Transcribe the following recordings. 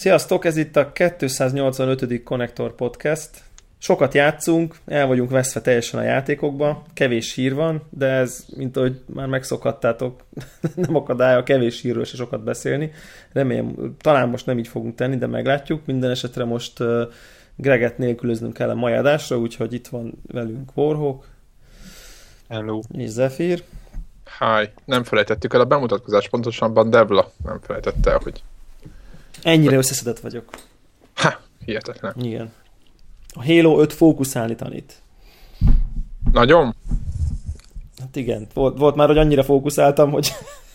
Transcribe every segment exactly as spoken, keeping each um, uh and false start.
Sziasztok, ez itt a kétszáznyolcvanötödik Connector Podcast. Sokat játszunk, el vagyunk veszve teljesen a játékokba, kevés hír van, de ez, mint ahogy már megszokhattátok, nem akadály a kevés hírről se sokat beszélni. Remélem, talán most nem így fogunk tenni, de meglátjuk. Minden esetre most uh, Greget nélkülöznünk kell a mai adásra, úgyhogy itt van velünk Warhawk. Hello. És Zephyr. Hi. Nem felejtettük el a bemutatkozást, pontosabban Devla nem felejtette el, hogy... Ennyire összeszedett vagyok. Ha, hihetetlen. Igen. A Halo öt fókuszálni tanít. Nagyon? Hát igen, volt, volt már, hogy annyira fókuszáltam, hogy...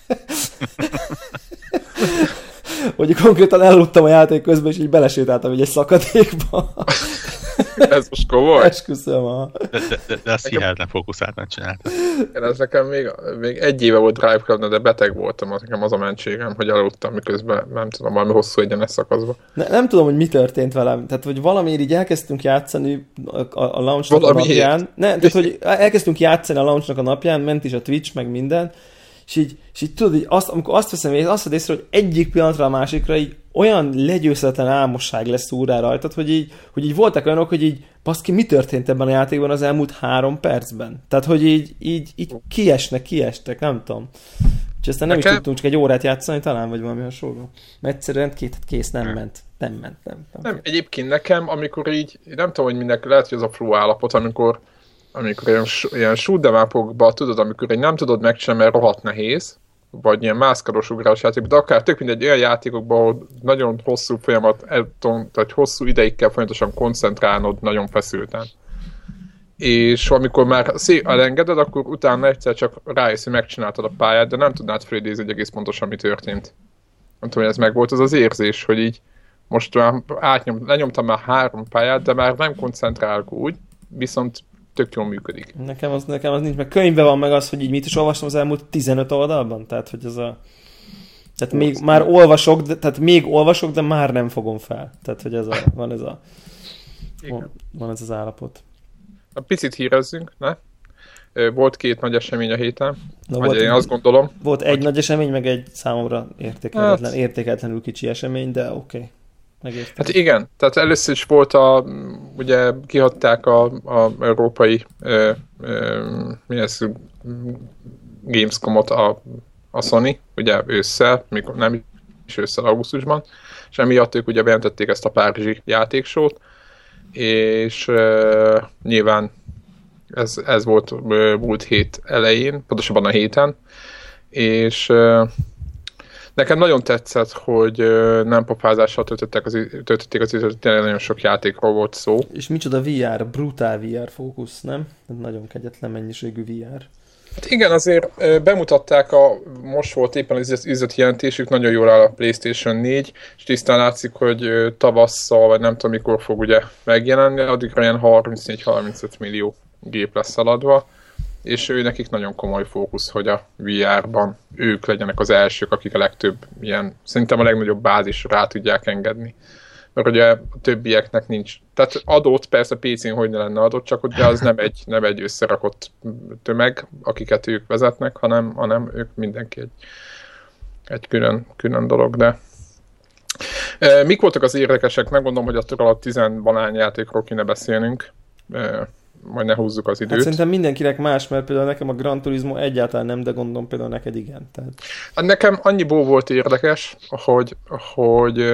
hogy konkrétan elaludtam a játék közben, és így belesétáltam egy szakadékba. Ez most komoly? Esküszöm a... De, de, de, de azt hihetetlen fókuszáltan csináltam. Ez nekem még, még egy éve volt Drive Club, de beteg voltam, az nekem az a mentségem, hogy aludtam, miközben nem tudom, valami hosszú egyenes szakaszba. Ne, nem tudom, hogy mi történt velem. Tehát, hogy valamiért így elkezdtünk játszani a, a, a launchnak a napján. Ne, tehát, hogy elkezdtünk játszani a launchnak a napján, ment is a Twitch, meg minden, és így, és így tudod, így azt, amikor azt veszem, hogy azt vedd észre, hogy egyik pillanatra a másikra így olyan legyőzhetetlen álmosság lesz szúrrá rajtad, hogy így, hogy így voltak olyanok, hogy így baszki, mi történt ebben a játékban az elmúlt három percben? Tehát, hogy így, így, így kiesnek, kiestek, nem tudom. És aztán nem Nekem... is tudtunk csak egy órát játszani, talán, vagy valami hasonló. Mert egyszerűen két, kész, nem ment. Nem ment, nem. Nem, nem egyébként nekem, amikor így, nem tudom, hogy mindenki lehet, hogy az a flow állapot, amikor, amikor ilyen, ilyen shoot-em-upokban, tudod, amikor egy nem tudod megcsinálni, mert rohadt nehéz, vagy ilyen mászkadós ugrás játékban, de akár tök mindegy olyan játékokban, ahol nagyon hosszú folyamat, tehát hosszú ideig kell folyamatosan koncentrálnod, nagyon feszülten. És amikor már elengeded, akkor utána egyszer csak rájössz, hogy megcsináltad a pályát, de nem tudnád felidézni, hogy egész pontosan mi történt. Nem tudom, hogy ez meg volt az az érzés, hogy így most már átnyom, lenyomtam már három pályát, de már nem koncentrálok úgy, viszont tök jól működik. Nekem az, nekem az nincs, meg könyvben van meg az, hogy így mit is olvastam az elmúlt tizenöt oldalban, tehát hogy ez a... Tehát még Ó, már olvasok, de, tehát még olvasok, de már nem fogom fel. Tehát, hogy ez a, van ez a... Van, van ez az állapot. A picit hírezzünk, ne? Volt két nagy esemény a héten, Na, vagy volt, én azt gondolom. Volt egy hogy... nagy esemény, meg egy számomra értékelhetlen, hát... értékelhetlenül kicsi esemény, de oké. Okay. Megértem. Hát igen, tehát először is volt a, ugye kihagyták a, a európai ö, ö, mi ez, Gamescomot a, a Sony, ugye ősszel, mikor nem is ősszel, augusztusban, és emiatt ők ugye bejelentették ezt a párizsi játéksót, és ö, nyilván ez, ez volt ö, múlt hét elején, pontosabban a héten, és ö, nekem nagyon tetszett, hogy nem pofázással töltötték az, töltötték az időt, tényleg nagyon sok játékról volt szó. És micsoda vé er, brutál vé er fókusz, nem? Nagyon kegyetlen mennyiségű vé er. Hát igen, azért bemutatták, a, most volt éppen az üzleti jelentésük, nagyon jól áll a PlayStation négy, és tisztán látszik, hogy tavasszal, vagy nem tudom mikor fog ugye megjelenni, addigra ilyen harmincnégy-harmincöt millió gép lesz szaladva, és ő nekik nagyon komoly fókusz, hogy a vé er-ban ők legyenek az elsők, akik a legtöbb ilyen, szerintem a legnagyobb bázis rá tudják engedni. Mert ugye a többieknek nincs, tehát adott, persze pé cén hogy ne lenne adott, csak de az nem egy, nem egy összerakott tömeg, akiket ők vezetnek, hanem, hanem ők mindenki egy, egy külön, külön dolog, de e, mik voltak az érdekesek? Megmondom, hogy attól alatt tizenvalány játékról kéne beszélnünk, e, majd ne húzzuk az időt. Hát szerintem mindenkinek más, mert például nekem a Gran Turismo egyáltalán nem, de gondolom például neked igen. Tehát... Hát nekem annyiból volt érdekes, hogy, hogy,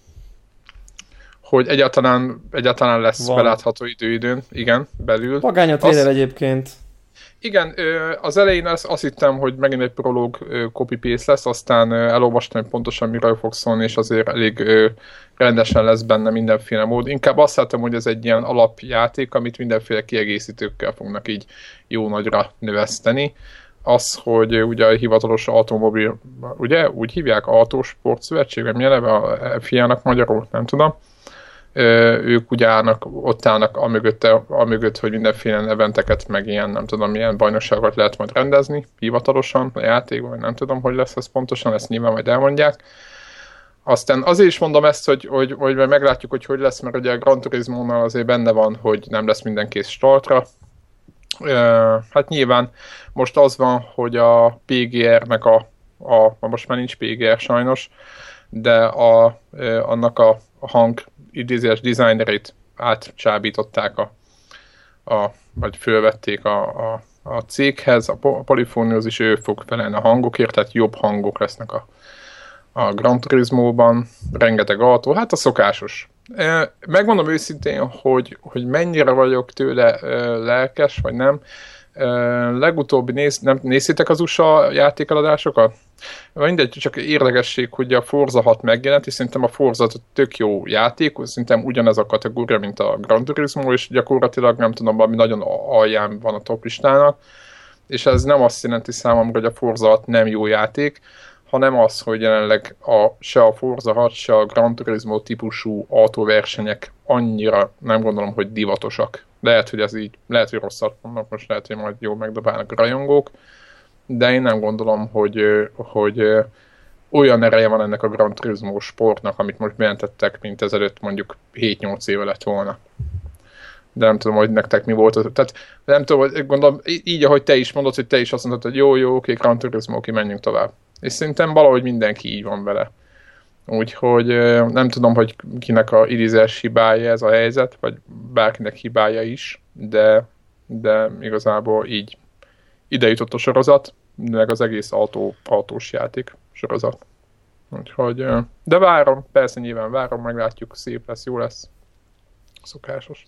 hogy egyáltalán, egyáltalán lesz van. Belátható időidőn, igen, belül. Vagány a trailer az... egyébként. Igen, az elején azt, azt hittem, hogy megint egy prológ copy-paste lesz, aztán elolvastam, hogy pontosan miről fog szólni, és azért elég rendesen lesz benne mindenféle mód. Inkább azt láttam, hogy ez egy ilyen alapjáték, amit mindenféle kiegészítőkkel fognak így jó nagyra növeszteni. Az, hogy ugye a hivatalos automobil, ugye úgy hívják, Autosport Szövetség, vagy milyen neve a fiának magyarul, nem tudom. Ők ugye állnak, ott állnak amögött, amögött, hogy mindenféle eventeket, meg ilyen, nem tudom, milyen bajnokságokat lehet majd rendezni, hivatalosan a játékban, vagy nem tudom, hogy lesz ez pontosan, ezt nyilván majd elmondják. Aztán azért is mondom ezt, hogy, hogy, hogy meglátjuk, hogy hogy lesz, mert ugye a Gran Turismo-nál azért benne van, hogy nem lesz minden kész startra. Hát nyilván most az van, hogy a pé gé er-nek a a, most már nincs pé gé er sajnos, de a, annak a hang idézés designerét átcsábították a, a, vagy fölvették a, a, a céghez, a Polyphonyhoz is ő fog felelni a hangokért, tehát jobb hangok lesznek a, a Gran Turismo-ban, rengeteg autó, hát a szokásos. Megmondom őszintén, hogy, hogy mennyire vagyok tőle lelkes, vagy nem. Legutóbbi néz, nem néztétek az u es á játékeladásokat? Mindegy, csak érdekesség, hogy a Forza hat megjelent, és szerintem a Forza tök jó játék, szerintem ugyanez a kategória, mint a Gran Turismo, és gyakorlatilag nem tudom, ami nagyon alján van a top listának, és ez nem azt jelenti számomra, hogy a Forza hat nem jó játék, hanem az, hogy jelenleg a, se a Forza hat, se a Gran Turismo típusú autóversenyek annyira nem gondolom, hogy divatosak. Lehet, hogy ez így, lehet, hogy rosszat mondnak, most lehet, hogy majd jól megdobálnak a rajongók, de én nem gondolom, hogy, hogy olyan ereje van ennek a Gran Turismo sportnak, amit most bejelentettek, mint ezelőtt mondjuk hét-nyolc éve lett volna. De nem tudom, hogy nektek mi volt az. Tehát nem tudom, hogy gondolom, így, ahogy te is mondod, hogy te is azt mondtad, hogy jó, jó, oké, Gran Turismo, oké, menjünk tovább. És szerintem valahogy mindenki így van vele. Úgyhogy nem tudom, hogy kinek a idézés hibája ez a helyzet, vagy bárkinek hibája is, de, de igazából így ide jutott a sorozat, meg az egész autó, autós játék sorozat. Úgyhogy, de várom, persze nyilván várom, meglátjuk, szép lesz, jó lesz. Szokásos.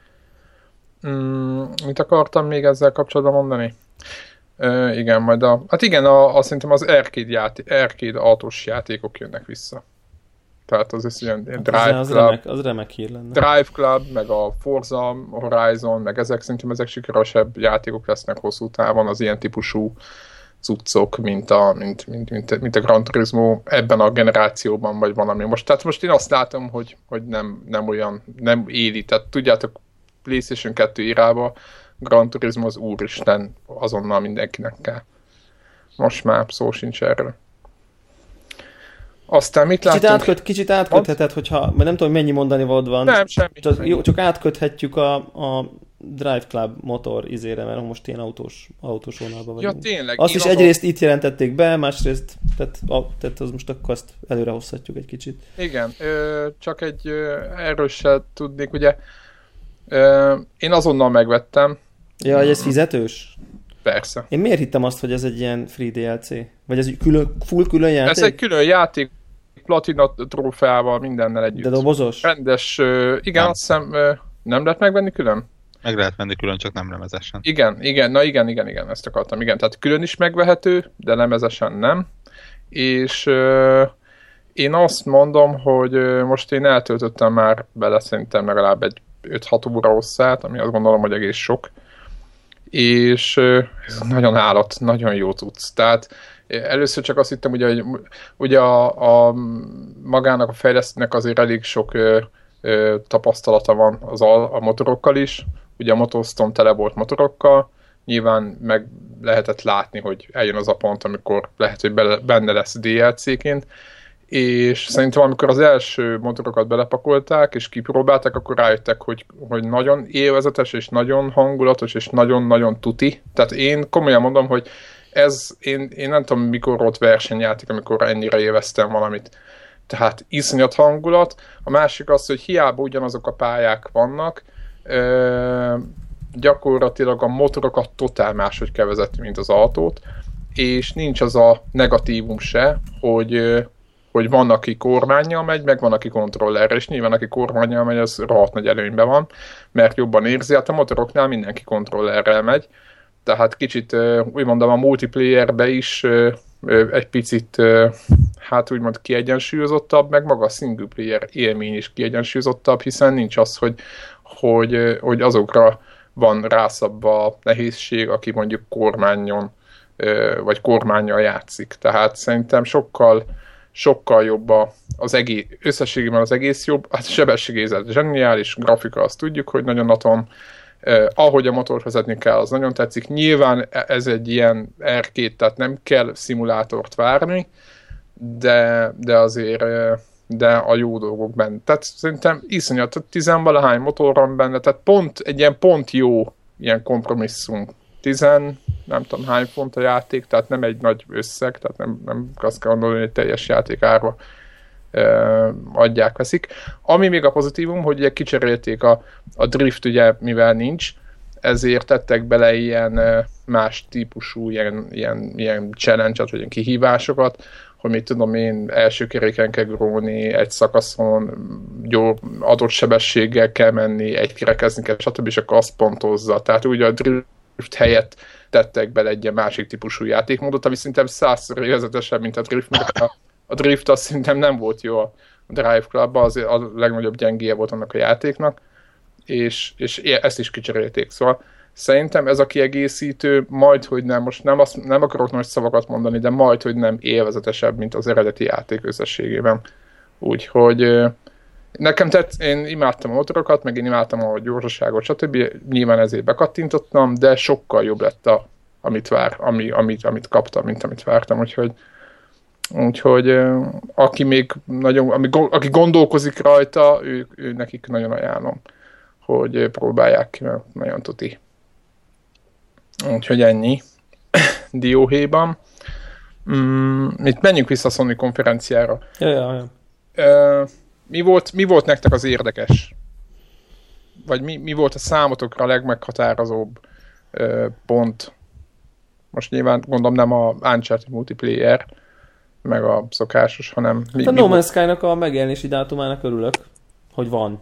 Mm, mit akartam még ezzel kapcsolatban mondani? Uh, igen, majd a... Hát igen, a, a, szerintem az arcade, játék, arcade autós játékok jönnek vissza. Tehát az is ilyen hát Drive az Club, remek, az remek hír lenne. Drive Club, meg a Forza Horizon, meg ezek szerintem ezek sikeresebb játékok lesznek hosszú távon, az ilyen típusú cuccok, mint a, mint, mint, mint, mint a Gran Turismo ebben a generációban, vagy valami. Most, tehát most én azt látom, hogy, hogy nem, nem olyan, nem éli. Tehát tudjátok, PlayStation kettő irába Gran Turismo az úristen, azonnal mindenkinek kell. Most már szó sincs erről. Aztán mit kicsit láttunk? Átköt, kicsit átkötheted, hogyha, mert nem tudom, mennyi mondani volt van. Nem, semmi. Csak, jó, csak átköthetjük a, a Drive Club motor izére, mert most ilyen autós, autós vonalban vagyunk. Ja, tényleg. Azt is azon... egyrészt itt jelentették be, másrészt, tehát, a, tehát az most akkor azt előre hozhatjuk egy kicsit. Igen, ö, csak egy ö, erről se tudnék, ugye ö, én azonnal megvettem. Ja, hogy ez fizetős? Persze. Én miért hittem azt, hogy ez egy ilyen free dé el cé? Vagy ez egy külön, full külön játék? Ez egy külön játék, platina trófeával, mindennel együtt. De dobozos? Rendes, uh, igen, nem. Azt hiszem, uh, nem lehet megvenni külön? Meg lehet venni külön, csak nem lemezesen. Igen, igen, na igen, igen, igen, ezt akartam, igen. Tehát külön is megvehető, de lemezesen nem. És uh, én azt mondom, hogy uh, most én eltöltöttem már bele szerintem legalább egy öt-hat óra hosszát, ami azt gondolom, hogy egész sok. És uh, ez nagyon állat, nagyon jó tudsz. Tehát először csak azt hittem, ugye, hogy ugye a, a magának a fejlesztőnek azért elég sok ö, ö, tapasztalata van az a, a motorokkal is. Ugye a Motorstorm tele volt motorokkal, nyilván meg lehetett látni, hogy eljön az a pont, amikor lehet, hogy bele, benne lesz dé el cé-ként, és szerintem amikor az első motorokat belepakolták, és kipróbálták, akkor rájöttek, hogy, hogy nagyon élvezetes, és nagyon hangulatos, és nagyon-nagyon tuti. Tehát én komolyan mondom, hogy ez, én, én nem tudom, mikor volt versenyjáték, amikor ennyire élveztem valamit. Tehát iszonyat hangulat. A másik az, hogy hiába ugyanazok a pályák vannak, ö, gyakorlatilag a motorokat totál máshogy kell vezetni, mint az autót, és nincs az a negatívum se, hogy, hogy van, aki kormánnyal megy, meg van, aki kontrollerre, és nyilván, aki kormánnyal megy, az rohadt nagy előnyben van, mert jobban érzi, hát a motoroknál mindenki kontrollerrel megy, tehát kicsit, úgy mondom, a multiplayerbe is egy picit, hát úgymond kiegyensúlyozottabb, meg maga a single player élmény is kiegyensúlyozottabb, hiszen nincs az, hogy, hogy, hogy azokra van rászabva a nehézség, aki mondjuk kormányon, vagy kormánnyal játszik. Tehát szerintem sokkal, sokkal jobb az egész, összességében az egész jobb, hát sebességérzet zseniális, grafika azt tudjuk, hogy nagyon atom, Uh, ahogy a motort vezetni kell, az nagyon tetszik. Nyilván ez egy ilyen er két, tehát nem kell szimulátort várni, de, de azért de a jó dolgok benne. Tehát szerintem iszonyat, tizenvalahány motor van benne, tehát pont egy ilyen pont jó ilyen kompromisszum tizen, nem tudom hány font a játék, tehát nem egy nagy összeg, tehát nem, nem azt kell gondolni, hogy teljes játék árva uh, adják, veszik. Ami még a pozitívum, hogy ugye kicserélték a, a drift, ugye, mivel nincs, ezért tettek bele ilyen uh, más típusú ilyen, ilyen, ilyen challenge-et, vagy ilyen kihívásokat, hogy mit tudom én, első keréken kell gróni, egy szakaszon gyó, adott sebességgel kell menni, egy kerekezni kell, stb. És akkor azt pontozza. Tehát úgy a drift helyett tettek bele egy ilyen másik típusú játékmódot, ami szerintem százszor élvezetesebb, mint a drift, mert a, a drift azt szerintem nem volt jó a Drive Clubban, az a legnagyobb gyengéje volt annak a játéknak, és, és ezt is kicserélték. Szóval szerintem ez a kiegészítő majd, hogy nem, most nem, azt, nem akarok nagy szavakat mondani, de majd, hogy nem élvezetesebb, mint az eredeti játék összességében. Úgyhogy nekem tett, én imádtam a motorokat, meg én imádtam a gyorsaságot, stb. Nyilván ezért bekattintottam, de sokkal jobb lett, a, amit, vár, ami, amit, amit kaptam, mint amit vártam. Úgyhogy, úgyhogy aki még nagyon, ami, aki gondolkozik rajta, ő, ő nekik nagyon ajánlom, hogy próbálják ki, mert nagyon tuti. Úgyhogy ennyi dióhéjban. Mm, itt menjünk vissza a Sony konferenciára. Ja, ja, ja. Uh, mi, volt, mi volt nektek az érdekes? Vagy mi, mi volt a számotokra a legmeghatározóbb uh, pont? Most nyilván gondolom nem a Uncharted multiplayer, meg a szokásos, hanem... Mi, hát a No Man's Sky-nak a megjelenési dátumának örülök, hogy van.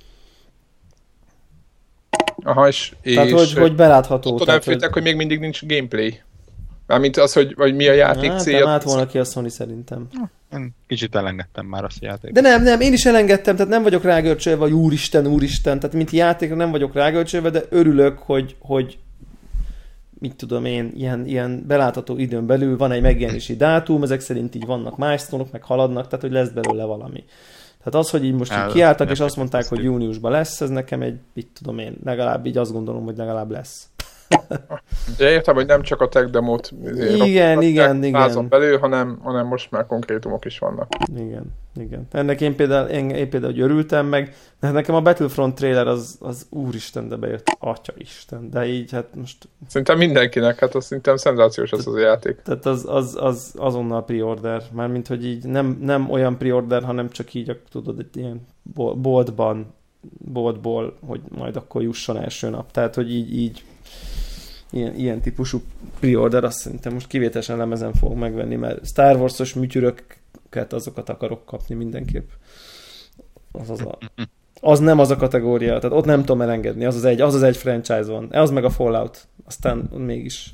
Aha, és... Tehát, és, hogy, hogy belátható. Tudod, nem féltek, hogy... hogy még mindig nincs gameplay. Mármint az, hogy, hogy mi a játék hát, célja. Nem állt volna ki a Sony szerintem. Én kicsit elengedtem már azt a játékot. De nem, nem, én is elengedtem, tehát nem vagyok rágörcsölve, hogy úristen, úristen, tehát mint játékra nem vagyok rágörcsölve, de örülök, hogy, hogy mit tudom én, ilyen, ilyen belátható időn belül van egy megjelenési dátum, ezek szerint így vannak milestone-ok, meg haladnak, tehát hogy lesz belőle valami. Tehát az, hogy így most így kiálltak, és azt mondták, hogy júniusban lesz, ez nekem egy, mit tudom én, legalább így azt gondolom, hogy legalább lesz. De értem, hogy nem csak a tech demót igen, igen, igen. belül, hanem, hanem most már konkrétumok is vannak. Igen, igen. Ennek én például, én, én például hogy örültem meg, de nekem a Battlefront trailer az, az úristen, de bejött, atyaisten, de így hát most... Szerintem mindenkinek, hát az szerintem szenzációs az az a játék. Tehát az, az, az azonnal pre-order, mármint hogy így nem, nem olyan pre-order, hanem csak így, tudod, egy ilyen boltban, boltból, hogy majd akkor jusson első nap. Tehát, hogy így, így Ilyen, ilyen típusú pre-order, azt szerintem most kivételesen lemezen fogok megvenni, mert Star Wars-os műtyüröket, azokat akarok kapni mindenképp. Az, az, a, az nem az a kategória, tehát ott nem tudom elengedni, az az egy, az az egy franchise van. Az meg a Fallout, aztán mégis.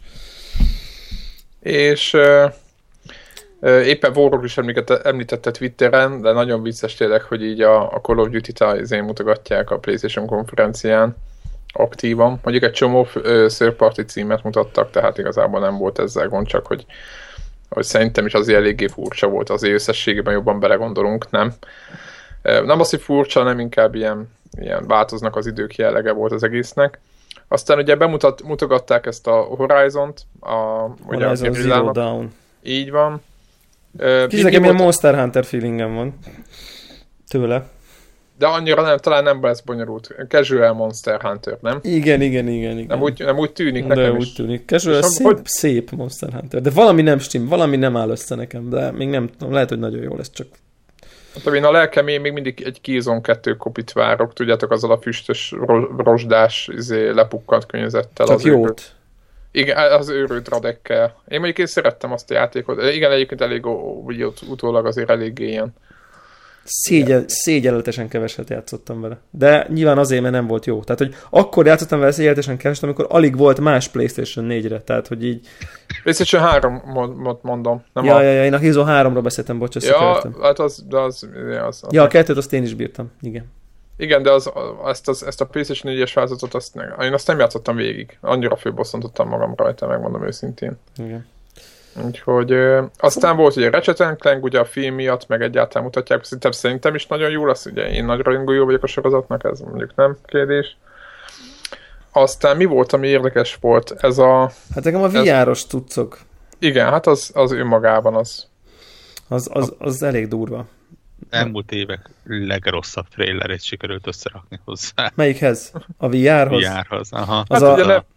És uh, uh, éppen Warrock is említette Twitteren, de nagyon vicces tényleg, hogy így a, a Call of Duty-t mutogatják a PlayStation konferencián aktívan. Mondjuk egy csomó third party címet mutattak, tehát igazából nem volt ezzel gond, csak hogy, hogy szerintem is azért eléggé furcsa volt, azért összességében jobban belegondolunk, nem? Nem az, hogy furcsa, nem inkább ilyen, ilyen változnak az idők jellege volt az egésznek. Aztán ugye bemutogatták ezt a Horizont, a, ugye Horizon a Zero Dawn. Így van. Kicsit nekem ilyen Monster Hunter feelingem van tőle. De annyira nem, talán nem lesz bonyolult. Casual Monster Hunter, nem? Igen, igen, igen. igen. Nem, úgy, nem úgy tűnik de nekem úgy is. tűnik. Casual szép, hogy... szép Monster Hunter. De valami nem stim, valami nem áll össze nekem, de még nem tudom, lehet, hogy nagyon jó lesz, csak... Hát, én a lelkem, én még mindig egy Killzone kettő kopit várok, tudjátok, azzal a füstös, rozsdás, izé, lepukkant környezettel. Csak az jót. Őrült, igen, az őrült radekkel. Én mondjuk én szerettem azt a játékot. Igen, egyébként elég utólag azért eléggé ilyen. Szégyen, szégyenletesen keveset játszottam vele. De nyilván azért, mert nem volt jó. Tehát, hogy akkor játszottam vele szégyenletesen keveset, amikor alig volt más PlayStation négyre. Tehát, hogy így... PlayStation háromot mondom. Nem ja, a... ja, ja, én a Killzone háromról beszéltem, bocs, ezt ja, hát az, de az, az, az... Ja, a kettőt azt én is bírtam. Igen. Igen, de az, ezt, az, ezt a PlayStation négyes változatot, azt ne, én azt nem játszottam végig. Annyira főbosszantottam magam rajta, megmondom őszintén. Igen. Úgyhogy ö, aztán volt ugye Ratchet and Clank, ugye a film miatt, meg egyáltalán mutatják, szerintem, szerintem is nagyon jó lesz, ugye én nagy rajongója vagyok a sorozatnak, ez mondjuk nem kérdés. Aztán mi volt, ami érdekes volt? Ez a... Hát nekem a vé er-os cuccok. Igen, hát az, az önmagában az. Az, az, az elég durva. Elmúlt évek legrosszabb trailerét sikerült összerakni hozzá. Melyikhez? A vé er-hoz? vé er-hoz, aha. Az Hát a, ugye nem,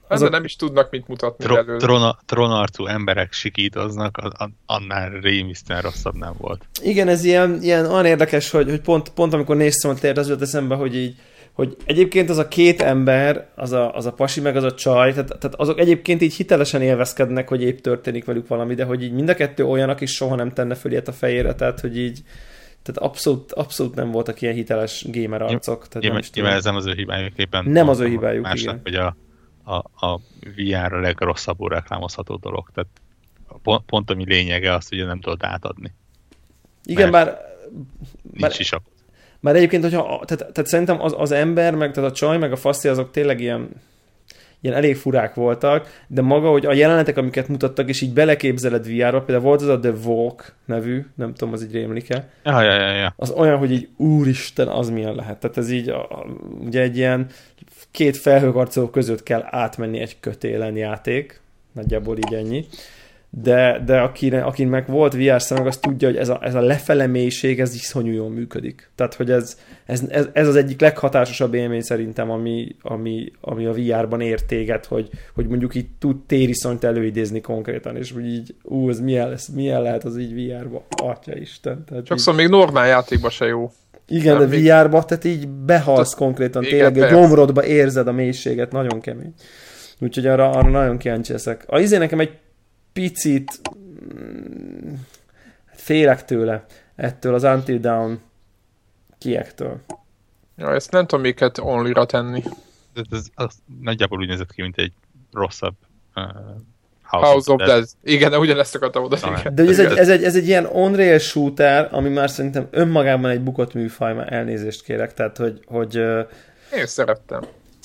Azok... nem is tudnak mit mutatni tro- belőle. Trona, tronarcú emberek sikítoznak, annál rémisztően rosszabb nem volt. Igen, ez ilyen, ilyen olyan érdekes, hogy, hogy pont, pont amikor néztem, hogy tényleg az jött eszembe, hogy így, hogy egyébként az a két ember, az a, az a pasi meg az a csaj, tehát, tehát azok egyébként így hitelesen élvezkednek, hogy épp történik velük valami, de hogy így mind a kettő olyan, aki soha nem tenne föl ilyet a fejére, tehát hogy így tehát abszolút, abszolút nem voltak ilyen hiteles gamer arcok. Nyilván ez nem az ő hibájuk éppen. Nem az ő hibájuk, másnak, igen. Hogy a, a, a vé er a legrosszabbul reklámozható dolog. Tehát pont, pont ami lényege az, hogy nem tudod átadni. Igen, bár... Nincs is akkor. Már egyébként, hogyha, tehát, tehát szerintem az, az ember, meg tehát a csaj, meg a faszi, azok tényleg ilyen, ilyen elég furák voltak, de maga, hogy a jelenetek, amiket mutattak, és így beleképzeled vé er-ba, például volt az a The Walk nevű, nem tudom, az így rémlik-e. Ja, ja, ja, ja. Az olyan, hogy így úristen, az milyen lehet. Tehát ez így, a, a, ugye egy ilyen két felhőkarcoló között kell átmenni egy kötélen játék, nagyjából így ennyi. De, de akinek, akinek volt vé er szemeg, az tudja, hogy ez a, ez a lefele mélység, ez iszonyú jól működik. Tehát, hogy ez, ez, ez, ez az egyik leghatásosabb élmény szerintem, ami, ami, ami a vé er-ban ér téged, hogy, hogy mondjuk így tud tériszonyt előidézni konkrétan, és hogy így, ú, ez milyen, lesz, milyen lehet az így vé er-ba? Atyaisten. Sokszor így... még normál játékban se jó. Igen, nem, de vé er-ba, tehát így behalsz Tud, konkrétan, igen, tényleg a gyomrodba érzed a mélységet, nagyon kemény. Úgyhogy arra, arra nagyon kíváncsi leszek. A izé nekem egy picit félek tőle, ettől az Until Dawn kiektől. Ja, ezt nem tudom miket onlyra tenni. Ez, ez, az nagyjából úgy nézett ki, mint egy rosszabb uh, House, House of Dead. Igen, de ugyanezt akartam oda. De ez egy, ez, egy, ez egy ilyen on-rail shooter, ami már szerintem önmagában egy bukott műfaj, már elnézést kérek, tehát hogy... hogy én szerettem.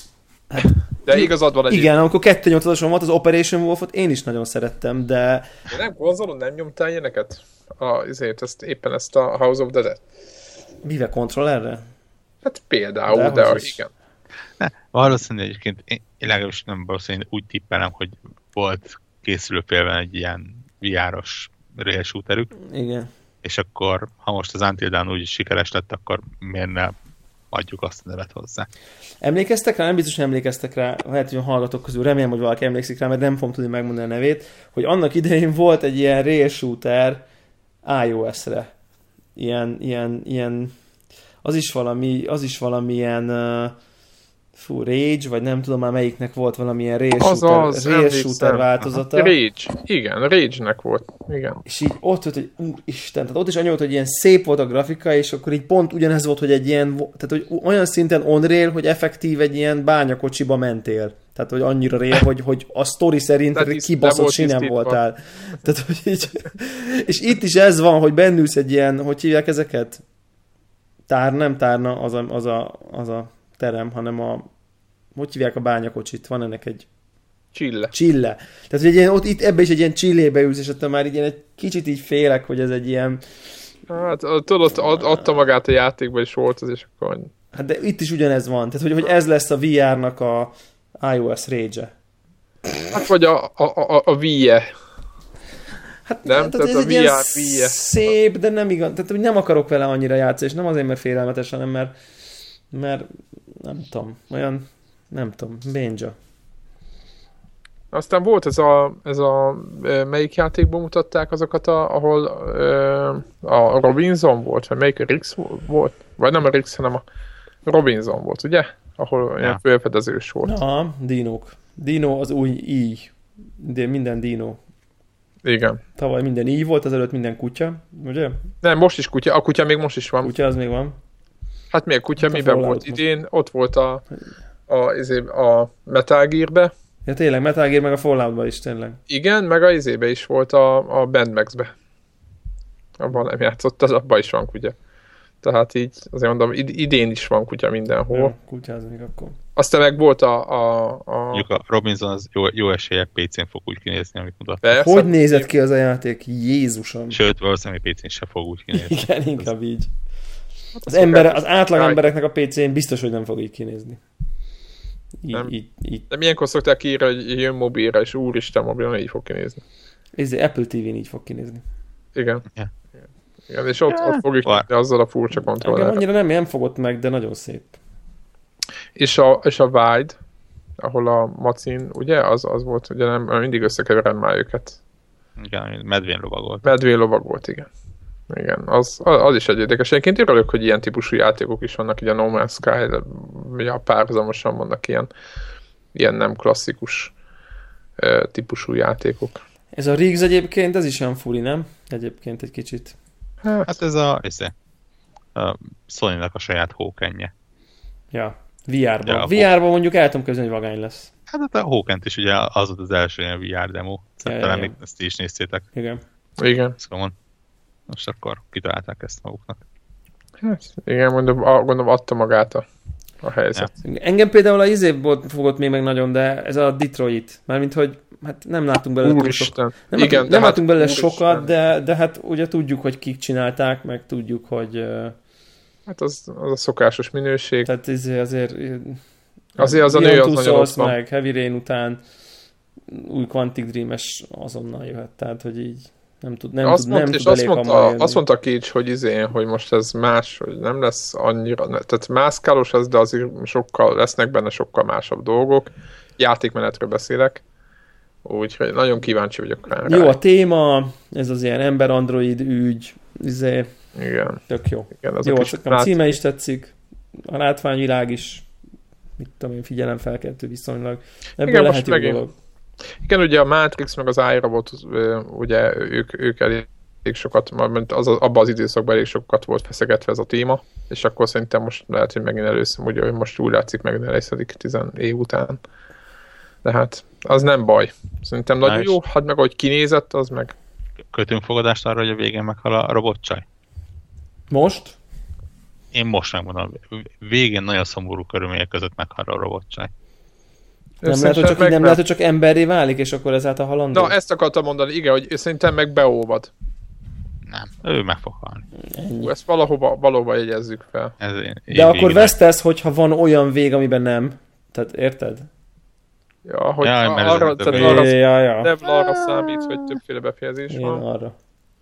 De igazad van egy... Igen, amikor kettő nyolcadoson volt az Operation Wolfot, én is nagyon szerettem, de... De nem konzolon nem nyomtál ilyeneket? A, ezért, ezt, éppen ezt a House of Dead-et? Mivel kontrollerre? Hát például, de, de igen. Ne, valószínűleg egyébként, én, én legalábbis nem valószínűleg úgy tippelem, hogy volt készülőfélben egy ilyen vé er-os rail shooterük. Igen. És akkor, ha most az Until Dawn úgy is sikeres lett, akkor miért ne adjuk azt a nevet hozzá. Emlékeztek rá? Nem biztos, hogy emlékeztek rá, lehet, hogy a hallgatók közül remélem, hogy valaki emlékszik rá, mert nem fogom tudni megmondani a nevét, hogy annak idején volt egy ilyen rail shooter iOS-re. Ilyen, ilyen, ilyen, az is valami, az is valamilyen uh, fú, Rage, vagy nem tudom már melyiknek volt valamilyen rail shooter, rail shooter változata. Rage, igen, Rage-nek volt, igen. És így ott volt, hogy úristen, tehát ott is annyi volt, hogy ilyen szép volt a grafika, és akkor így pont ugyanez volt, hogy egy ilyen, tehát hogy olyan szinten on-rail, hogy effektív egy ilyen bányakocsiba mentél. Tehát, hogy annyira rail, hogy, hogy a sztori szerint is, kibaszott sinem voltál. Tehát, hogy így, és itt is ez van, hogy bennülsz egy ilyen, hogy hívják ezeket? Tár, nem tárna, az a, az a, az a terem, hanem a, hogy hívják a bányakocsit? Van ennek egy Csille. Csille. Tehát, hogy egy ilyen, ott, itt ebbe is egy ilyen csillébe ülsz, és ott már így egy kicsit így félek, hogy ez egy ilyen... Hát tudod, ad, adta magát a játékba, és volt az, és akkor... Hát de itt is ugyanez van. Tehát, hogy, hogy ez lesz a vé er-nak a iOS Rage-e. Hát vagy a, a, a, a Wii-e. Hát, nem? Tehát ez a egy vé er, ilyen Wii-e. szép, de nem igaz. Tehát nem akarok vele annyira játszani, és nem azért, mert félelmetes, hanem mert, mert nem tudom, olyan, nem tudom, bénja. Aztán volt ez a, ez a melyik játékban mutatták azokat, a, ahol a Robinson volt, vagy melyik a Rix volt? Vagy nem a Rix, hanem a Robinson volt, ugye? Ahol ja. Ilyen fölfedezős volt. Na, dinók. Dino az új i. De minden dino. Igen. Tavaly minden i volt, azelőtt minden kutya, ugye? Nem, most is kutya. A kutya még most is van. Kutya az még van. Hát miért kutya? Hát miben volt idén? Ott volt a, a, a, a Metal Gear-be. Ja tényleg, Metal Gear meg a Fallout-ba is tényleg. Igen, meg a izébe is volt a, a Band Max-be. Abban nem játszott, az abban is van kutya. Tehát így, azért mondom, idén is van kutya mindenhol. Jó, kutyáznék akkor. Aztán meg volt a... a, a... a Robinson az jó, jó eséllyel pé cén fog úgy kinézni, amit mutat. Hogy nézett ki az a játék? Jézusom! Sőt, valószínűleg pé cén sem fog úgy kinézni. Igen, inkább így. Az, ember, az átlag embereknek a pé cén biztos, hogy nem fog így kinézni. Így, nem. Így, így. De milyenkor szokták írni, hogy jön mobilra, és úristen, mobilra így fog kinézni. Ez Apple té vén így fog kinézni. Igen. Yeah. Igen, és ott, ott fogjuk nyitni azzal a furcsa kontrollerrel. Annyira nem, nem fogott meg, de nagyon szép. És a, és a Wide, ahol a Macin, ugye, az, az volt, ugye nem, mindig összekeverem már őket. Igen, medvén lovagolt. Medvén lovagolt, igen. Igen, az, az is egy érdekes. Egyébként örülök, hogy ilyen típusú játékok is vannak, ugye a No Man's Sky, ugye párhuzamosan vannak ilyen, ilyen nem klasszikus uh, típusú játékok. Ez a Riggs egyébként, ez is olyan furi, nem? Egyébként egy kicsit. Hát, hát ez a, ez a Sony-nak a saját hókenje. Ja, vé er-ban. Ja, vé er-ban mondjuk el tudom képzelni, hogy vagány lesz. Hát a Hawkent is ugye az volt az első ilyen vé er demo. Ja, talán ja, még ja. ezt ti is néztétek. Igen. Igen. Szóval most akkor kitalálták ezt maguknak. Hát, igen, mondom, gondolom adta magát a, a helyzet. Ja. Engem például a izé fogott még meg nagyon, de ez a Detroit. Mármint, hogy hát nem látunk belőle túl sokat. Nem, igen, látunk, nem hát látunk belőle úristen. sokat, de, de hát ugye tudjuk, hogy kik csinálták, meg tudjuk, hogy... Hát az, az a szokásos minőség. Tehát izé azért... Azért az a nő az nagyon ott van. Meg Heavy Rain után új Quantic Dream-es azonnal jöhet. Tehát, hogy így nem tud, nem azt tud, mond, nem és tud azt elég mondta, hamar jönni. azt mondta Cage, hogy izén, hogy most ez más, hogy nem lesz annyira, tehát mászkálós ez, de azért sokkal, lesznek benne sokkal másabb dolgok. Játékmenetről beszélek. Úgyhogy nagyon kíváncsi vagyok rá. Jó a téma, ez az ilyen ember-android ügy, izé, igen. tök jó. Igen, jó, a címe is tetszik, a látványvilág is, mit tudom én, figyelemfelkeltő viszonylag. Ebből igen, lehet jó megint, dolog. Igen, ugye a Matrix meg az iRobot, ugye ők, ők elég sokat, az, abban az időszakban elég sokat volt feszegetve ez a téma, és akkor szerintem most lehet, hogy megint először, ugye, hogy most úgy látszik megint előszedik tíz év után. De hát az nem baj. Szerintem nagyon Más. jó, hát meg ahogy kinézett, az meg... Kötünk fogadást arra, hogy a végén meghal a robotcsaj? Most? Én most megmondom. Végén nagyon szomorú körülmények között meghal a robotcsaj. Nem lehet, hogy csak, nem lehet, hogy csak emberré válik, és akkor ezáltal halandó? Na, ezt akartam mondani, igen, hogy szerintem meg beolvad. Nem, ő meg fog halni. Ú, ezt valahova, valahova jegyezzük fel. Ez én, én De akkor vesztesz, hogyha van olyan vég, amiben nem. Tehát érted? Ja, hogy ja, a, arra, tehát arra, ja, ja. nem arra számít, hogy többféle befejezés Én van. arra.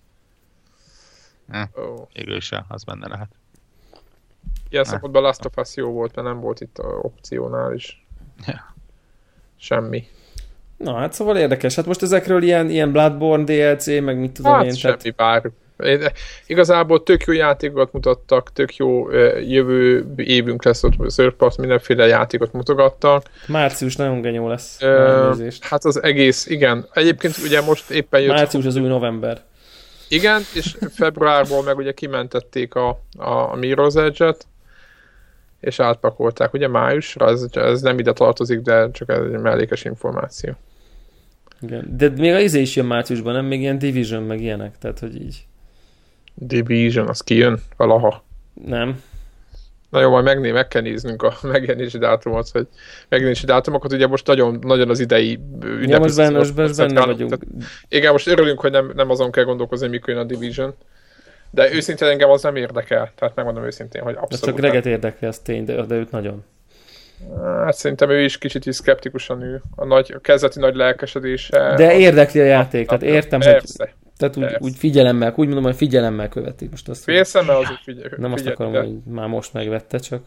Hm, oh. Végül sem, az benne lehet. Ilyen szempontban Last of Us jó volt, mert nem volt itt a opciónál is. Ja. Semmi. Na hát szóval érdekes. Hát most ezekről ilyen, ilyen Bloodborne dé el cé, meg mit tudom hát én. semmi Tehát... bár. Igazából tök jó játékokat mutattak, tök jó jövő évünk lesz ott, Third mindenféle játékot mutogattak. Március nagyon genyó lesz. Uh, hát az egész, igen. Egyébként ugye most éppen jött... Március az új november. Igen, és februárból meg ugye kimentették a, a, a Mirror's Edge-et, és átpakolták. Ugye májusra, ez, ez nem ide tartozik, de csak ez egy mellékes információ. Igen. De még az izé is jön márciusban, nem? Még ilyen Division, meg ilyenek, tehát hogy így. Division, az kijön valaha? Nem. Na jó, majd megné, meg kell néznünk a megjelenési dátumot, hogy megjelenési dátumokat, ugye most nagyon, nagyon az idei ünnepi... Ja, most benne, most benne vagyunk. Tehát, igen, most örülünk, hogy nem, nem azon kell gondolkozni, mikor jön a Division. De őszintén engem az nem érdekel. Tehát megmondom őszintén, hogy abszolút. De csak Reget érdekli, az tény, de, de őt nagyon. Hát szerintem ő is kicsit is szkeptikusan ül. A, nagy, a kezdeti nagy lelkesedése... De érdekli a játék, tehát értem, persze, hogy... Tehát úgy, úgy figyelemmel, úgy mondom, hogy figyelemmel követik. Most azt félszemmel azért figyel. Nem azt akarom, de... hogy már most megvette, csak...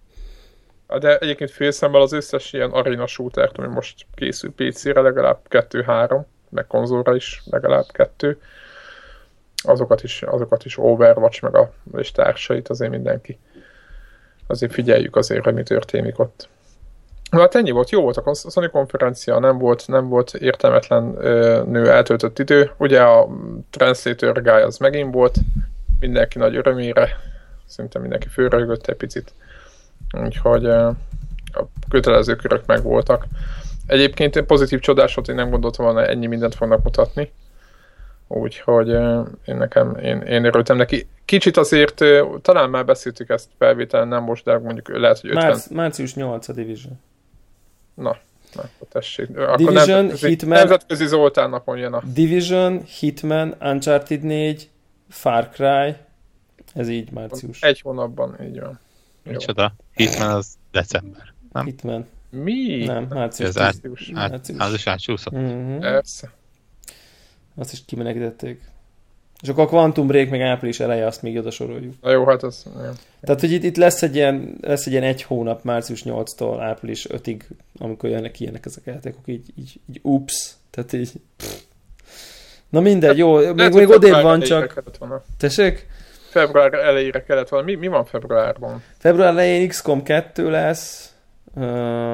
De egyébként félszemmel az összes ilyen arena shootert, ami most készül pé cére, legalább kettő-három, meg konzolra is legalább kettő. Azokat is, azokat is Overwatch, meg a és társait azért mindenki. Azért figyeljük azért, hogy mi történik ott. Hát ennyi volt, jó volt a Sony konferencia, nem volt, nem volt értelmetlen ö, nő eltöltött idő. Ugye a Translator Guy az megint volt, mindenki nagy örömére, szerintem mindenki fölröhögött egy picit. Úgyhogy ö, a kötelező körök megvoltak. Egyébként én pozitív csodás volt, én nem gondoltam volna, ennyi mindent fognak mutatni. Úgyhogy én nekem, én, én örültem neki. Kicsit azért, talán már beszéltük ezt felvételen, nem most, de mondjuk lehet, hogy ötven... Márc, március nyolcadika a Division. Na, na tessék. Akkor Division, nemzetközi, Hitman... Nemzetközi Zoltán napon jön a... Division, Hitman, Uncharted négy, Far Cry, ez így március. Egy hónapban, így van. Micsoda? Hitman az december, nem? Hitman. Mi? Nem, március. Ez át, át, az is átsúszott. Mm-hmm. Persze. Azt is kimenekítették. És akkor a Quantum Break meg április eleje, azt még oda soroljuk. Na jó, hát ez... Ja. Tehát, hogy itt, itt lesz, egy ilyen, lesz egy ilyen egy hónap, március nyolcadikától április ötödikéig, amikor jönnek ilyenek ezek a játékok, így, így, így ups, tehát így... Pff. Na mindegy, jó, még, lehet, még odébb van csak... Tessék? Február elejére kellett volna. Mi, mi van februárban? Február elején iksz kom kettő lesz, uh,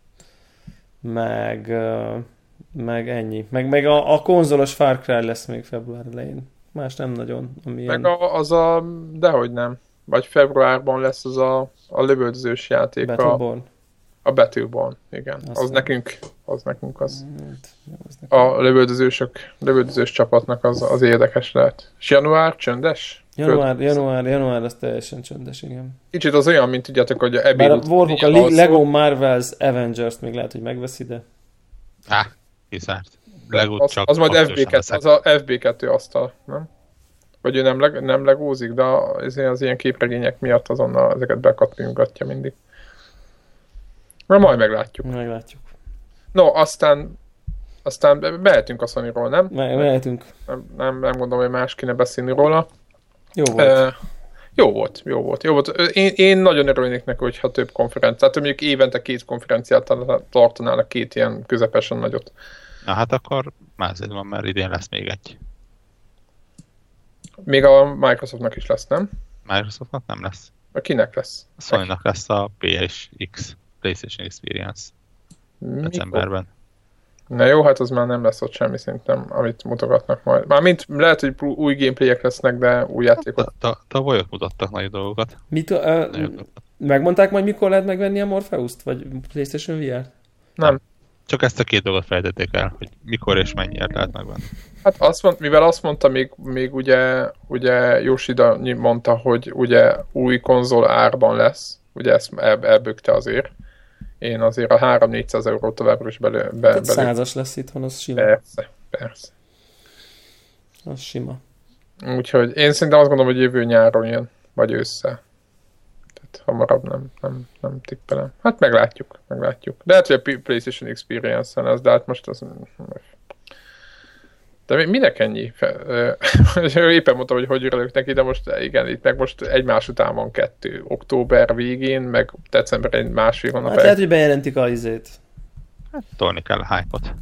meg, uh, meg ennyi. Meg, meg a, a konzolos Far Cry lesz még február elején. Más nem nagyon. Meg a, az a... Dehogy nem. Vagy februárban lesz az a, a lövöldözős játék. Battleborn. A, a Battleborn, igen. Azt az nem. nekünk, az nekünk az. Hát, az nekünk. A lövöldözősök, lövöldözős csapatnak az, az érdekes lehet. És január csöndes? Január, január, január az teljesen csöndes, igen. Kicsit az olyan, mint tudjátok, hogy a Bár a Warhawk, a Lego Marvel's Avengers még lehet, hogy megveszi, de... Á, kiszárt. Lego az, csak az majd ef bé kettő, leszek. az a ef bé kettő asztal, nem? Vagy ő nem, leg, nem legózik, de az, az ilyen képregények miatt azonnal ezeket bekattingatja mindig. Na majd meglátjuk. Meglátjuk. No, aztán aztán mehetünk a Sonyról, nem? Me- mehetünk. Nem, nem, nem gondolom, hogy más kéne beszélni róla. Jó volt. Uh, jó volt, jó volt, jó volt. Én, én nagyon örülnék neki, hogyha több konferenciát, tehát mondjuk évente két konferenciát tartanának, két ilyen közepesen nagyot. Na hát akkor már azért van, mert idén lesz még egy. Még a Microsoftnak is lesz, nem? Microsoftnak nem lesz. A kinek lesz? A Sony-nak lesz a pé es iksz, PlayStation Experience decemberben. Na jó, hát az már nem lesz ott semmi szerintem, amit mutogatnak majd. Mármint lehet, hogy új gameplayek lesznek, de új játékok. Tavaly ott mutattak nagy dolgokat. Mit, uh, megmondták majd, mikor lehet megvenni a Morpheus-t? Vagy PlayStation vé er? Nem. Csak ezt a két dolgot fejtették el, hogy mikor és mennyire lehet megvenni. Hát azt mond, mivel azt mondta, még, még ugye, ugye Yoshida mondta, hogy ugye új konzol árban lesz, ugye ezt el, elbökte azért. Én azért a három-négyszáz euró továbbra is belő. Be, belő. Százas lesz itthon, az sima. Persze, persze. Az sima. Úgyhogy én szerintem azt gondolom, hogy jövő nyáron jön, vagy ősszel. Tehát hamarabb nem, nem, nem tippelem. Hát meglátjuk, meglátjuk. De hát, hogy a PlayStation Experience-en ez, de hát most az... De minek ennyi? Éppen mondtam, hogy hogy örülök neki, de most igen, itt meg most egymás után van kettő. Október végén, meg december egy másfél hónap. Hát lehet, hogy bejelentik a izét. Hát tolni kell a hype-ot.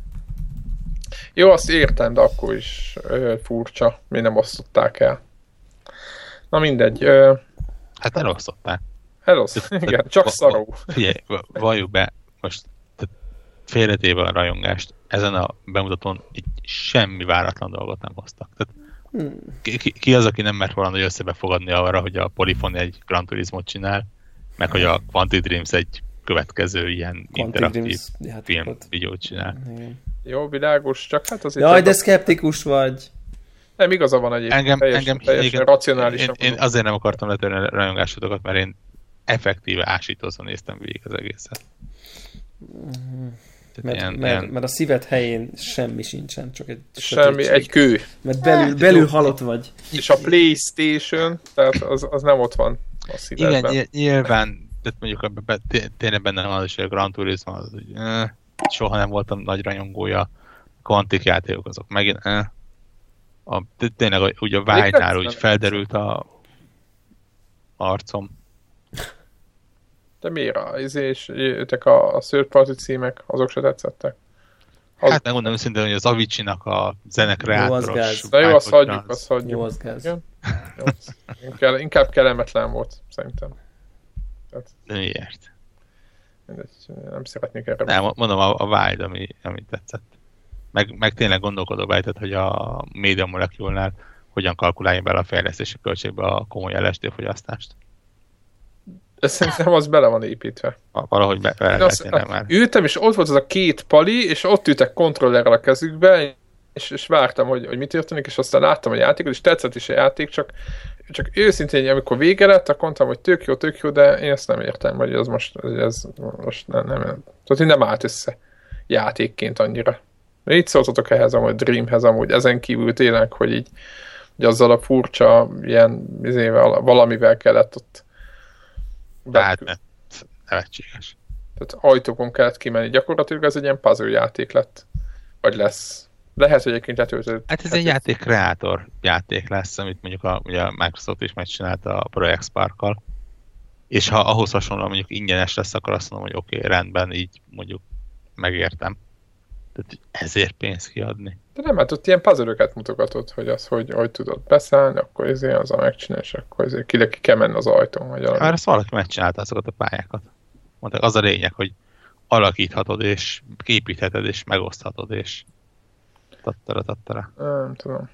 Jó, azt értem, de akkor is ö, furcsa. Mi nem osztották el. Na mindegy. Ö, hát elosztották. Elosztották, igen, csak szaró. Figyelj, valljuk be, most félretéve a rajongást, ezen a bemutatón így semmi váratlan dolgot nem hoztak. Tehát hmm. ki, ki az, aki nem mert volna hogy összebefogadni arra, hogy a Polyphony egy Gran Turismo csinál, meg hogy a Quantic Dreams egy következő ilyen Quantic interaktív film videót csinál. Igen. Jó, világos, csak hát azért... Jaj, de szkeptikus vagy. Nem, igaza van egyébként. Engem, teljes, engem teljesen racionálisan. Én, én azért nem akartam letörni a rajongásodokat, mert én effektíve ásítózva néztem végig az egészet. Mm. Mert, ilyen, mert, ilyen... mert a szíved helyén semmi sincsen, csak egy semmi, egy kő. Mert belül, belül halott vagy. És a PlayStation, tehát az, az nem ott van a szívedben. Igen, nyilván, tehát mondjuk ebben tényleg benne van az, hogy a Gran Turismo az, hogy eh, soha nem voltam nagy rajongója, a Quantic játékok azok megint eh. A, tényleg úgy a vágynál úgy felderült a arcom. De miért? És jöttek a, a third party címek, azok se tetszettek? Az... Hát megmondom őszintén, hogy az Avicii-nak a zenekreátoros... De jó, azt hagyjuk, azt hagyjuk. Jó, az gáz. Jó, inkább, inkább kellemetlen volt, szerintem. Tehát... De miért? Nem szeretnék erre. Nem, mondom, a, a Wild, ami, ami tetszett. Meg, meg tényleg gondolkodó bejtett, hogy a Media Molecule-nál hogyan kalkulálja bele a fejlesztési költségbe a komoly el es dé fogyasztást. Szerintem az bele van építve. Valahogy be, bele azt, már. Ültem, és ott volt az a két pali, és ott ültek kontrollerrel a kezükbe, és, és vártam, hogy, hogy mit történik, és aztán láttam a játékot, és tetszett is a játék, csak, csak őszintén, amikor vége lett, akkor mondtam, hogy tök jó, tök jó, de én ezt nem értem, hogy ez most, ez most nem, nem, tehát nem állt össze játékként annyira. Így szóltatok ehhez a Dreamhez amúgy, ezen kívül tényleg, hogy így, hogy azzal a furcsa ilyen izével, valamivel kellett ott hát nem, nevetséges. Tehát ajtókon kellett kimenni. Gyakorlatilag ez egy ilyen puzzle játék lett. Vagy lesz. Lehet, hogy egyébként letöltött. Hát ez egy játék kreátor játék lesz, amit mondjuk a, ugye a Microsoft is megcsinálta a Project Spark-kal. És ha ahhoz hasonlóan mondjuk ingyenes lesz, akkor azt mondom, hogy oké, okay, rendben, így mondjuk megértem. Tehát ezért pénzt kiadni. De nem, hát ott ilyen puzzle-öket mutogatott, hogy az, hogy, hogy tudod beszállni, akkor ezért az a megcsinálni, és akkor ezért ki, ki kell menni az ajtón. Vagy hát, mert ezt valaki megcsinálta azokat a pályákat. Mondták, az a lényeg, hogy alakíthatod, és képítheted, és megoszthatod, és tattara, tattara. Nem tudom.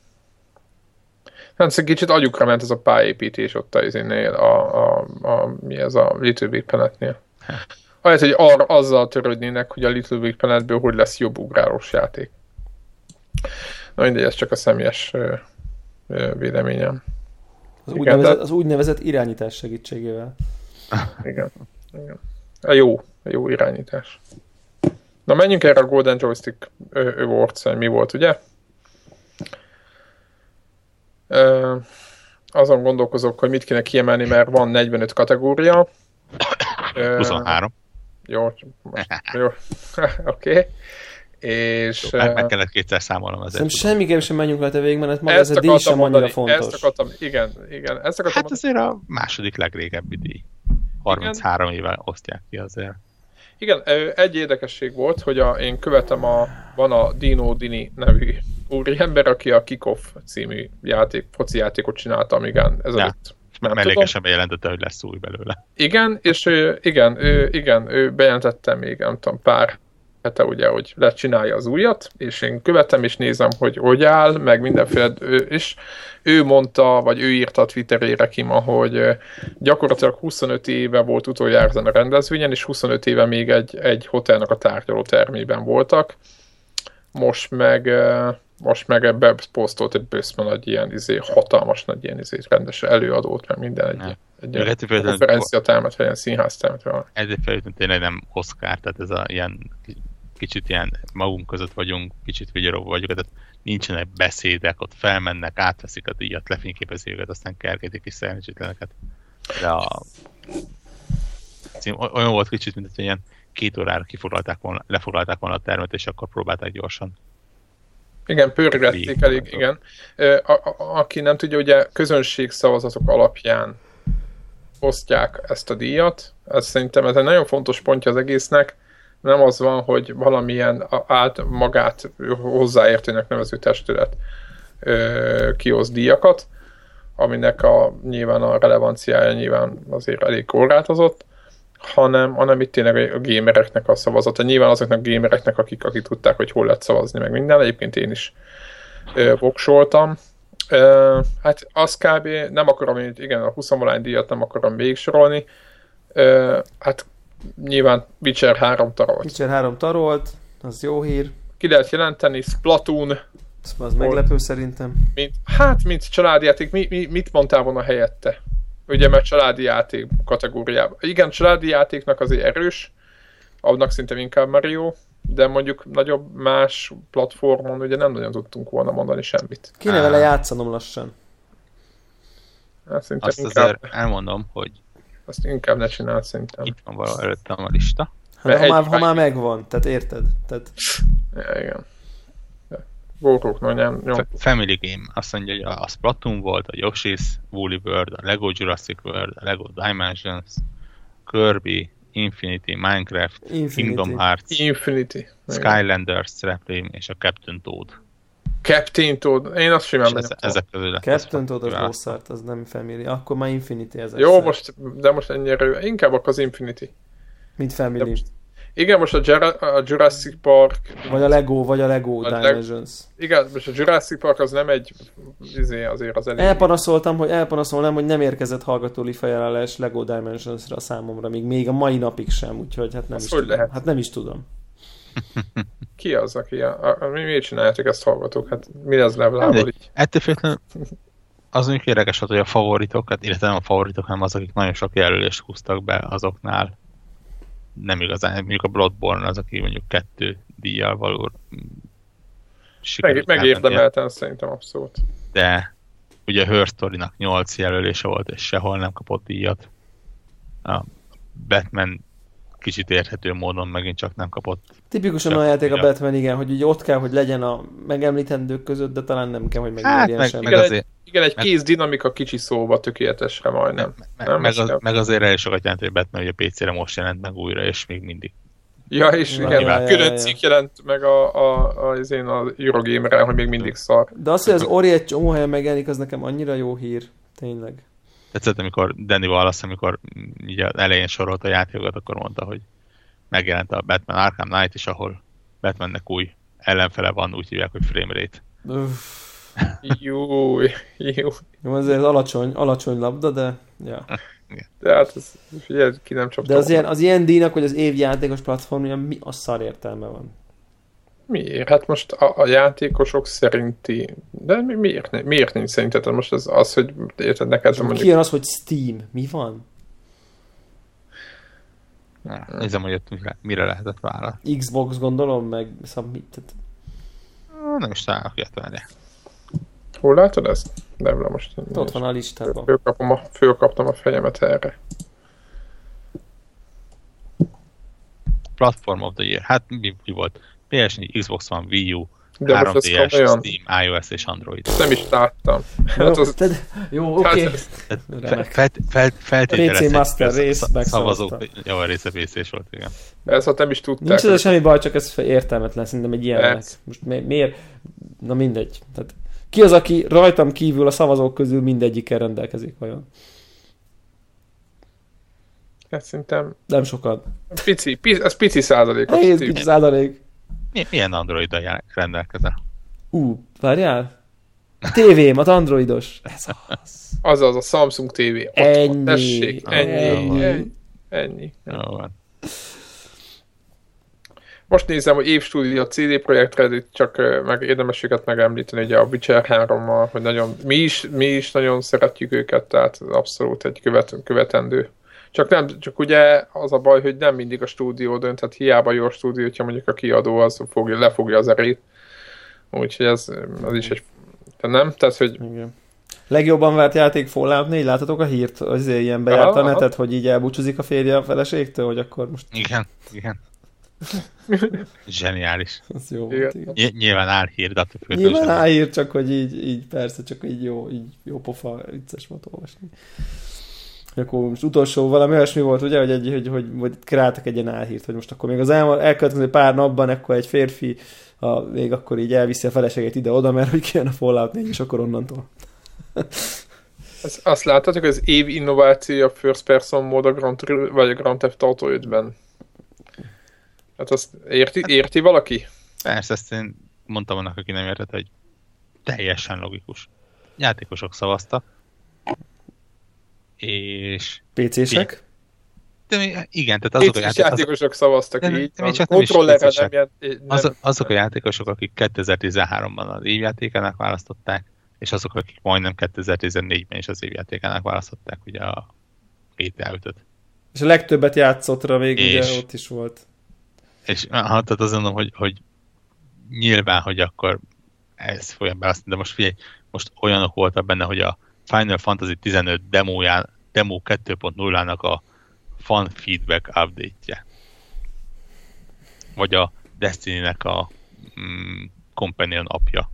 Nem, szóval kicsit agyukra ment ez a pályépítés ott a izénél, a, a, a, mi ez a Little Big Planet-nél. Ahelyett, hogy ar, azzal törődnének, hogy a Little Big Planet-ből hogy lesz jobb ugrálós játék. Na mindegy, ez csak a személyes ö, ö, véleményem. Az úgynevezett, az úgynevezett irányítás segítségével. Igen. Igen. A jó, a jó irányítás. Na menjünk erre a Golden Joystick Awards, mi volt, ugye? Ö, azon gondolkozok, hogy mit kéne kiemelni, mert van negyvenöt kategória. huszonhárom. Jó, jó. Oké. Okay. És... Jó, meg, meg kellett kétszer számolnom ezért. Szerintem semmiképp sem menjünk le te végig, mert maga ez a díj sem annyira fontos. Ezt akartam, igen, igen. Ezt akartam hát azért a második legrégebbi díj. harminchárom igen. Éve osztják ki azért. Igen, egy érdekesség volt, hogy a, én követem a, van a Dino Dini nevű úriember, aki a Kickoff című játék, foci játékot csinálta, igen, ezelőtt. Ja, mellékesen bejelentette, hogy lesz új belőle. Igen, és ő, igen, ő, igen, ő bejelentette még, nem tudom, pár hete ugye, hogy lecsinálja az újat, és én követem, és nézem, hogy hogy áll, meg mindenféle, és ő mondta, vagy ő írta a Twitterére ki ma, hogy gyakorlatilag huszonöt éve volt utoljára ezen a rendezvényen, és huszonöt éve még egy, egy hotelnak a tárgyaló termében voltak. Most meg, most meg ebbe posztolt egy bőszben egy ilyen izé, hatalmas nagy ilyen izé, rendes előadót, meg minden egy, egy, egy konferenciatermet, vagy ilyen színháztermet. Ezért felültünk tényleg nem Oscar, tehát ez a ilyen kicsit ilyen magunk között vagyunk, kicsit vigyoróban vagyunk, tehát nincsenek beszédek, ott felmennek, átveszik a díjat, lefényképezik őket, aztán kergetik is szerencsétleneket. De a cím olyan volt kicsit, mint hogy ilyen két órára kifoglalták volna, lefoglalták volna a termet, és akkor próbálták gyorsan. Igen, pörgették elég, igen. A, a, aki nem tudja, ugye közönségszavazatok alapján osztják ezt a díjat. Ez szerintem ez egy nagyon fontos pontja az egésznek. Nem az van, hogy valamilyen át magát hozzáértőnek nevező testület kihoz díjakat, aminek a, nyilván a relevanciája nyilván azért elég korlátozott, hanem, hanem itt tényleg a gamereknek a szavazata. Nyilván azoknak a gamereknek, akik, akik tudták, hogy hol lehet szavazni, meg minden. Egyébként én is ö, voksoltam. Ö, hát az kb. Nem akarom, igen, a húsz-valány díjat nem akarom végigsorolni. Ö, hát nyilván Witcher három tarolt. Witcher három tarolt, az jó hír. Ki lehet jelenteni, Splatoon. Az meglepő szerintem. Mint, hát, mint családjáték, mi, mi, mit mondtál volna helyette? Ugye, mert családi játék kategóriában. Igen, családi játéknak azért erős, annak szinte inkább Mario, de mondjuk nagyobb más platformon ugye nem nagyon tudtunk volna mondani semmit. Kéne vele játszanom lassan. Hát, azt inkább, azért elmondom, hogy azt inkább ne csináld szerintem. Itt van valahol előttem a lista. Hát, ha, már, ha már megvan, tehát érted? Tehát... Ja, igen. Gókok, no, nem, nem. Family Game azt mondja, hogy a Splatoon volt, a Yoshi's Woolly World, a Lego Jurassic World, a Lego Dimensions, Kirby, Infinity, Minecraft, Infinity. Kingdom Hearts, Infinity. Skylanders, Replim és a Captain Toad. Captain Toad, én azt simán ez, ezek közül lett. Captain Toad az rosszart, az nem Family. Akkor már Infinity ezek. Jó, most, de most ennyire, inkább akkor az Infinity. Mint Family. Most, igen, most a, Jura- a Jurassic Park... Vagy a Lego, vagy a Lego a Dimensions. Leg- igen, most a Jurassic Park az nem egy... Izé, azért az elég... Elpanaszoltam, hogy elpanaszolnám, hogy nem érkezett hallgatói felajánlás Lego Dimensionsra számomra, még, még a mai napig sem, úgyhogy hát nem, is tudom. Lehet? Hát nem is tudom. Ki az, aki... A, a, mi miért csináljátok ezt hallgatók? Hát mi az levelával így? Ettől függetlenül az mondjuk érdekes, hogy a favoritok, hát illetve nem a favoritok, hanem az, akik nagyon sok jelölést húztak be azoknál. Nem igazán, mondjuk a Bloodborne az, aki mondjuk kettő díjjal való Meg, megérdemelten szerintem abszolút. De ugye a Her Story-nak nyolc jelölése volt, és sehol nem kapott díjat. A Batman kicsit érthető módon megint csak nem kapott. Tipikusan olyan játék a Batman, igen, hogy ugye ott kell, hogy legyen a megemlítendők között, de talán nem kell, hogy megnyerjen hát, sem. Meg igen, egy, igen, egy kész dinamika kicsi szóba tökéletesre majdnem. Meg, meg, meg, az, meg azért elég sokat jelent, hogy Batman ugye pé cére most jelent meg újra, és még mindig. Ja, és ja, igen, ja, ja, külön ja, cikk jelent meg a, a, a, az én a Eurogamer-re, hogy még mindig szar. De az, hogy az Ori egy csomó helyen megjelenik, az nekem annyira jó hír. Tényleg. Tetszett, amikor Danny Wallace, amikor így az elején sorolt a játékokat, akkor mondta, hogy megjelent a Batman Arkham Knight is, ahol Batmannek új ellenfele van, úgy hívják, hogy framerate. Jó, jó. Jó, azért alacsony, alacsony labda, de ja. De hát ez, figyelj, ki nem csapta. De az ilyen, az ilyen díjnak, hogy az évjátékos platformja, mi a szar értelme van? Miért? Hát most a, a játékosok szerinti... De mi, miért, miért nincs szerinted? Most az, az hogy érted neked... Mondjuk... Ki jön az, hogy Steam? Mi van? Na, nézem, hogy ott mire lehetett választani. Xbox gondolom, meg szóval mit? Tehát... Nem is találok ilyet, várjál. Hol látod ezt? Nem, le most... Ott van a listában. Fölkapom a, fölkaptam a fejemet erre. Platform of the Year. Hát mi, mi volt? pé es négy, Xbox One, Wii U, de három dé es, Steam, iOS és Android. Nem is láttam. Jó, hát az... tehát, jó oké. Okay. Feltételezhetjük, pé cé Master Race, szavazók, jó, a része pé cés volt, igen. Ezt hát nem is tudták. Nincs ez semmi baj, csak ez értelmetlen, szerintem egy ilyennek. Most mi, miért? Na mindegy. Tehát, ki az, aki rajtam kívül a szavazók közül mindegyikkel rendelkezik vajon? Hát szerintem... Nem sokat. Pici, pici, ez pici százalék. Ez pici százalék. Milyen Android-dal rendelkezel? Ú, uh, várjál? A tévém, az androidos. Ez az. Azaz, a Samsung té vé. Ott ennyi. Van, tessék, ennyi. Ennyi. Ennyi. ennyi. Jó van. Most nézem, hogy évstúdió a cé dé Projektre, csak meg érdemességet megemlíteni, ugye a Witcher hárommal, hogy nagyon, mi is, mi is nagyon szeretjük őket, tehát abszolút egy követ, követendő. Csak, nem, csak ugye az a baj, hogy nem mindig a stúdió dönt, tehát hiába jó a stúdió, hogyha mondjuk a kiadó az fogja, lefogja az erét. Úgyhogy ez az is egy... Te nem? Tehát, hogy... Igen. Legjobban várt játék Fallout négy, láttatok a hírt? Azért ilyen bejárt a netet, hogy így elbúcsúzik a férje a feleségtől, hogy akkor most... Igen, igen. Zseniális. Ez jó volt, igen. Ny- nyilván álhír, de attól függetlenül. Nyilván álhír, csak hogy így, így persze, csak így jó, így jó pofa, vicces volt olvasni. Akkor most utolsó valami olyasmi volt, ugye, hogy, egy, hogy, hogy, hogy kreáltak egy ilyen álhírt, hogy most akkor még az el, elkövetkező pár napban akkor egy férfi a, még akkor így elviszi a feleségét ide-oda, mert hogy kijön a Fallout négy, és akkor onnantól. Ez, azt láttátok, hogy az év innováció a first person mód a Grand, vagy a Grand Theft Auto ötben? Hát azt érti, érti valaki? Persze, ezt én mondtam annak, aki nem értett, hogy teljesen logikus. Játékosok szavaztak, és... pé cések? De még, igen, tehát azok a játékosok... játékosok szavaztak de, így. De csak kontrollerre nem, nem, nem... Az, azok a játékosok, akik kétezer-tizenháromban az évjátékának választották, és azok, akik majdnem kétezer-tizennégyben is az évjátékának választották, ugye a gé té á ötöt. És a legtöbbet játszottra még és, ugye ott is volt. És hát tehát azt mondom, hogy, hogy nyilván, hogy akkor ez folyam be azt, de most figyelj, most olyanok voltak benne, hogy a Final Fantasy tizenöt demóján, demo kettő pont nullának a fan feedback update-je. Vagy a Destiny-nek a mm, companion apja.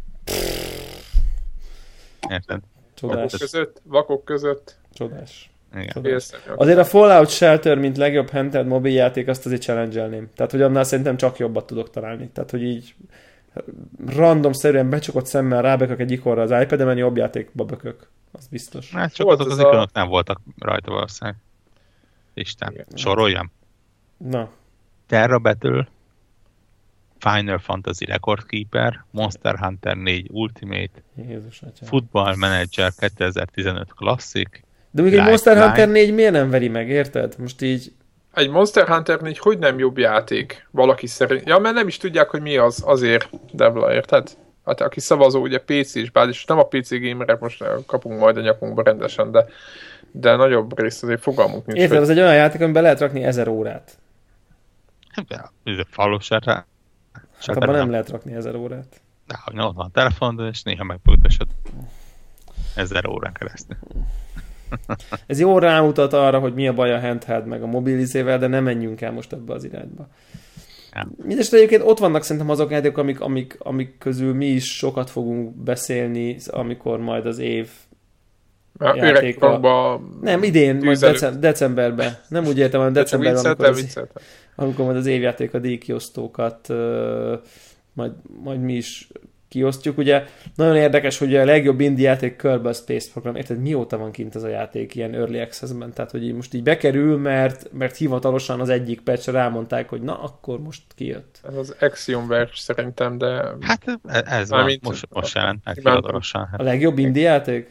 Érted? Csodás. Vakok között, vakok között. Csodás. Igen. Azért a Fallout Shelter, mint legjobb handheld mobiljáték, azt azért challenge-elném. Tehát, hogy annál szerintem csak jobbat tudok találni. Tehát, hogy így random-szerűen becsukott szemmel rábökök egy ikonra az iPad-emen, jobb játékba bökök. Az biztos. Hát csak azok az a... ikonok nem voltak rajta valószínűleg. Isten. Igen. Soroljam? Na. Terra Battle, Final Fantasy Record Keeper, Monster Hunter négy Ultimate, Jézus, Football Manager kétezer-tizenöt Classic. De még egy Monster Line. Hunter négy miért nem veri meg, érted? Most így... Egy Monster Hunter négy hogy nem jobb játék? Valaki szerint. Ja, mert nem is tudják, hogy mi az, azért, Debla, érted? Hát aki szavazó, ugye pé cés bázis, nem a pé cé gamerek most kapunk majd a nyakunkba rendesen, de, de nagyobb részt azért fogalmunk nincs. Érted, ez egy olyan játék, amiben lehet rakni ezer órát. Ez a falossára. Hát abban nem lehet rakni ezer órát. De hogy ott van a telefon, és néha megpótosod ezer órán keresztül. Ez jól rámutat arra, hogy mi a baj a handheld meg a mobilizével, de nem menjünk el most ebbe az irányba. Ja. Mindenesetre egyébként ott vannak szerintem azok játékok, amik, amik, amik közül mi is sokat fogunk beszélni, amikor majd az év a játéka... Nem, idén, majd decem- decemberben. Nem úgy értem, hanem decemberben, amikor, az, amikor majd az évjáték a díjkiosztókat uh, majd, majd mi is kiosztjuk. Ugye nagyon érdekes, hogy a legjobb indie játék Kerbal Space Program. Érted, mióta van kint ez a játék ilyen early access-ben? Tehát, hogy így most így bekerül, mert, mert hivatalosan az egyik patch-re rámondták, hogy na, akkor most kijött. Ez az Axiom Verge szerintem, de... Hát ez van, mint most, most jelent meg hivatalosan. A legjobb indie játék?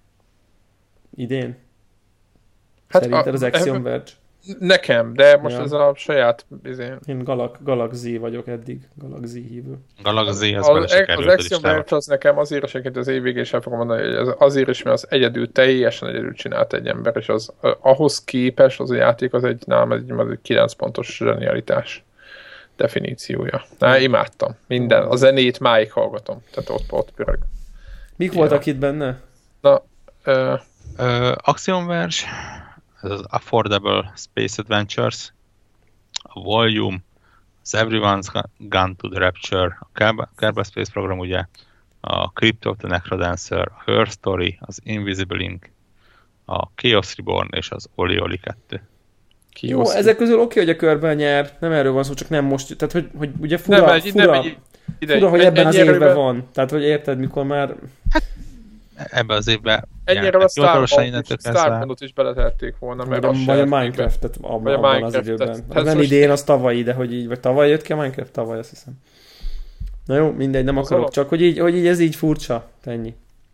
Idén? Hát szerinted az Axiom Verge? Nekem, de most ja. ez a saját... Izén. Én Galag, Galaxy vagyok eddig, Galaxy hívő. Galaxy, az az, az Axiom Verge az nekem azért is, az év végén sem fogom mondani, hogy az azért is, mert az egyedül, teljesen egyedül csinált egy ember, és az ahhoz képes az a játék, az egy, nálam egy, az egy kilenc pontos zsenialitás definíciója. Na, imádtam. Minden. A zenét máig hallgatom. Tehát ott, ott pörög. Mik ja. voltak itt benne? Na, ö... Uh, Axiom Verge, ez az Affordable Space Adventures, a Volume, az Everyone's Gone to the Rapture, a Kerbal Space Program, ugye, a Crypto of the Necrodancer, a Her Story, az Invisible Ink, a Chaos Reborn és az Oli Oli kettő. Jó, Chaos ezek közül oké, okay, hogy a Kerbal nyer, nem erről van szó, csak nem most, tehát hogy, hogy ugye fura, nem, egy, fura, nem, egy, ide, fura hogy egy, ebben egy az évben évben van, tehát hogy érted, mikor már... Hát, ebben az évben ennyire a Starboundot is beletették volna, mert vagy, vagy a Minecraft-et abban, abban az időben. Az nem idén, az tavalyi, de hogy így, vagy tavaly jött ki a Minecraft? Tavaly, azt hiszem. Na jó, mindegy, nem akarok, szóval... csak hogy így, hogy így ez így furcsa, ennyi.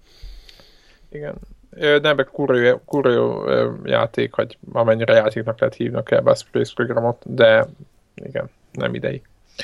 Igen. Nem, meg kurva, kurva jó játék, hogy amennyire játéknak lehet hívnak el a Space Programot, de igen, nem idei.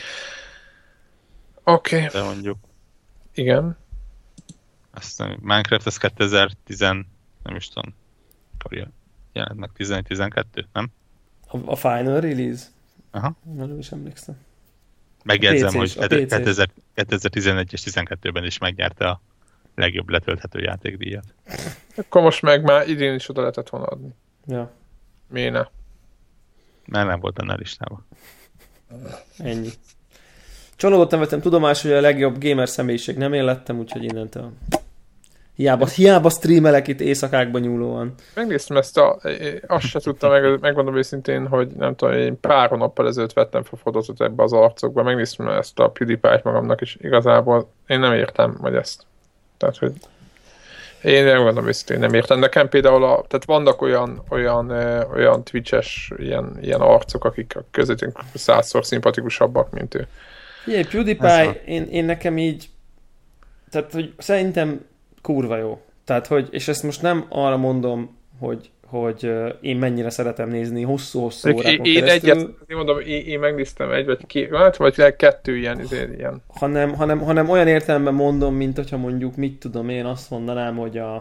Oké. Okay. De mondjuk. Igen. Aztán Minecraft az kétezer-tíz, nem is tudom, akkor jelent meg tizenegy tizenkettő, nem? A, a final release? Aha. Nem is emlékszem. Megjegyzem, hogy kétezer-tizenegy és tizenkettőben is megnyerte a legjobb letölthető játékdíjat. Akkor most meg már idén is oda lehetett volna adni. Ja. Miért ne? Mert nem volt benne a listában. Ennyi. Csalódottan vettem tudomásul, hogy a legjobb gamer személyiség nem én lettem, úgyhogy innentől hiába, hiába streamelek itt éjszakákban nyúlóan. Megnéztem ezt a... Azt se tudtam, meg, megmondom őszintén, hogy nem tudom, én pár hónappal ezelőtt vettem fel fotózat ebbe az arcokba, megnéztem ezt a PewDiePie-t magamnak, és igazából én nem értem, hogy ezt. Tehát, hogy én megmondom őszintén, nem értem. Nekem például, a, tehát vannak olyan, olyan, ö, olyan Twitch-es ilyen, ilyen arcok, akik közöttünk százszor szimpatikusabbak, mint ő. Ilyen PewDiePie, én, én nekem így, tehát, hogy szerintem kurva jó. Tehát, hogy, és ezt most nem arra mondom, hogy, hogy uh, én mennyire szeretem nézni hosszú-hosszú órákon én keresztül. Egyet, én mondom, én, én megnéztem egy vagy két, vagy kettő ilyen, izé, ilyen. Hanem, hanem, hanem olyan értelemben mondom, mint hogyha mondjuk, mit tudom én, azt mondanám, hogy a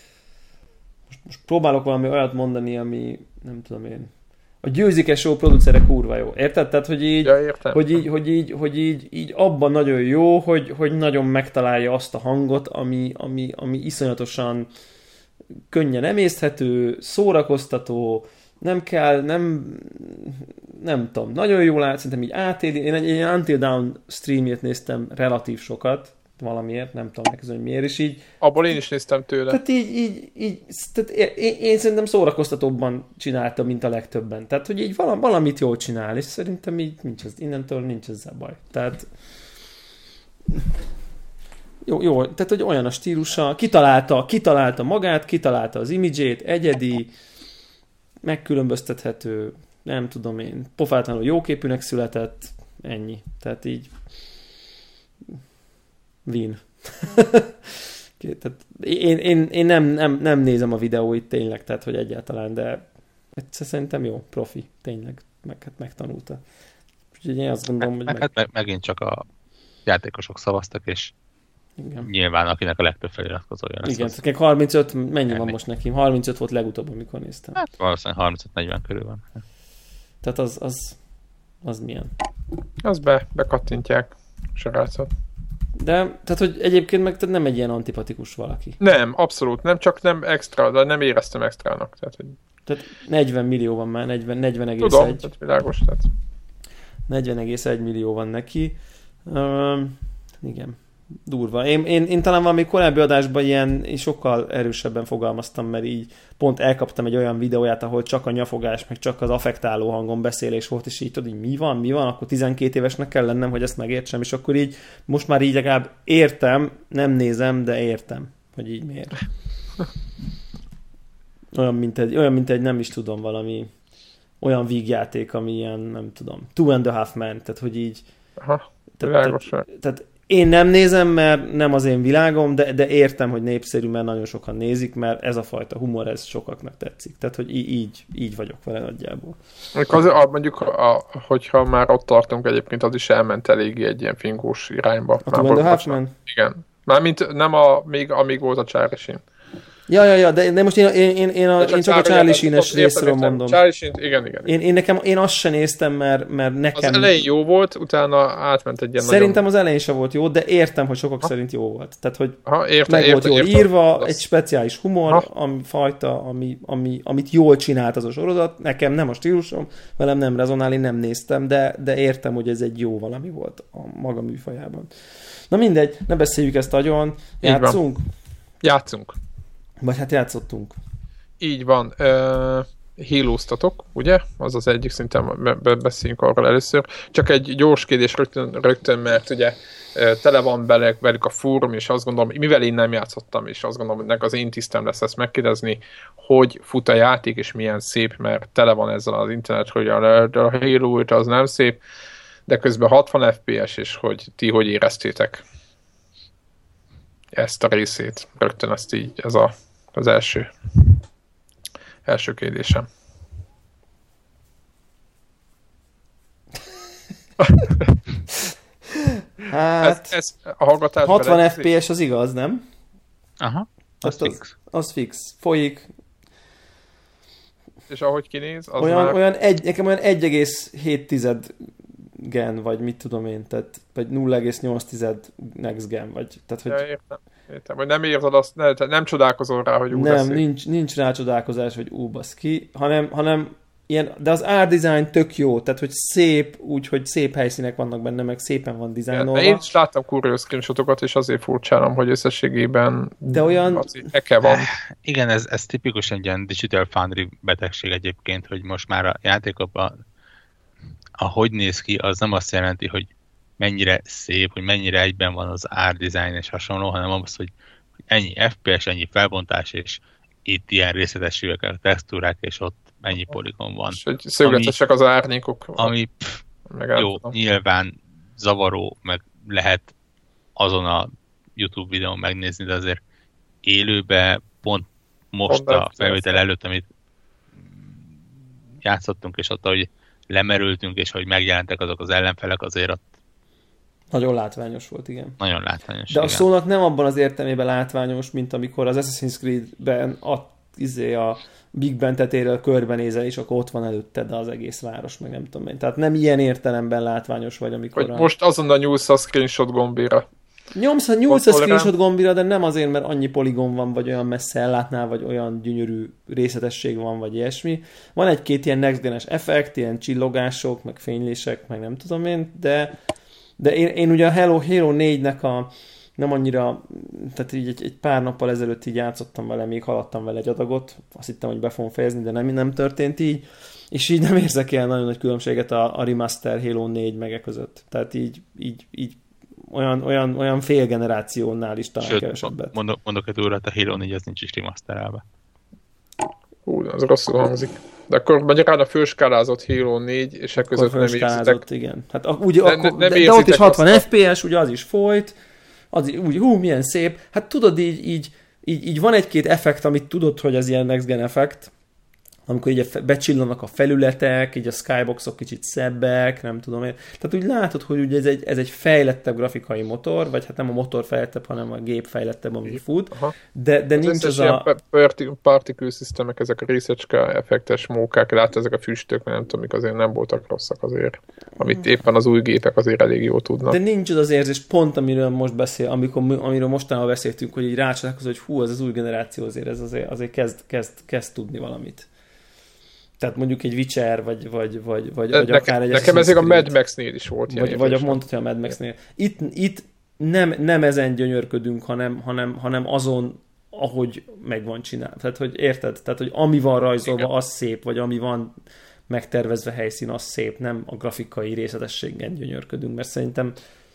most, most próbálok valami olyat mondani, ami nem tudom én, a Győzike Show producere kurva jó. Érted? Tehát, hogy így, ja, hogy így, hogy így, hogy így, így abban nagyon jó, hogy, hogy nagyon megtalálja azt a hangot, ami, ami, ami iszonyatosan könnyen emészthető, szórakoztató, nem kell, nem nem tudom, nagyon jól lát, szerintem így átéli. Én egy, egy Until Dawn streamjét néztem relatív sokat, valamiért, nem tudom megközelni, hogy miért, és így... Abból én is néztem tőle. Tehát így, így, így tehát én, én szerintem szórakoztatóbban csináltam, mint a legtöbben. Tehát, hogy így valamit jól csinál, és szerintem így nincs ez, innentől nincs ezzel baj. Tehát... Jó, jó, tehát, hogy olyan a stílusa, kitalálta, kitalálta magát, kitalálta az imidzsét, egyedi, megkülönböztethető, nem tudom én, pofátlanul jóképűnek született, ennyi. Tehát így... Win. Tehát én, én, én nem, nem, nem nézem a videóit tényleg, tehát hogy egyáltalán, de szerintem jó, profi, tényleg, meg, hát megtanulta. Úgyhogy én azt gondolom, meg, hogy... Meg... Hát megint csak a játékosok szavaztak, és igen. Nyilván akinek a legtöbb feliratkozója lesz. Igen, tehát harmincöt, mennyi Enni. van most nekem? harmincöt volt legutóbb, amikor néztem. Hát valószínűleg harmincöt-negyven körül van. Tehát az, az, az milyen? Az be, bekattintják, srácot. De, tehát, hogy egyébként meg tehát nem egy ilyen antipatikus valaki. Nem, abszolút nem, csak nem extra, de nem éreztem extrának. Tehát, hogy... tehát negyven millió van már, negyven, negyven egész egy. Tudom, tehát világos. Tehát... negyven egész egy millió van neki. Uh, igen, durva. Én, én, én talán valami korábbi adásban ilyen sokkal erősebben fogalmaztam, mert így pont elkaptam egy olyan videóját, ahol csak a nyafogás, meg csak az affektáló hangon beszélés volt, és így tudod, így mi van, mi van, akkor tizenkét évesnek kell lennem, hogy ezt megértsem, és akkor így most már így legalább értem, nem nézem, de értem, hogy így miért. Olyan, mint egy, olyan, mint egy nem is tudom, valami olyan vígjáték, ami ilyen, nem tudom, Two and a Half Men, tehát hogy így Aha, tehát, tehát, tehát én nem nézem, mert nem az én világom, de, de értem, hogy népszerű, mert nagyon sokan nézik, mert ez a fajta humor, ez sokaknak tetszik. Tehát, hogy így, így vagyok vele nagyjából. Az, a, mondjuk, a, hogyha már ott tartunk egyébként, az is elment eléggé egy ilyen fingós irányba. A Two and a Half Men? Igen. Mármint nem a, még, amíg volt a Charlie Sheen. Ja, ja, ja, de, de most én, én, én, én, a, én csak a Charlie Sheen-es részről mondom. Charlie Sheen, igen, igen. Én, én, nekem, én azt sem néztem, mert, mert nekem... Az elején jó volt, utána átment egy ilyen Szerintem nagyon... az elején sem volt jó, de értem, hogy sokak ha. szerint jó volt. Tehát, hogy ha, érte, meg érte, volt jól érte, írva, érte, egy speciális humor, ami, fajta, ami, ami, amit jól csinált az a sorozat. Nekem nem a stílusom, velem nem rezonál, én nem néztem, de, de értem, hogy ez egy jó valami volt a maga műfajában. Na mindegy, ne beszéljük ezt agyon. Játszunk? Játszunk. Vagy hát játszottunk. Így van. Uh, Halo-ztatok, ugye? Az az egyik, szinten be- beszéljünk arról először. Csak egy gyors kérdés rögtön, rögtön mert ugye uh, tele van bele, velük a fórum, és azt gondolom, mivel én nem játszottam, és azt gondolom, hogy az én tisztem lesz ezt megkérdezni, hogy fut a játék, és milyen szép, mert tele van ezzel az internet, hogy a, a Halo az nem szép, de közben hatvan ef pé es, és hogy ti hogy éreztétek ezt a részét. Rögtön ezt így, ez a az első, első kérdésem. Hát, ez, ez a hallgatás hatvan ef pé es az igaz, nem? Aha, az, az fix. Az, az fix. Folyik. És ahogy kinéz, az olyan, már... olyan egy, nekem olyan egy egész hét gen, vagy mit tudom én, tehát, vagy nulla egész nyolc next gen, vagy... Tehát, hogy... Ja, értem. Értem, vagy nem érzed azt, ne, nem csodálkozol rá, hogy ú, nem, nincs, nincs rá csodálkozás, hogy ú, baszki, hanem, hanem ilyen, de az art design tök jó, tehát hogy szép, úgyhogy szép helyszínek vannak benne, meg szépen van dizájnolva. Én is láttam kurva screenshotokat, és azért furcsálom, hogy összességében de olyan... eke van. Igen, ez, ez tipikus egy ilyen Digital Foundry betegség egyébként, hogy most már a játékokban ahogy néz ki, az nem azt jelenti, hogy mennyire szép, hogy mennyire egyben van az art design és hasonló, hanem az, hogy ennyi ef pé es, ennyi felbontás, és itt ilyen részletességek a textúrák, és ott ennyi poligon van. És hogy szögletesek az árnyékok. Ami pff, jó, nyilván zavaró, meg lehet azon a YouTube videón megnézni, de azért élőben pont most pont a felvétel előtt, amit játszottunk, és ott, ahogy lemerültünk, és hogy megjelentek azok az ellenfelek, azért ott nagyon látványos volt, igen. Nagyon látványos, de igen. A szónak nem abban az értelmében látványos, mint amikor az Assassin's Creed-ben a, izé a Big Ben tetéről körbenézel, és akkor ott van előtted az egész város, meg nem tudom én. Tehát nem ilyen értelemben látványos vagy, amikor... Hogy a... most azonnal nyúlsz a screenshot gombira. Nyomsz, nyúlsz a screenshot gombira, de nem azért, mert annyi poligon van, vagy olyan messze ellátnál, vagy olyan gyönyörű részletesség van, vagy ilyesmi. Van egy-két ilyen next gen-es effekt, ilyen csillogások, meg fénylések, meg nem tudom én, de... De én, én ugye a Halo, Halo négynek a nem annyira, tehát így egy, egy pár nappal ezelőtt így játszottam vele, még haladtam vele egy adagot, azt hittem, hogy be fogom fejezni, de nem, nem történt így, és így nem érzek ilyen nagyon nagy különbséget a, a remaster Halo négy mege között. Tehát így, így, így olyan, olyan, olyan fél generációnál is talán Sőt, kevesebbet. Mondok, mondok egy durrát, a Halo négy az nincs is remasterelve. Hú, az rosszul hangzik. De akkor magyarán a főskálázott Halo négy, és e között nem érzitek. Igen. Hát ugye, de, akkor, nem de, de ott is hatvan a... ef pé es, ugye az is folyt, az úgy, hú, milyen szép. Hát tudod, így, így, így, így van egy-két effekt, amit tudod, hogy az ilyen next gen effekt, amikor így becsillanak a felületek, így a skyboxok kicsit szebbek, nem tudom én. Tehát úgy látod, hogy ugye ez egy, ez egy fejlettebb grafikai motor, vagy hát nem a motor fejlettebb, hanem a gép fejlettebb, ami fut, aha. de, de nincs az a... particle systemek, ezek a részecske effektes mókák, lát ezek a füstök, nem tudom, mik azért nem voltak rosszak azért, amit éppen az új gépek azért elég jól tudnak. De nincs az az érzés, pont amiről most beszél, amikor, amiről mostanában beszéltünk, hogy így rácsodálkozol, hogy hú, az az új generáció azért, ez azért, azért kezd, kezd, kezd tudni valamit. Tehát mondjuk egy Witcher, vagy, vagy, vagy, vagy, vagy nekem, akár egy... Nekem ezért a Mad Max-nél is volt. Vagy, vagy mondhatod, hogy a Mad Max-nél. Itt, itt nem, nem ezen gyönyörködünk, hanem, hanem, hanem azon, ahogy meg van csinálva. Tehát, hogy érted? Tehát, hogy ami van rajzolva, igen. Az szép, vagy ami van megtervezve helyszín, az szép. Nem a grafikai részletességen gyönyörködünk, mert szerintem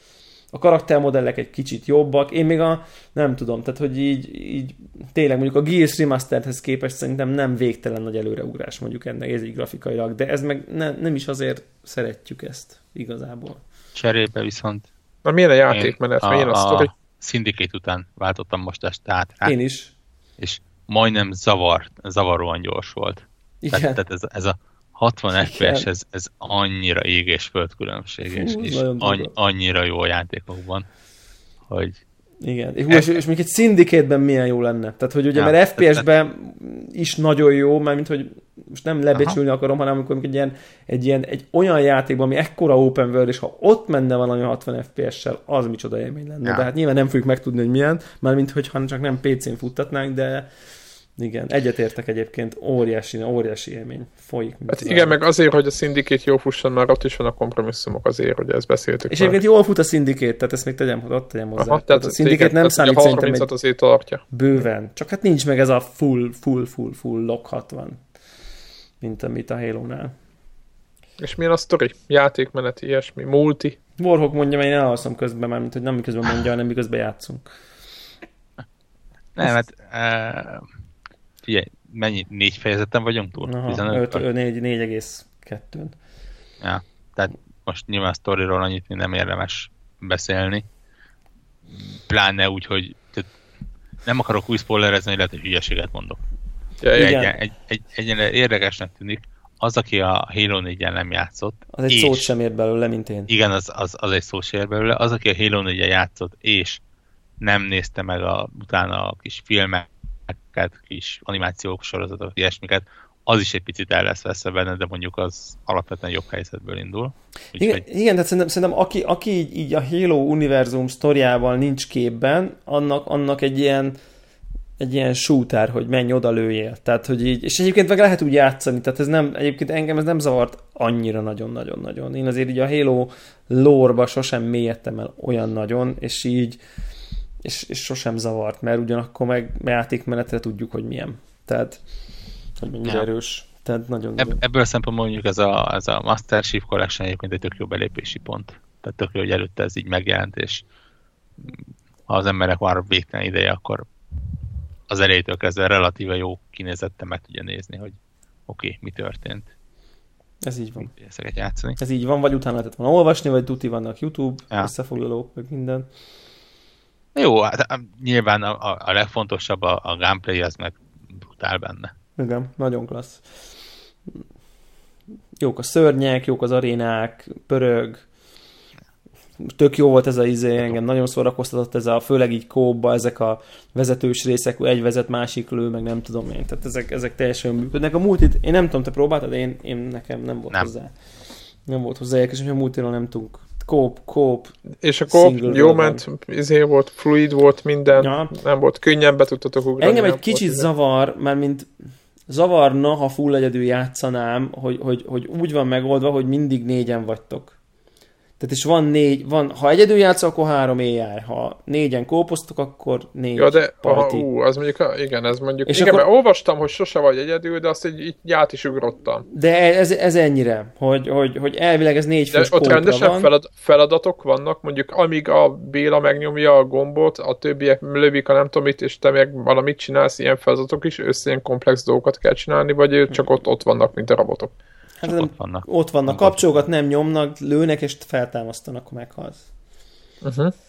a karaktermodellek egy kicsit jobbak. Én még a, nem tudom, tehát hogy így, így tényleg mondjuk a Gears Remasteredhez képest szerintem nem végtelen nagy előreugrás mondjuk ennek, ez így grafikailag, de ez meg ne, nem is azért szeretjük ezt igazából. Cserébe viszont... Na milyen a játékmenet, milyen a, a sztori? A Syndicate után váltottam most este át rá. Én is. És majdnem zavar, zavaróan gyors volt. Igen. Tehát, tehát ez, ez a hatvan ef pé es, ez, ez annyira ég és föld különbség, és, és anny, annyira jó a játékokban, hogy... Igen, Hú, és, és még egy Syndicate-ben milyen jó lenne. Tehát, hogy ugye, ja, mert ef pé es-ben is nagyon jó, mert mint hogy most nem lebecsülni aha. akarom, hanem amikor egy ilyen, egy ilyen egy olyan játékban, ami ekkora open world, és ha ott menne valami hatvan ef pé es-sel, az micsoda élmény lenne. Ja. De hát nyilván nem fogjuk megtudni, hogy milyen, mármint hogyha csak nem pé cén futtatnánk, de igen, egyetértek egyébként, óriási, óriási élmény folyik. Hát igen, meg azért, hogy a Syndicate jól fusson, már ott is van a kompromisszumok azért, hogy ezt beszéltük. És egyébként jól fut a Syndicate, tehát ezt még tegyem, ott tegyem hozzá. Aha, tehát a Syndicate nem számít szerintem egy azért tartja. Bőven. Csak hát nincs meg ez a full, full, full, full log hatvan, mint amit a Halo-nál. És milyen a sztori? Játékmenet, ilyesmi, multi? Warhawk mondja, mert én elalszom közben, már mint hogy nem miközben mondja, hanem miközben játszunk. Nem, hát... Uh... Figyelj, mennyi? Négy fejezeten vagyunk túl? Aha, négy egész kettő. Ja, tehát most nyilván a sztoriról annyit nem érdemes beszélni. Pláne úgy, hogy nem akarok új spoilerezni, illetve hülyeséget mondok. Ja, egy, egy, egy, egyenre érdekesnek tűnik, az, aki a Halo négyen nem játszott. Az egy szót sem ér belőle, mint én. Igen, az, az, az egy szót sem ér belőle. Az, aki a Halo négyen játszott, és nem nézte meg a, utána a kis filmek, kis animációk, sorozatok, ilyesmiket, az is egy picit el lesz veszve benne, de mondjuk az alapvetően jobb helyzetből indul. Úgy, igen, hogy... igen, tehát szerintem, szerintem aki, aki így, így a Halo univerzum sztoriával nincs képben, annak, annak egy ilyen egy ilyen shooter, hogy menj oda, lőjél. Tehát, hogy így, és egyébként meg lehet úgy játszani, tehát ez nem, egyébként engem ez nem zavart annyira nagyon-nagyon-nagyon. Én azért így a Halo lore-ba sosem mélyedtem el olyan nagyon, és így És, és sosem zavart, mert ugyanakkor meg játékmenetre tudjuk, hogy milyen. Tehát, hogy mennyire ja. erős. Tehát nagyon, Ebb, ebből a szempontból mondjuk ez a, ez a Master Chief Collection egyébként egy tök jó belépési pont. Tehát tök jó, hogy előtte ez így megjelent, és ha az emberek már végtelen ideje, akkor az elejétől kezdve relatíve jó kinézettel meg tudja nézni, hogy oké, okay, mi történt. Ez így van. Ezeket játszani. Ez így van, vagy utána lehetett volna olvasni, vagy tuti vannak YouTube, ja. összefoglalók, meg minden. Jó, hát nyilván a, a, a legfontosabb a, a gameplay, az meg brutál benne. Igen, nagyon klassz. Jók a szörnyek, jók az arénák, pörög. Tök jó volt ez a izé, engem nagyon szórakoztatott ez a, főleg így kóba, ezek a vezetős részek, egy vezet, másik lő, meg nem tudom én. Tehát ezek, ezek teljesen működnek. A multit, én nem tudom, te próbáltad, én, én nekem nem volt nem. hozzá. Nem volt hozzá, és a multiról nem tudunk. Kóp, kóp. És a kóp jó ment, izé volt, fluid volt minden, ja. nem volt könnyen, be tudtatok ugrani. Engem egy kicsit volt, zavar, mert mint zavarna, ha full egyedül játszanám, hogy, hogy, hogy úgy van megoldva, hogy mindig négyen vagytok. Tehát is van négy, van, ha egyedül játszol, akkor három á i, ha négyen kópoztok, akkor négy ja, de aha, ú, az mondjuk, igen, ez mondjuk, és igen, akkor, mert olvastam, hogy sose vagy egyedül, de azt így, így át is ugrottam. De ez, ez ennyire, hogy, hogy, hogy elvileg ez négy fős kópra van. Ott rendesen felad, feladatok vannak, mondjuk amíg a Béla megnyomja a gombot, a többiek lövik a nem tudom mit, és te meg valamit csinálsz, ilyen feladatok is, össze ilyen komplex dolgokat kell csinálni, vagy csak ott, ott vannak, mint a robotok. Hát ott vannak. Ott vannak, kapcsolgat, nem nyomnak, lőnek, és feltámasztanak, akkor meghalsz. Uh-huh.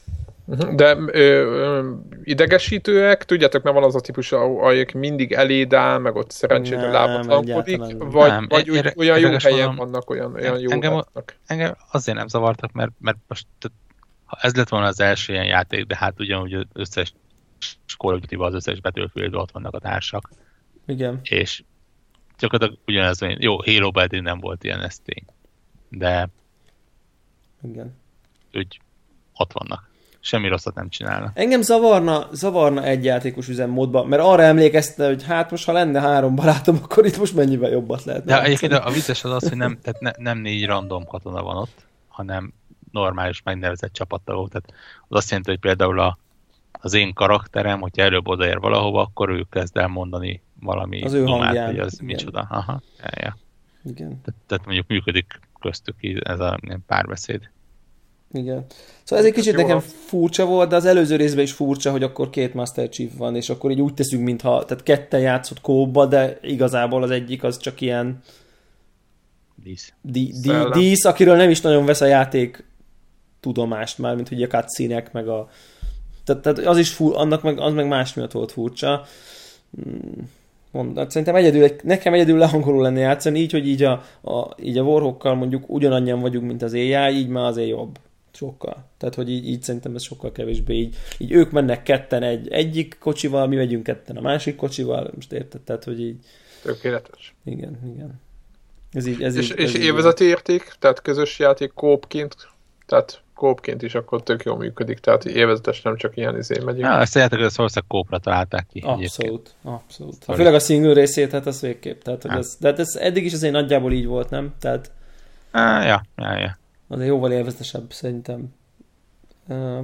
De ö, ö, idegesítőek, tudjátok, mert van az a típus, akik mindig eléd áll, meg ott szerencsére lábatlankodik, vagy, nem, vagy úgy, ére, olyan jó helyen mondom, vannak, olyan, olyan jó engem, látnak. Engem azért nem zavartak, mert, mert most ha ez lett volna az első ilyen játék, de hát ugyanúgy az összes Call of Duty-ban az összes Battlefield-ben ott vannak a társak. Igen. És gyakorlatilag ugyanez, jó, Halo-ban eddig nem volt ilyen, ez tény. De igen. úgy ott vannak. Semmi rosszat nem csinálnak. Engem zavarna, zavarna egy játékos üzemmódba, mert arra emlékezte, hogy hát most ha lenne három barátom, akkor itt most mennyivel jobbat lehet. De egyébként a vicces az az, hogy nem, tehát ne, nem négy random katona van ott, hanem normális megnevezett csapattagok. Tehát az azt jelenti, hogy például a, az én karakterem, hogyha előbb odaér valahova, akkor ő kezd el mondani valami az ő dumát, hangján. hogy az igen. micsoda. Aha, ja, ja. Igen. Tehát, tehát mondjuk működik köztük ez a párbeszéd. Igen. Szóval ez egy kicsit nekem furcsa volt, de az előző részben is furcsa, hogy akkor két Master Chief van, és akkor így úgy teszünk, mintha, tehát ketten játszott kóba, de igazából az egyik az csak ilyen dísz, di, di, dísz akiről nem is nagyon vesz a játék tudomást már, mint hogy a cutscene-ek, meg a tehát, tehát az is fur, annak meg, az meg más miatt volt furcsa. Mondom, szerintem egyedül, nekem egyedül lehangoló lenne játszani, így, hogy így a, a, így a Warhawkkal mondjuk ugyanannyian vagyunk, mint az á i, így már azért jobb. Sokkal. Tehát, hogy így, így szerintem ez sokkal kevésbé így. Így ők mennek ketten egy egyik kocsival, mi megyünk ketten a másik kocsival, most érted? Tehát, hogy így... Tökéletes. Igen, igen. Ez így, ez és így, és ez élvezeti érték, tehát közös játék kópként, tehát kópként is akkor tök jól működik, tehát élvezetes, nem csak ilyen izé megyünk. Ja, ezt a játékot ezt valószínűleg kópra találták ki. Abszolút, egyébként. abszolút. Ha főleg a single részét, hát az végképp. Tehát, hogy ez, de hát ez eddig is azért nagyjából így volt, nem? Tehát... Ah, ja, ja, ja. azért jóval élvezetesebb szerintem. Uh,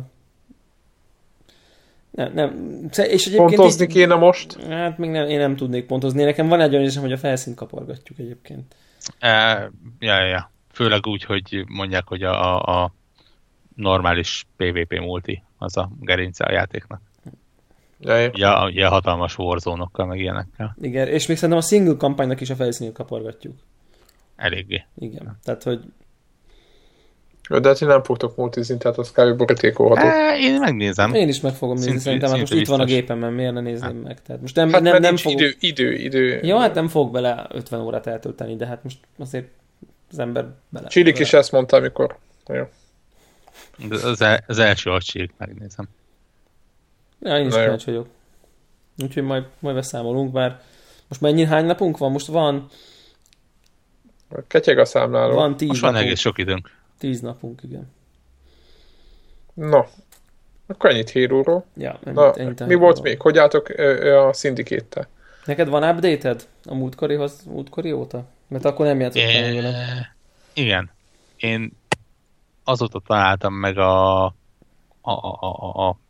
nem, nem. És egyébként pontozni így, kéne most? Hát még nem, én nem tudnék pontozni. Nekem van egy olyan érzésem, hogy a felszínt kapargatjuk egyébként. Uh, ja, ja. Főleg úgy, hogy mondják, hogy a, a, a normális pé vé pé multi az a gerince a játéknak. Ja, ja, ugye hatalmas warzone-okkal, meg ilyenekkel. Igen, és még szerintem a single kampánynak is a felszínét kapargatjuk. Eléggé. Igen, tehát hogy... De hát nem fogtok multizni, tehát az kb. Borítékolható. E, én megnézem. Én is meg fogom nézni, Szint, szerintem, hát most itt van a gépemben, miért ne nézném hát. meg. Tehát most nem, hát nem, nem fogok... idő, idő, idő. Jó, hát nem fog bele ötven órát eltölteni, de hát most azért az ember bele... Csillik bele. is ezt mondta, amikor... Jó. Az, el, az első a Csillik, megnézem. Ja, én is kíváncsi vagyok. Úgyhogy majd, majd beszámolunk, bár most mennyi, hány napunk van? Most van... Ketyeg a számláló. Van tíz most napunk. van egész sok időnk. Tíz napunk, igen. No. Akkor ennyit Halo-ról. Ja, ennyit, Na, ennyit mi volt még? Hogy álltok a Syndicate-tel? Neked van update-ed a múltkorihoz, múltkori óta? Mert akkor nem játszottál vele. Igen. Én azóta találtam meg a a, a, a, a, a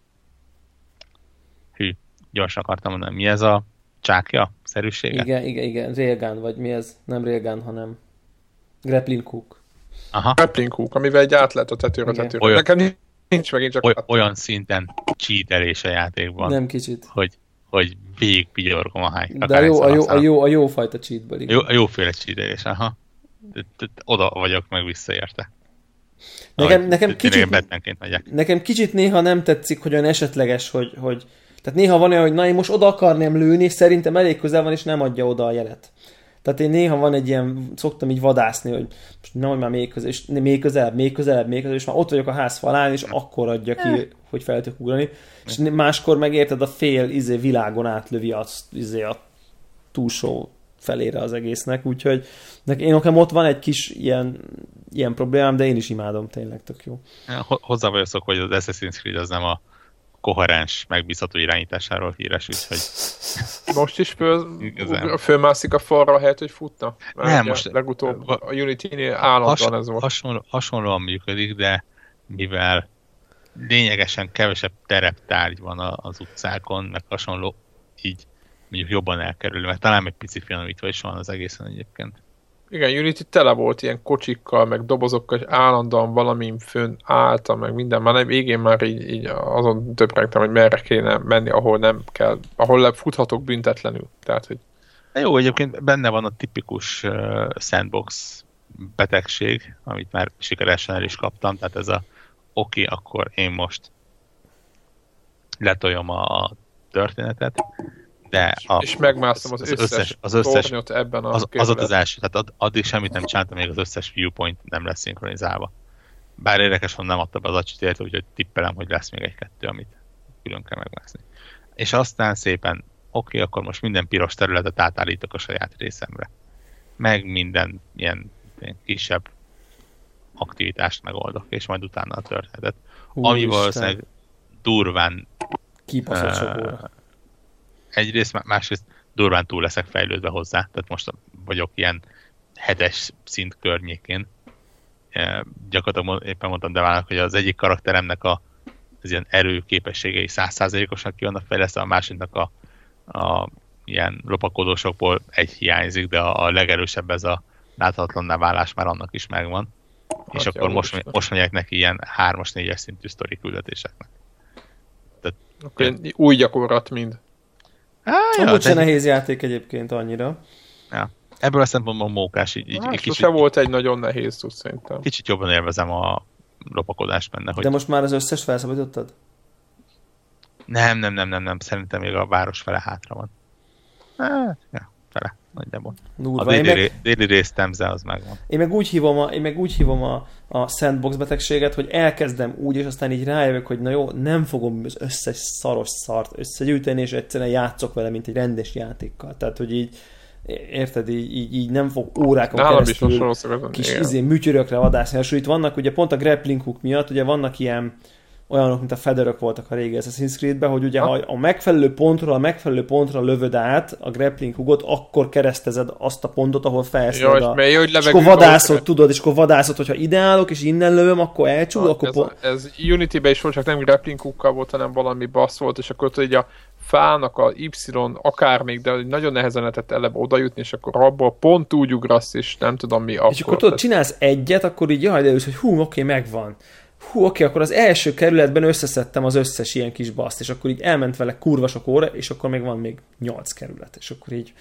hű, gyorsan akartam mondani, mi ez a csákja szerűsége? Igen, igen, igen, Railgun, vagy mi ez? Nem Railgun, hanem Grappling Hook. Aha. Grappling Hook, amivel egy át lehet a tetőre tetőre. Olyan, nekem nincs meg, én csak... Oly, olyan szinten cheatelés a játékban. Nem kicsit. Hogy, hogy végig vigyorgom a hány. De a jó, a, jó, a, jó, a jó fajta cheatből, igen. Jó, a jóféle cheatelés, aha. Oda vagyok, meg visszaérte. Nekem, nekem, kicsit, megyek. nekem kicsit néha nem tetszik, hogy olyan esetleges, hogy, hogy tehát néha van olyan, hogy na én most oda akarnám lőni, szerintem elég közel van, és nem adja oda a jelet. Tehát én néha van egy ilyen, szoktam így vadászni, hogy most nem, hogy már még közel, és még közelebb, még közelebb, még közelebb, és már ott vagyok a ház falán, és akkor adja ki, hogy fel tudok ugrani. És máskor megérted, a fél izé, világon átlövi az, izé, a túlsó felére az egésznek, úgyhogy én nekem ott van egy kis ilyen, ilyen problémám, de én is imádom, tényleg tök jó. Hozzá vagyok szokva, hogy az Assassin's Creed az nem a koherens, megbízható irányításáról híres, úgyhogy... Most is föl, fölmászik a falra helyett, hogy futna? Mert nem, most... Legutóbb a Unity-nél állandóan ez volt. Hasonló, hasonlóan működik, de mivel lényegesen kevesebb tereptárgy van az utcákon, meg hasonló, így mondjuk jobban elkerül, mert talán egy pici finomítva is van az egészen egyébként. Igen, Unity tele volt ilyen kocsikkal, meg dobozokkal, és állandóan valamin fönn álltam, meg minden. Már végén már így, így azon töprengtem, hogy merre kéne menni, ahol nem kell, ahol futhatok büntetlenül. Tehát, hogy... Jó, egyébként benne van a tipikus uh, sandbox betegség, amit már sikeresen el is kaptam, tehát ez a oké, okay, akkor én most letoljam a történetet, de a, és megmászom az, az, összes, összes, az összes tornyot ebben a az, az ott az első, tehát addig semmit nem csináltam, még az összes viewpoint nem lesz szinkronizálva. Bár érdekes, hogy nem adta be az acsitért, úgyhogy tippelem, hogy lesz még egy-kettő, amit külön kell megmászni. És aztán szépen, oké, okay, akkor most minden piros területet átállítok a saját részemre. Meg minden ilyen, ilyen kisebb aktivitást megoldok, és majd utána a történetet. Hú, ami valószínűleg durván kibaszott sok óra. Egyrészt, másrészt durván túl leszek fejlődve hozzá, tehát most vagyok ilyen hetes szint környékén. E, gyakorlatilag éppen mondtam Devának, hogy az egyik karakteremnek a, az ilyen erőképességei száz százalékosan ki vannak fejlesztve, a másiknak a, a ilyen lopakodósokból egy hiányzik, de a, a legerősebb ez a láthatatlanná válás már annak is megvan. Hát és akkor most, most megyek neki ilyen hármas, négyes szintű sztori küldetéseknek. Tehát, okay, te... új gyakorlat mind. Há, ja, amúgy se nehéz játék egyébként annyira. Ja. Ebből a szempontból mókás. Így, így, kicsit, se volt egy nagyon nehéz tud szerintem. Kicsit jobban élvezem a lopakodást benne. Hogy... De most már az összes felszabadítottad? Nem, nem, nem, nem, nem. Szerintem még a város fele hátra van. Hát, ja, fele. Nagyjából. A déli, meg, ré, déli rész temze az megvan. Én meg úgy hívom a, én meg úgy hívom a, a sandbox betegséget, hogy elkezdem úgy, és aztán így rájövök, hogy na jó, nem fogom az összes szaros szart összegyűjteni, és egyszerűen játszok vele, mint egy rendes játékkal. Tehát, hogy így, érted, így, így, így nem fog órákon nálam keresztül kis izé, műtyörökre vadászni. És itt vannak, ugye pont a grappling hook miatt, ugye vannak ilyen olyanok, mint a federök voltak a régi Assassin's Creed-ben, hogy ugye ha a megfelelő pontról, a megfelelő pontra lövöd át a grappling hoogot, akkor keresztezed azt a pontot, ahol felszed a... És akkor vadászod, tudod, és akkor vadászod, hogyha ide állok, és innen lövöm, akkor elcsúl, akkor... Ez, po- ez Unity-ben is volt, csak nem grappling hookkal volt, hanem valami bassz volt, és akkor tudod, így a fának a Y akár még, de nagyon nehezen lehetett eleve odajutni, és akkor abból pont úgy ugrasz, és nem tudom mi akkor. És akkor tudod, csinálsz egyet, akkor így jaj, de ősz, hogy hú, oké, megvan. Hú, oké, akkor az első kerületben összeszedtem az összes ilyen kis baszt, és akkor így elment vele kurva sok óra, és akkor még van még nyolc kerület, és akkor így...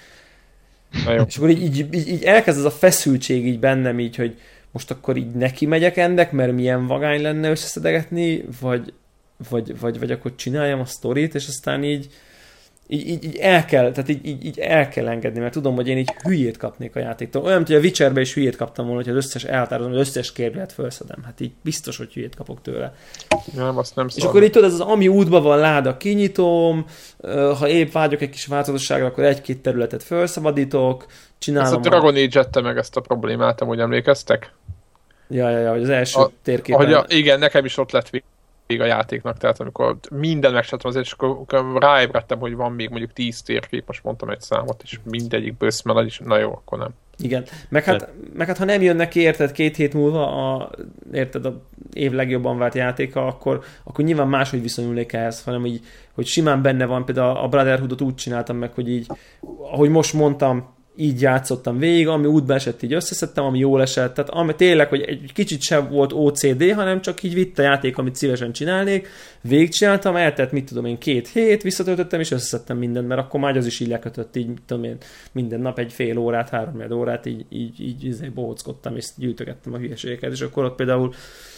És akkor így, így, így, így elkezd az a feszültség így bennem így, hogy most akkor így neki megyek ennek, mert milyen vagány lenne összeszedegetni, vagy, vagy, vagy, vagy akkor csináljam a sztorit, és aztán így, így, így, így el kell, tehát így, így, így el kell engedni, mert tudom, hogy én így hülyét kapnék a játéktól. Olyan, hogy a Witcherbe is hülyét kaptam volna, hogy az összes eltározom, az összes kerület felszedem. Hát így biztos, hogy hülyét kapok tőle. Nem, azt nem És szalad. Akkor így tudod, ez az ami útban van láda, kinyitom, ha épp vágyok egy kis változatosságra, akkor egy-két területet felszabadítok, csinálom. Ez a Dragon Age-ette meg ezt a problémát, amúgy emlékeztek? Ja, ja, ja, hogy az első a, térképen. A, igen, nekem is ott lett a játéknak, tehát amikor minden megcsináltam azért, és akkor, akkor ráébredtem, hogy van még mondjuk tíz térkép, most mondtam egy számot, és mindegyik bőszmel, és na jó, akkor nem. Igen, meg hát, meg hát ha nem jön neki, érted, két hét múlva a, érted, a év legjobban várt játéka, akkor, akkor nyilván máshogy viszonyulnék ehhez, hanem így, hogy simán benne van, például a Brotherhoodot úgy csináltam meg, hogy így, ahogy most mondtam, így játszottam végig, ami útba esett, így összeszedtem, ami jól esett, tehát ami tényleg, hogy egy kicsit sem volt o cé dé, hanem csak így vitt a játék, amit szívesen csinálnék, végigcsináltam, eltelt, mit tudom én, két hét, visszatöltöttem, és összeszedtem mindent, mert akkor már az is így lekötött, így mit tudom én, minden nap egy fél órát, három órát, így, így, így, így bohóckodtam, és gyűjtögettem a hülyeségeket, és akkor ott például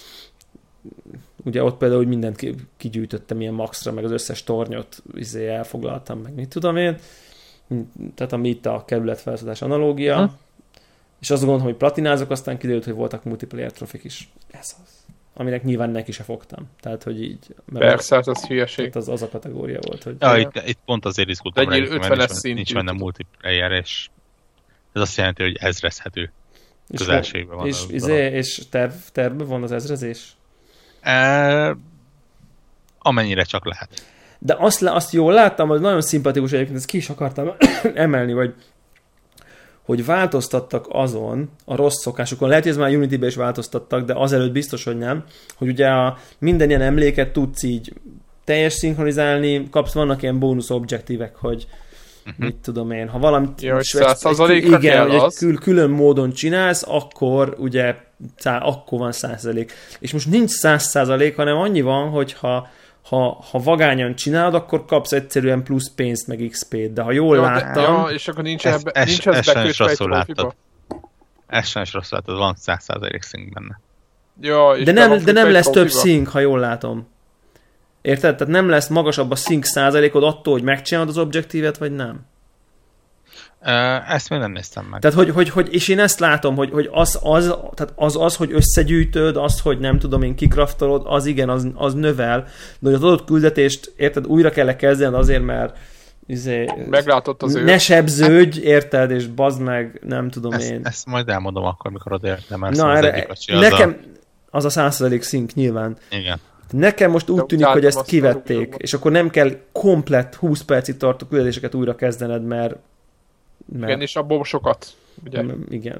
ugye ott például úgy mindent kigyűjtöttem ilyen maxra, meg az összes tornyot izé elfoglaltam, meg mit tudom én, tehát ami itt a kerületfelszedás analógia, ha? És azt gondolom, hogy platinázok, aztán kiderült, hogy voltak multiplayer trofik is. Ez az. Aminek nyilván neki se fogtam. Tehát, hogy így... Persze, hát az hülyeség. Az, az a kategória volt, hogy... Ja, itt, itt pont azért izgultam rá, mert nincs, nincs benne multiplayer, és ez azt jelenti, hogy ezrezhető közelségben van. És, izé, és terv, tervben van az ezrezés? E, amennyire csak lehet. De azt, azt jól láttam, hogy nagyon szimpatikus egyébként, ezt ki is akartam emelni, vagy hogy változtattak azon a rossz szokásokon. Lehet, hogy ez már Unity-ben is változtattak, de azelőtt biztos, hogy nem, hogy ugye a, minden ilyen emléket tudsz így teljes szinkronizálni, kapsz, vannak ilyen bónusz objektívek, hogy uh-huh. mit tudom én, ha valamit ja, száz százalékra igen, hogy egy kül, külön módon csinálsz, akkor ugye szá, akkor van száz százalék. És most nincs száz százalék, hanem annyi van, hogyha Ha, ha vagányan csinálod, akkor kapsz egyszerűen plusz pénzt, meg iksz pét, de ha jól ja, láttam... Ja, és akkor nincs, ebbe, ez, nincs ez, ez bekötve egy profiba? Ez sem is rosszul látod, van száz százalék szink benne. Ja, és de nem, de nem lesz több szink, ha jól látom. Érted? Tehát nem lesz magasabb a sync százalékod attól, hogy megcsinálod az objektívet, vagy nem. Ezt még nem néztem meg. Tehát, hogy, hogy, hogy és én ezt látom, hogy, hogy az, az, tehát az, az, hogy összegyűjtöd, az, hogy nem tudom én kikraftolod, az igen, az, az növel, de hogy az adott küldetést, érted, újra kell kezdened azért, mert izé, meglátott az ő. Ne sebződj, érted, és bazd meg, nem tudom ezt, én. Ezt majd elmondom akkor, mikor odaértem. Na, az erre, nekem az a száz százalék szink nyilván. Igen. Nekem most úgy tűnik, hogy ezt kivették, és akkor nem kell komplett húsz percig tartó küldetéseket újra kezdened, mert Mert... Igen, és abból sokat, ugye? Igen.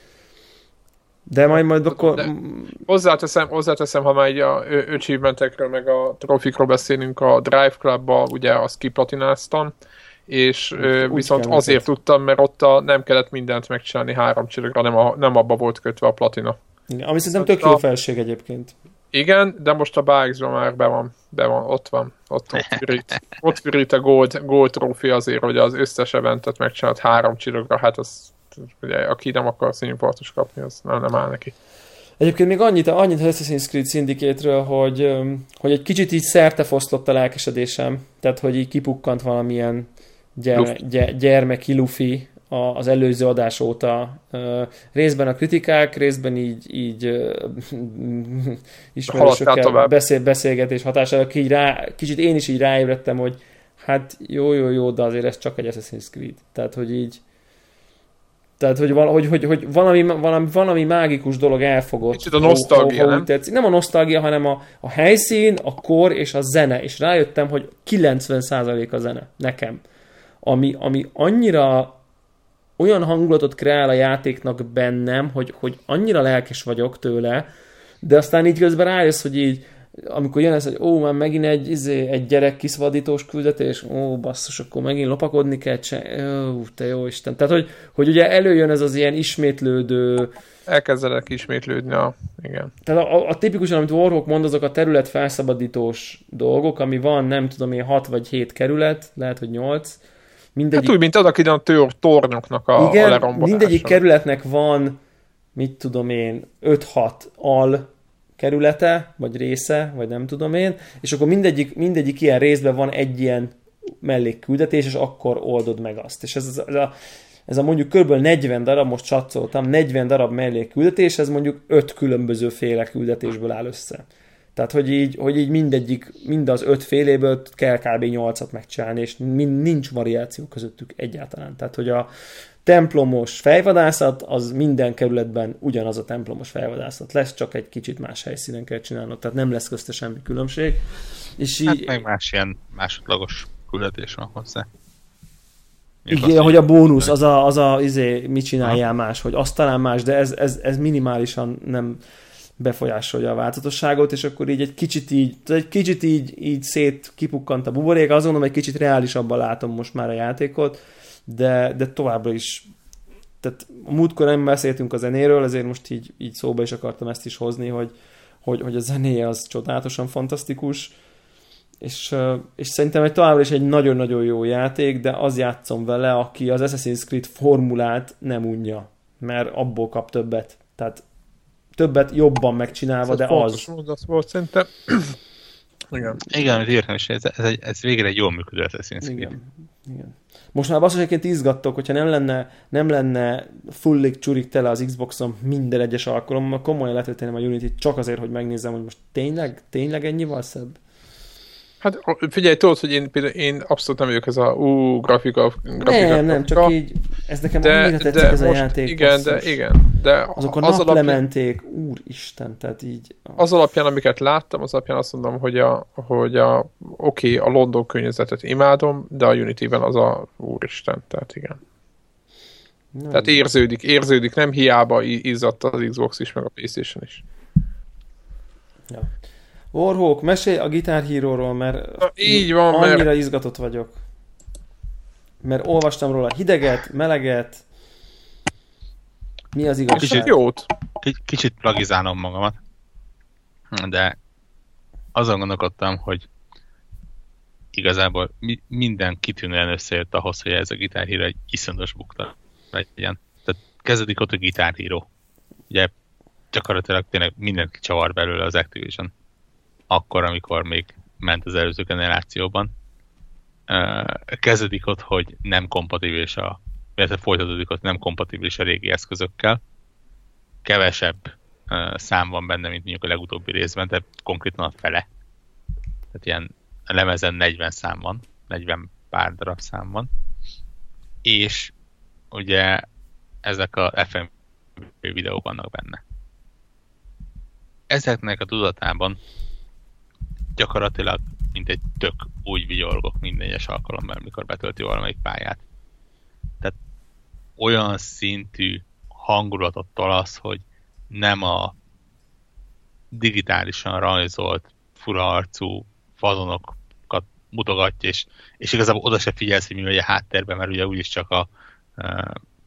De majd majd akkor... De hozzáteszem, hozzáteszem, ha már így a achievementekről, meg a trofikról beszélünk, a Drive Clubba, ugye azt kiplatináztam, és úgy viszont azért neked. Tudtam, mert ott a, nem kellett mindent megcsinálni három csillagra, nem, a, nem abba volt kötve a platina. Igen, ami szerintem tök jó felség egyébként. Igen, de most a Bikes-ban már be van, be van, ott van, ott, ott virít, ott virít a Gold, Gold trófi azért, hogy az összes eventet megcsinált három csillagra, hát az, ugye, aki nem akar színinfarktus kapni, az nem, nem áll neki. Egyébként még annyit, annyit az Assassin's Creed Syndicate-ről, hogy, hogy egy kicsit így szertefoszlott a lelkesedésem, tehát hogy így kipukkant valamilyen gyerme, gy, gyermeki lufi az előző adás óta. Részben a kritikák, részben így, így ismerősökkel beszél, beszélgetés hatására, így rá, kicsit én is így ráébredtem, hogy hát jó, jó, jó, de azért ez csak egy Assassin's Creed. Tehát, hogy így tehát, hogy, valahogy, hogy, hogy valami, valami, valami mágikus dolog elfogott. Kicsit a nosztalgia, nem? Nem a nosztalgia, hanem a, a helyszín, a kor és a zene. És rájöttem, hogy kilencven százalék a zene nekem. Ami, ami annyira olyan hangulatot kreál a játéknak bennem, hogy, hogy annyira lelkes vagyok tőle, de aztán így közben rájössz, hogy így, amikor jön ez, hogy ó, már megint egy, izé, egy gyerek kiszvadítós küldetés, ó, basszus, akkor megint lopakodni kell, cse, ó, te jó Isten. Tehát, hogy, hogy ugye előjön ez az ilyen ismétlődő... Elkezdenek ismétlődni, a... igen. Tehát a, a tipikusan, amit Warhawk mond, azok a terület felszabadítós dolgok, ami van, nem tudom én, hat vagy hét kerület, lehet, hogy nyolc. Mindegyik... Hát úgy, mint azok ide a tornyoknak a, igen, a lerombolása. Mindegyik kerületnek van, mit tudom én, öt-hat al kerülete, vagy része, vagy nem tudom én, és akkor mindegyik, mindegyik ilyen részben van egy ilyen mellékküldetés, és akkor oldod meg azt. És ez, ez, a, ez a mondjuk kb. negyven darab, most csatszoltam, negyven darab mellékküldetés, ez mondjuk öt különböző féle küldetésből áll össze. Tehát, hogy így, hogy így mindegyik, mind az öt féléből kell kb. nyolcat megcsinálni, és nincs variáció közöttük egyáltalán. Tehát, hogy a templomos fejvadászat, az minden kerületben ugyanaz a templomos fejvadászat lesz, csak egy kicsit más helyszínen kell csinálnod, tehát nem lesz közte semmi különbség. És így... Hát meg más ilyen másodlagos küldetés van hozzá. Igen, azt, hogy a bónusz, az a, az a izé, mit csináljál más, hogy az talán más, de ez, ez, ez minimálisan nem befolyásolja a változatosságot, és akkor így egy kicsit így, egy kicsit így, így szét kipukkant a buborék, azt mondom, egy kicsit reálisabban látom most már a játékot, de, de továbbra is, tehát a múltkor nem beszéltünk a zenéről, ezért most így, így szóba is akartam ezt is hozni, hogy, hogy, hogy a zenéje az csodálatosan fantasztikus, és, és szerintem egy továbbra is egy nagyon-nagyon jó játék, de az játszom vele, aki az Assassin's Creed formulát nem unja, mert abból kap többet. Tehát többet jobban megcsinálva, ez de az. Az volt szerintem. Igen. Igen, amit írtam is, ez, ez, ez végre egy jól működő Assassin's Creed. Igen. Igen. Most már basszus egyébként izgattok, hogyha nem lenne, nem lenne fullig csurig tele az Xboxon minden egyes alkalommal, komolyan letölteném a Unity csak azért, hogy megnézzem, hogy most tényleg, tényleg ennyival szebb? Hát figyelj, tudod, hogy én, például én abszolút nem vagyok ez a ú, grafika, grafika. Nem, nem, csak így, ez nekem de, annyira tetszik ez a játék. Igen, basszus. de igen. De azok a az naplementék, alapján, úristen, tehát így. Az alapján, amiket láttam, az alapján azt mondom, hogy a, hogy a oké, okay, a London környezetet imádom, de a Unity-ben az a úristen, tehát igen. Nem. Tehát érződik, érződik, nem hiába izzadt az Xbox is, meg a PlayStation is. Ja. Warhawk, mesélj a Guitar Hero-ról, mert na, így van, annyira mert... izgatott vagyok. Mert olvastam róla hideget, meleget. Mi az igazság? Kicsit jót. Kicsit plagizálom magamat. De azon gondolkodtam, hogy igazából mi, minden kitűnően összejött ahhoz, hogy ez a Guitar Hero egy iszonyatos bukta legyen. Tehát kezdődik ott a Guitar Hero. Ugye gyakorlatilag tényleg mindent kicsavar belőle az Activision. Akkor, amikor még ment az előző generációban. Kezdődik ott, hogy nem kompatibilis a, illetve folytatódik ott, nem kompatibilis a régi eszközökkel. Kevesebb szám van benne, mint mondjuk a legutóbbi részben, tehát konkrétan a fele. Tehát ilyen a lemezen negyven szám van, negyven pár darab szám van. És ugye ezek a ef em vé videók vannak benne. Ezeknek a tudatában gyakorlatilag mint egy tök úgy vigyorgok minden egyes alkalommal, mikor betölti valamelyik pályát. Tehát olyan szintű hangulatot tolasz, hogy nem a digitálisan rajzolt, fura arcú fazonokat mutogatja, és, és igazából oda se figyelsz, hogy mi megy a háttérben, mert ugye úgyis csak a uh,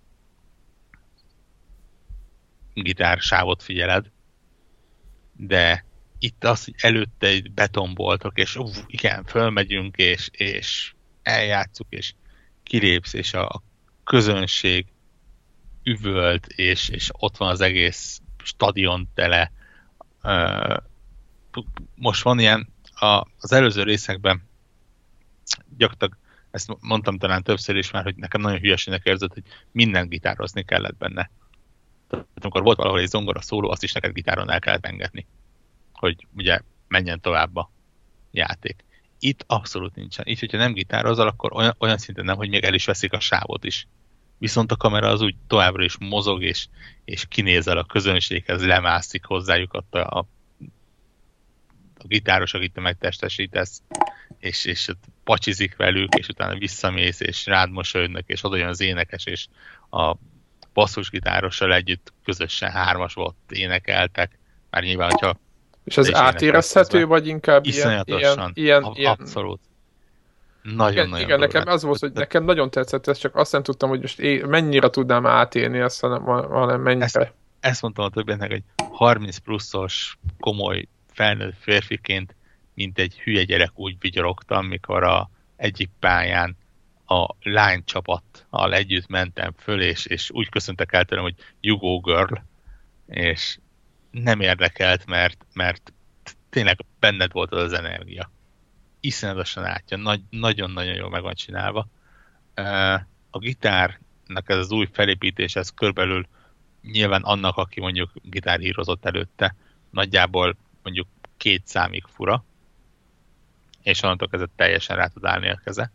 gitársávot figyeled. De itt az, hogy előtte egy betonboltok, és uf, igen, fölmegyünk, és, és eljátszuk, és kilépsz, és a, a közönség üvölt, és, és ott van az egész stadion tele. Uh, most van ilyen, a, az előző részekben gyakorlatilag, ezt mondtam talán többször is már, hogy nekem nagyon hülyesének érzett, hogy minden gitározni kellett benne. Tehát amikor volt valahol egy zongora szóló, azt is neked gitáron el kellett engedni, hogy ugye menjen tovább a játék. Itt abszolút nincsen. Így, hogyha nem gitározol, akkor olyan, olyan szinten nem, hogy még el is veszik a sávot is. Viszont a kamera az úgy továbbra is mozog, és, és kinézel a közönséghez, lemászik hozzájuk ott a, a, a gitáros, akit te megtestesítesz, és, és pacsizik velük, és utána visszamész, és rád mosolyodnak, és oda jön az énekes, és a basszusgitárossal együtt közösen hármas volt énekeltek. Már nyilván, hogyha és ez átérezhető, vagy inkább iszonyatosan, ilyen, ab- ilyen... abszolút. Nagyon-nagyon igen, igen, nekem az volt, hogy nekem nagyon tetszett ez, csak azt nem tudtam, hogy most é- mennyire tudnám átélni ezt, hanem, hanem mennyire. Ezt, ezt mondtam a többieknek, hogy harminc pluszos komoly felnőtt férfiként, mint egy hülye gyerek úgy vigyorogtam, mikor a egyik pályán a lány csapattal együtt mentem föl, és, és úgy köszöntek el tőlem, hogy you go girl, és nem érdekelt, mert, mert tényleg benned volt az, az energia. Iszonyatosan átja, Nagy, nagyon-nagyon jól meg van csinálva. A gitárnak ez az új felépítés, ez körülbelül nyilván annak, aki mondjuk gitárhírozott előtte, nagyjából mondjuk két számig fura, és onnantól kezdve teljesen rá tud állni a keze.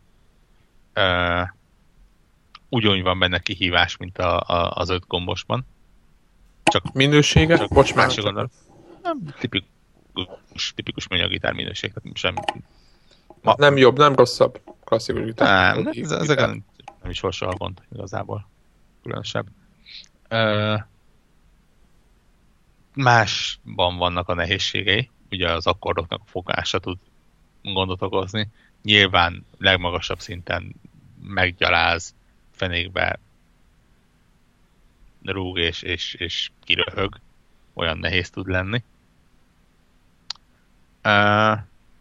Ugyanúgy van benne kihívás, mint a, a, az öt gombosban. Csak minősége? Csak Bocs, már nem, tipikus, tipikus műanyagitár minőség. Sem, ma, nem jobb, nem rosszabb klasszikus gitár. Nem, ez, ezek nem, nem is volt soha gond igazából. Különösebb. Uh, másban vannak a nehézségei. Ugye az akkordoknak a fogása tud gondot okozni. Nyilván legmagasabb szinten meggyaláz, fenékbe rúg és, és, és kiröhög. Olyan nehéz tud lenni. Uh,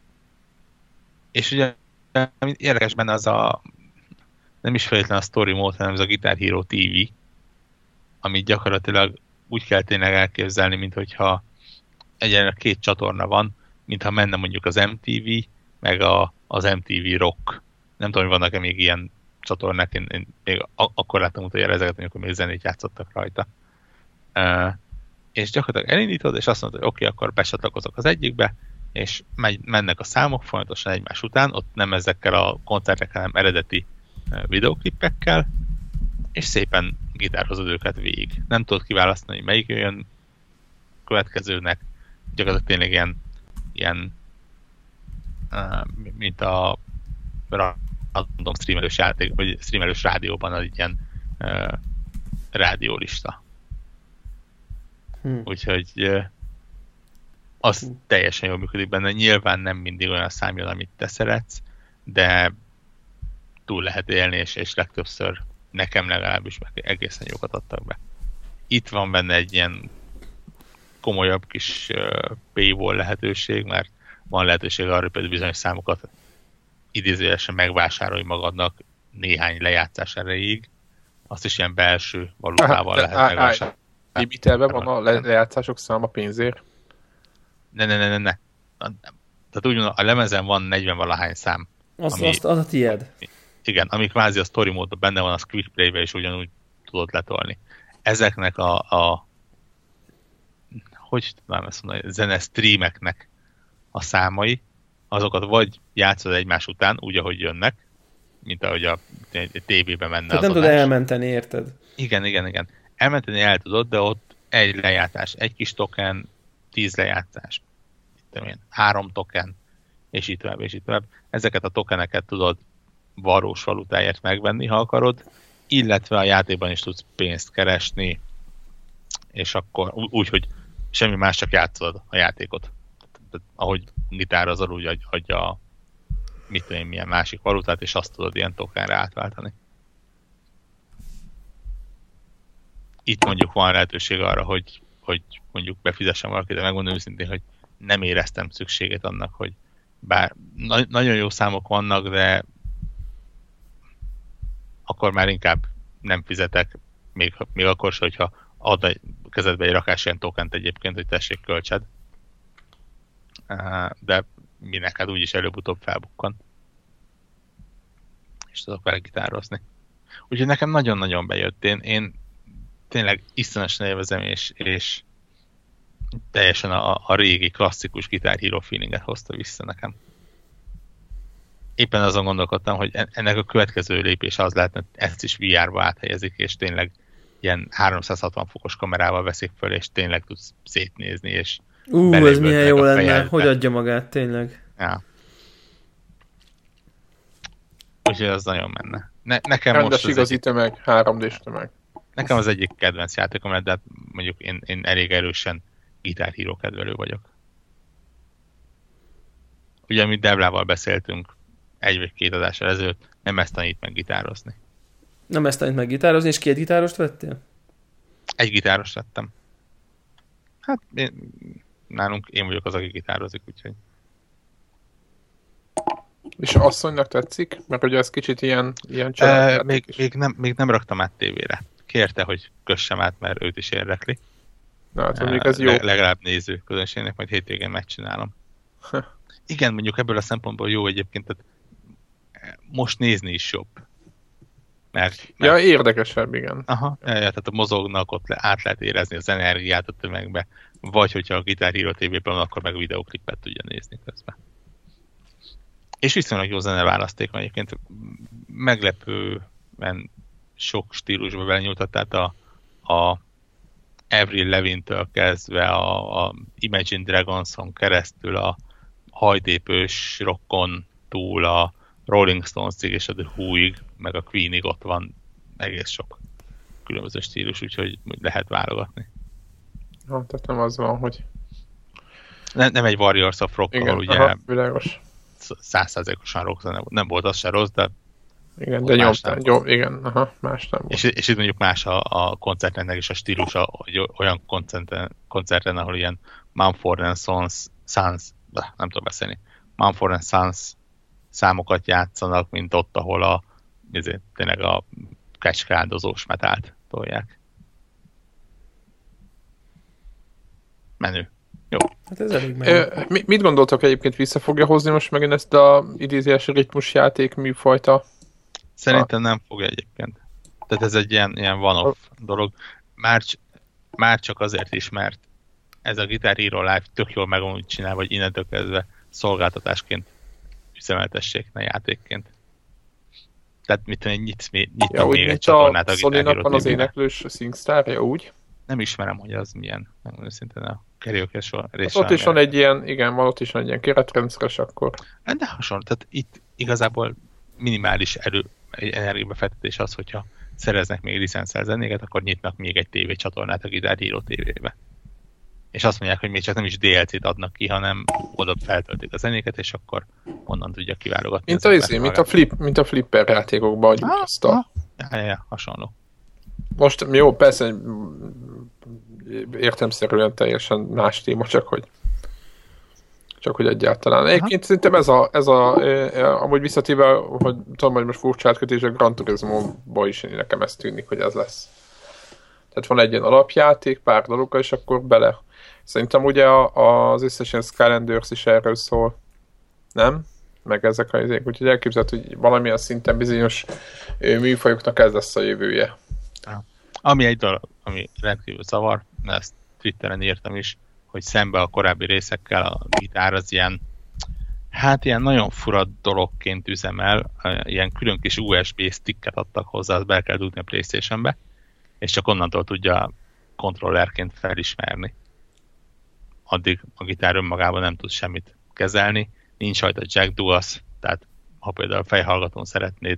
és ugye érdekes benne az a nem is feltétlen a story mode, hanem ez a Guitar Hero té vé, amit gyakorlatilag úgy kell tényleg elképzelni, mint hogyha egyenlően két csatorna van, mintha menne mondjuk az em té vé, meg a, az em té vé Rock. Nem tudom, hogy vannak-e még ilyen csatornák, én, én még akkor láttam utoljára ezeket, amikor még zenét játszottak rajta. Uh, és gyakorlatilag elindítod, és azt mondod, hogy oké, okay, akkor becsatlakozok az egyikbe, és megy, mennek a számok folyamatosan egymás után, ott nem ezekkel a koncertekkel, hanem eredeti videóklippekkel, és szépen gitározod őket végig. Nem tudod kiválasztani, hogy melyik jön következőnek, gyakorlatilag tényleg ilyen, ilyen uh, mint a random streamelős játék, vagy streamelős rádióban az ilyen uh, rádiólista. Hmm. Úgyhogy uh, az hmm. teljesen jól működik benne. Nyilván nem mindig olyan szám jön, amit te szeretsz, de túl lehet élni, és, és legtöbbször nekem legalábbis meg egészen jókat adtak be. Itt van benne egy ilyen komolyabb kis uh, paywall lehetőség, mert van lehetőség arra, hogy például bizonyos számokat idézőjelesen megvásárolj magadnak néhány lejátszás erejéig. Azt is ilyen belső valutával lehet megvásárolni. Limitelve van a le- lejátszások száma pénzért? Ne, ne, ne, ne, ne. tehát úgy a lemezen van negyven valahány szám. Az, ami, azt, az a tied. Igen, ami kvázi a story módban benne van, az quick play-be is ugyanúgy tudod letolni. Ezeknek a, a hogy tudnám ezt mondani, zene streameknek a számai, azokat vagy játszod egymás után, úgy, ahogy jönnek, mint ahogy a tévében menne. Tehát nem tudod elmenteni, érted? Igen, igen, igen. Elmenteni el tudod, de ott egy lejátszás, egy kis token, tíz lejátszás, én, három token, és így tovább, és így tovább. Ezeket a tokeneket tudod valós valutáért megvenni, ha akarod, illetve a játékban is tudsz pénzt keresni, és akkor úgy, hogy semmi más, csak játszod a játékot. Tehát, ahogy gitározol, úgy adja a mit tudom én, milyen másik valutát, és azt tudod ilyen tokenre átváltani. Itt mondjuk van lehetőség arra, hogy, hogy mondjuk befizessen valaki, de megmondom őszintén, hogy nem éreztem szükséget annak, hogy bár na- nagyon jó számok vannak, de akkor már inkább nem fizetek, még, még akkor sem, hogyha ad a kezedbe egy rakás ilyen tokent egyébként, hogy tessék, költsed. De minek, hát úgyis előbb-utóbb felbukkan. És tudok vele gitározni. Úgyhogy nekem nagyon-nagyon bejött. Én, én tényleg iszonyatosan élvezem, és, és teljesen a, a régi klasszikus Guitar Hero feelinget hozta vissza nekem. Éppen azon gondolkodtam, hogy ennek a következő lépés az lehetne, ezt is vé er-ba áthelyezik, és tényleg ilyen háromszázhatvan fokos kamerával veszik föl, és tényleg tudsz szétnézni, és Ú, ez milyen jó lenne, fejedbe. Hogy adja magát, tényleg. Ja. Úgyhogy az nagyon menne. Ne, nekem rendes most igazi egyik... tömeg, három dés tömeg. Nekem az egyik kedvenc játékom, de mondjuk én, én elég erősen Guitar Hero kedvelő vagyok. Ugye, amit Deblával beszéltünk egy vagy két adással ezelőtt, nem ezt tanít meg gitározni. Nem ezt tanít meg gitározni, és két gitárost vettél? Egy gitárost vettem. Hát én, nálunk én vagyok az, aki gitározik, úgyhogy... És asszonynak tetszik? Mert ugye ez kicsit ilyen, ilyen e, még, még, nem, még nem raktam át tévére. Kérte, hogy kössem át, mert őt is érdekli. Na, hát mondjuk ez jó. Legalább néző közönségnek, majd hétvégén megcsinálom. Igen, mondjuk ebből a szempontból jó egyébként, tehát most nézni is jobb. Mert, mert... Ja, érdekesebb, igen. Aha, ja, tehát a mozognak, ott le, át lehet érezni az energiát a tömegbe, vagy hogyha a Guitar Hero tévében van, akkor meg a videóklipet tudja nézni közben. És viszonylag jó zeneválaszték van egyébként. Meglepően sok stílusba belenyújtott, tehát a, a Avril Lavigne-től kezdve a, a Imagine Dragonson keresztül a hajtépős rockon túl a Rolling Stones-ig és a The Who-ig, meg a Queen-ig ott van egész sok különböző stílus, úgyhogy lehet válogatni. Ha, tehát nem az van, hogy... Nem, nem egy Warriors of Rock, igen, ahol ugye aha, világos. száz százalékosan rock, nem, nem volt az se rossz, de igen, de nyomtál, nyom, igen, aha, más nem volt. És, és itt mondjuk más a, a koncertnek is a stílusa, hogy olyan koncerten, koncerten, ahol ilyen Mumford and Sons, Sons, nem tudom beszélni, Mumford and Sons számokat játszanak, mint ott, ahol a, ezért, tényleg a kecskeáldozós metált tolják. Menő. Jó. Hát ez elég menő. Mit gondoltok egyébként, vissza fogja hozni most megint ezt a idézés ritmusjáték műfajta? Szerintem nem fogja egyébként. Tehát ez egy ilyen, ilyen one-off dolog. Már, már csak azért is, mert ez a Guitar Hero Live tök jól meg úgy csinál, hogy innentől kezdve szolgáltatásként üzemeltessék, ne játékként. Tehát mit tudom, nyitsz, nyitsz ja, még egy csatornát a Guitar Hero van az éneklős SingStar-ja, úgy? Nem ismerem, hogy az milyen. Megmondom szintén a karaoke rész. Hát ott is van egy ilyen, igen, van ott is van egy ilyen keretrendszeres akkor. De hasonló, tehát itt igazából minimális erő, egy energiabefektetés az, hogyha szereznek még licenszel zenéket, akkor nyitnak még egy tévécsatornát a Guitar Hero tévébe. És azt mondják, hogy még csak nem is dé el cé-t adnak ki, hanem oda feltöltik a zenéket, és akkor onnan tudja kiválogatni. Mint a, izé, mint a, flip, mint a flipper játékokban, hogy ah, azt a... Ah, ja, ja, hasonló. Most jó, persze értelemszerűen teljesen más téma, csak hogy csak hogy egyáltalán. Egyébként szerintem ez a, ez a eh, amúgy visszatéve, hogy tudom, hogy most furcsa átkötés, a Gran Turismo-ba is nekem ez tűnik, hogy ez lesz. Tehát van egy ilyen alapjáték, pár dalokkal, és akkor bele. Szerintem ugye az összes ilyen Skylanders is erről szól. Nem? Meg ezek a izék. Úgyhogy elképzelhető, hogy valamilyen szinten bizonyos műfajoknak ez lesz a jövője. Ami egy dolog, ami rendkívül zavar, ezt Twitteren írtam is, hogy szembe a korábbi részekkel a gitár az ilyen, hát ilyen nagyon fura dologként üzemel, ilyen külön kis u es bé sticket adtak hozzá, azt be kell dugni a PlayStation-be, és csak onnantól tudja kontrollerként felismerni. Addig a gitár önmagában nem tud semmit kezelni, nincs rajta jack duas, tehát ha például fejhallgatón szeretnéd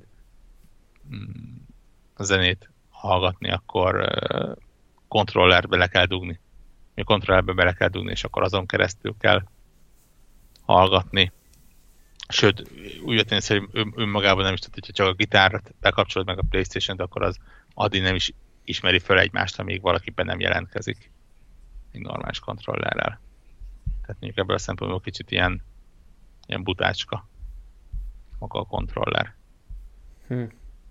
a zenét hallgatni, akkor kontrollerbe le kell dugni. A kontrollerbe bele kell dugni, és akkor azon keresztül kell hallgatni. Sőt, úgy vettem, hogy ön, önmagában nem is tud, hogyha csak a gitárt bekapcsolod meg a PlayStation-t, akkor az addig nem is ismeri fel egymást, amíg valakiben nem jelentkezik egy normális kontrollerrel. Tehát mondjuk ebből a szempontból kicsit ilyen, ilyen butácska maga a kontroller. Hm.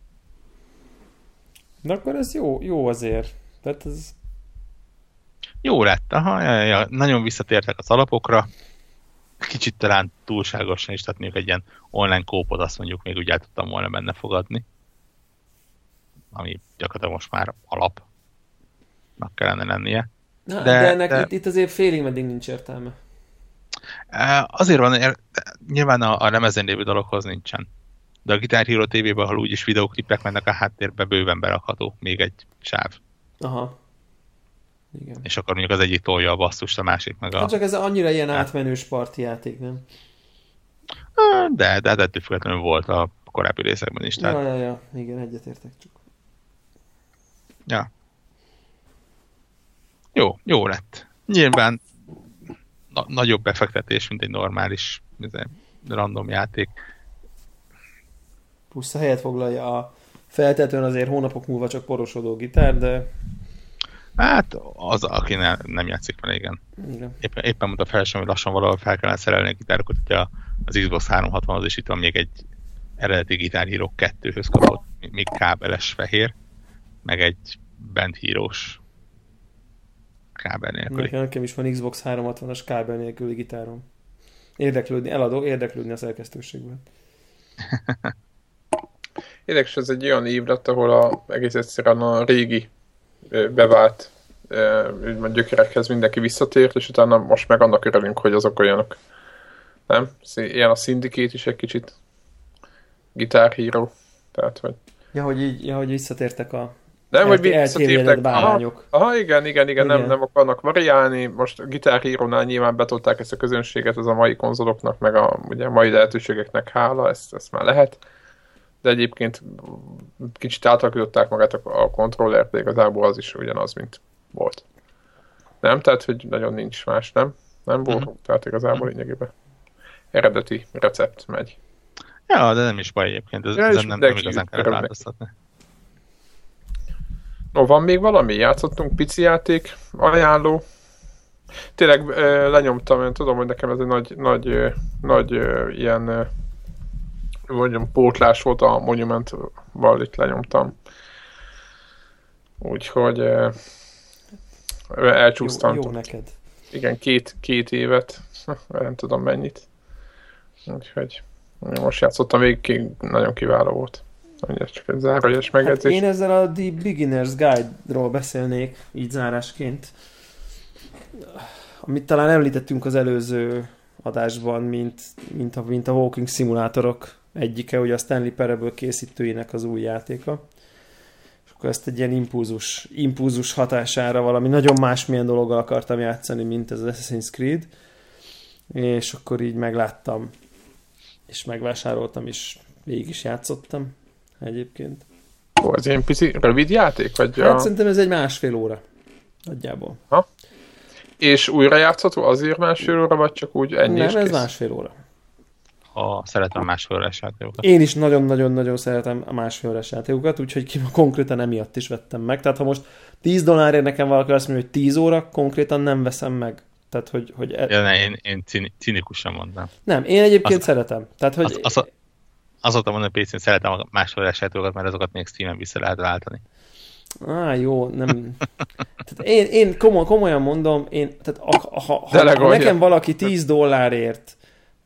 De akkor ez jó, jó azért. Tehát ez... Jó lett, aha, ja, ja, nagyon visszatértek az alapokra. Kicsit talán túlságosan is, tehát mondjuk egy ilyen online kópot azt mondjuk még úgy el tudtam volna benne fogadni. Ami gyakorlatilag most már alapnak kellene lennie. Na, de, de ennek de... Itt, itt azért félig meddig nincs értelme. Azért van, nyilván a, a lemezen lévő dologhoz nincsen. De a Guitar Hero té vében, ahol úgyis videóklipek mennek a háttérbe, bőven berakható még egy sáv. Aha. Igen. És akkor mondjuk az egyik tolja a basszust, a másik meg a... Hát csak ez annyira ilyen átmenős parti játék, nem? De, de ettől függetlenül volt a korábbi részekben is. Tehát... Ja, ja, ja. Igen, egyetértek csak. Ja. Jó, jó lett. Nyilván na- nagyobb befektetés, mint egy normális random játék. Plusz a helyet foglalja a feltetően azért hónapok múlva csak porosodó gitár, de... Hát az, aki ne, nem játszik vele, igen. igen. Éppen, éppen mondta fel sem, hogy lassan valahol fel kellene szerelni a gitárokat, hogyha az Xbox háromszázhatvanhoz is itt van még egy eredeti Guitar Hero kettőhöz kapott, még kábeles fehér, meg egy Band Hero-s kábel nélküli. Nekem is van Xbox háromszázhatvanas kábel nélküli gitárom. Érdeklődni, eladó, érdeklődni a szerkesztőségben. Érdekes, ez egy olyan év lett, ahol a, egész egyszerűen a régi bevált úgymond gyökerekhez mindenki visszatért, és utána most meg annak örülünk, hogy azok olyanok. Nem? Ilyen a Syndicate is egy kicsit Guitar Hero. Tehát, hogy... Ja, hogy így, ja, hogy visszatértek a nem, hogy visszatértek. Aha, aha, igen, igen, igen, igen. Nem, nem akarnak variálni. Most a Guitar Hero-nál nyilván betolták ezt a közönséget, ez a mai konzoloknak, meg a ugye, mai lehetőségeknek hála, ezt, ezt már lehet. De egyébként kicsit átalakították magát a kontrollert, de igazából az is ugyanaz, mint volt. Nem? Tehát, hogy nagyon nincs más, nem? Nem volt, uh-huh. Tehát igazából lényegében eredeti recept megy. Ja, de nem is baj egyébként, ez, ja, ez nem, nem igazán kell változtatni. No, van még valami? Játszottunk pici játék, ajánló. Tényleg ö, lenyomtam, én tudom, hogy nekem ez egy nagy, nagy, ö, nagy ö, ilyen ö, mondjam, pótlás volt a Monument-val, itt lenyomtam. Úgyhogy ö, elcsúsztam. Jó, jó neked. Igen, két, két évet, nem tudom mennyit. Úgyhogy most játszottam végig, nagyon kiváló volt. Csak egy zárójeles megjegyzés. Hát én ezzel a The Beginner's Guide-ról beszélnék, így zárásként. Amit talán említettünk az előző adásban, mint, mint, a, mint a walking szimulátorok egyike, hogy a Stanley Parable készítőinek az új játéka. És akkor ezt egy ilyen impulzus, impulzus hatására valami nagyon másmilyen dologgal akartam játszani, mint ez az Assassin's Creed. És akkor így megláttam, és megvásároltam, és végig is játszottam. Egyébként. Ó, ez ilyen pici, rövid játék? Vagy hát a... szerintem ez egy másfél óra. Nagyjából. Ha? És újra játszható azért másfél óra, vagy csak úgy ennyi nem, is ez kész? másfél óra. Ha szeretem másfél órás játékokat. Én is nagyon-nagyon-nagyon szeretem a másfél órás játékokat, úgyhogy konkrétan emiatt is vettem meg. Tehát ha most tíz dollárért nekem valaki azt mondja, hogy tíz óra, konkrétan nem veszem meg. Tehát, hogy... hogy e... ja, ne, én, én cinikusan mondtam. Nem, én egyébként az, szeretem. Tehát, hogy... Az, az, az szoktam mondani, hogy pé cén szeretem a másfél órás játékokat, mert azokat még Steamen vissza lehet váltani. Á, jó, nem... Tehát én, én komoly, komolyan mondom, én, tehát ha, ha, ha nekem valaki tíz dollárért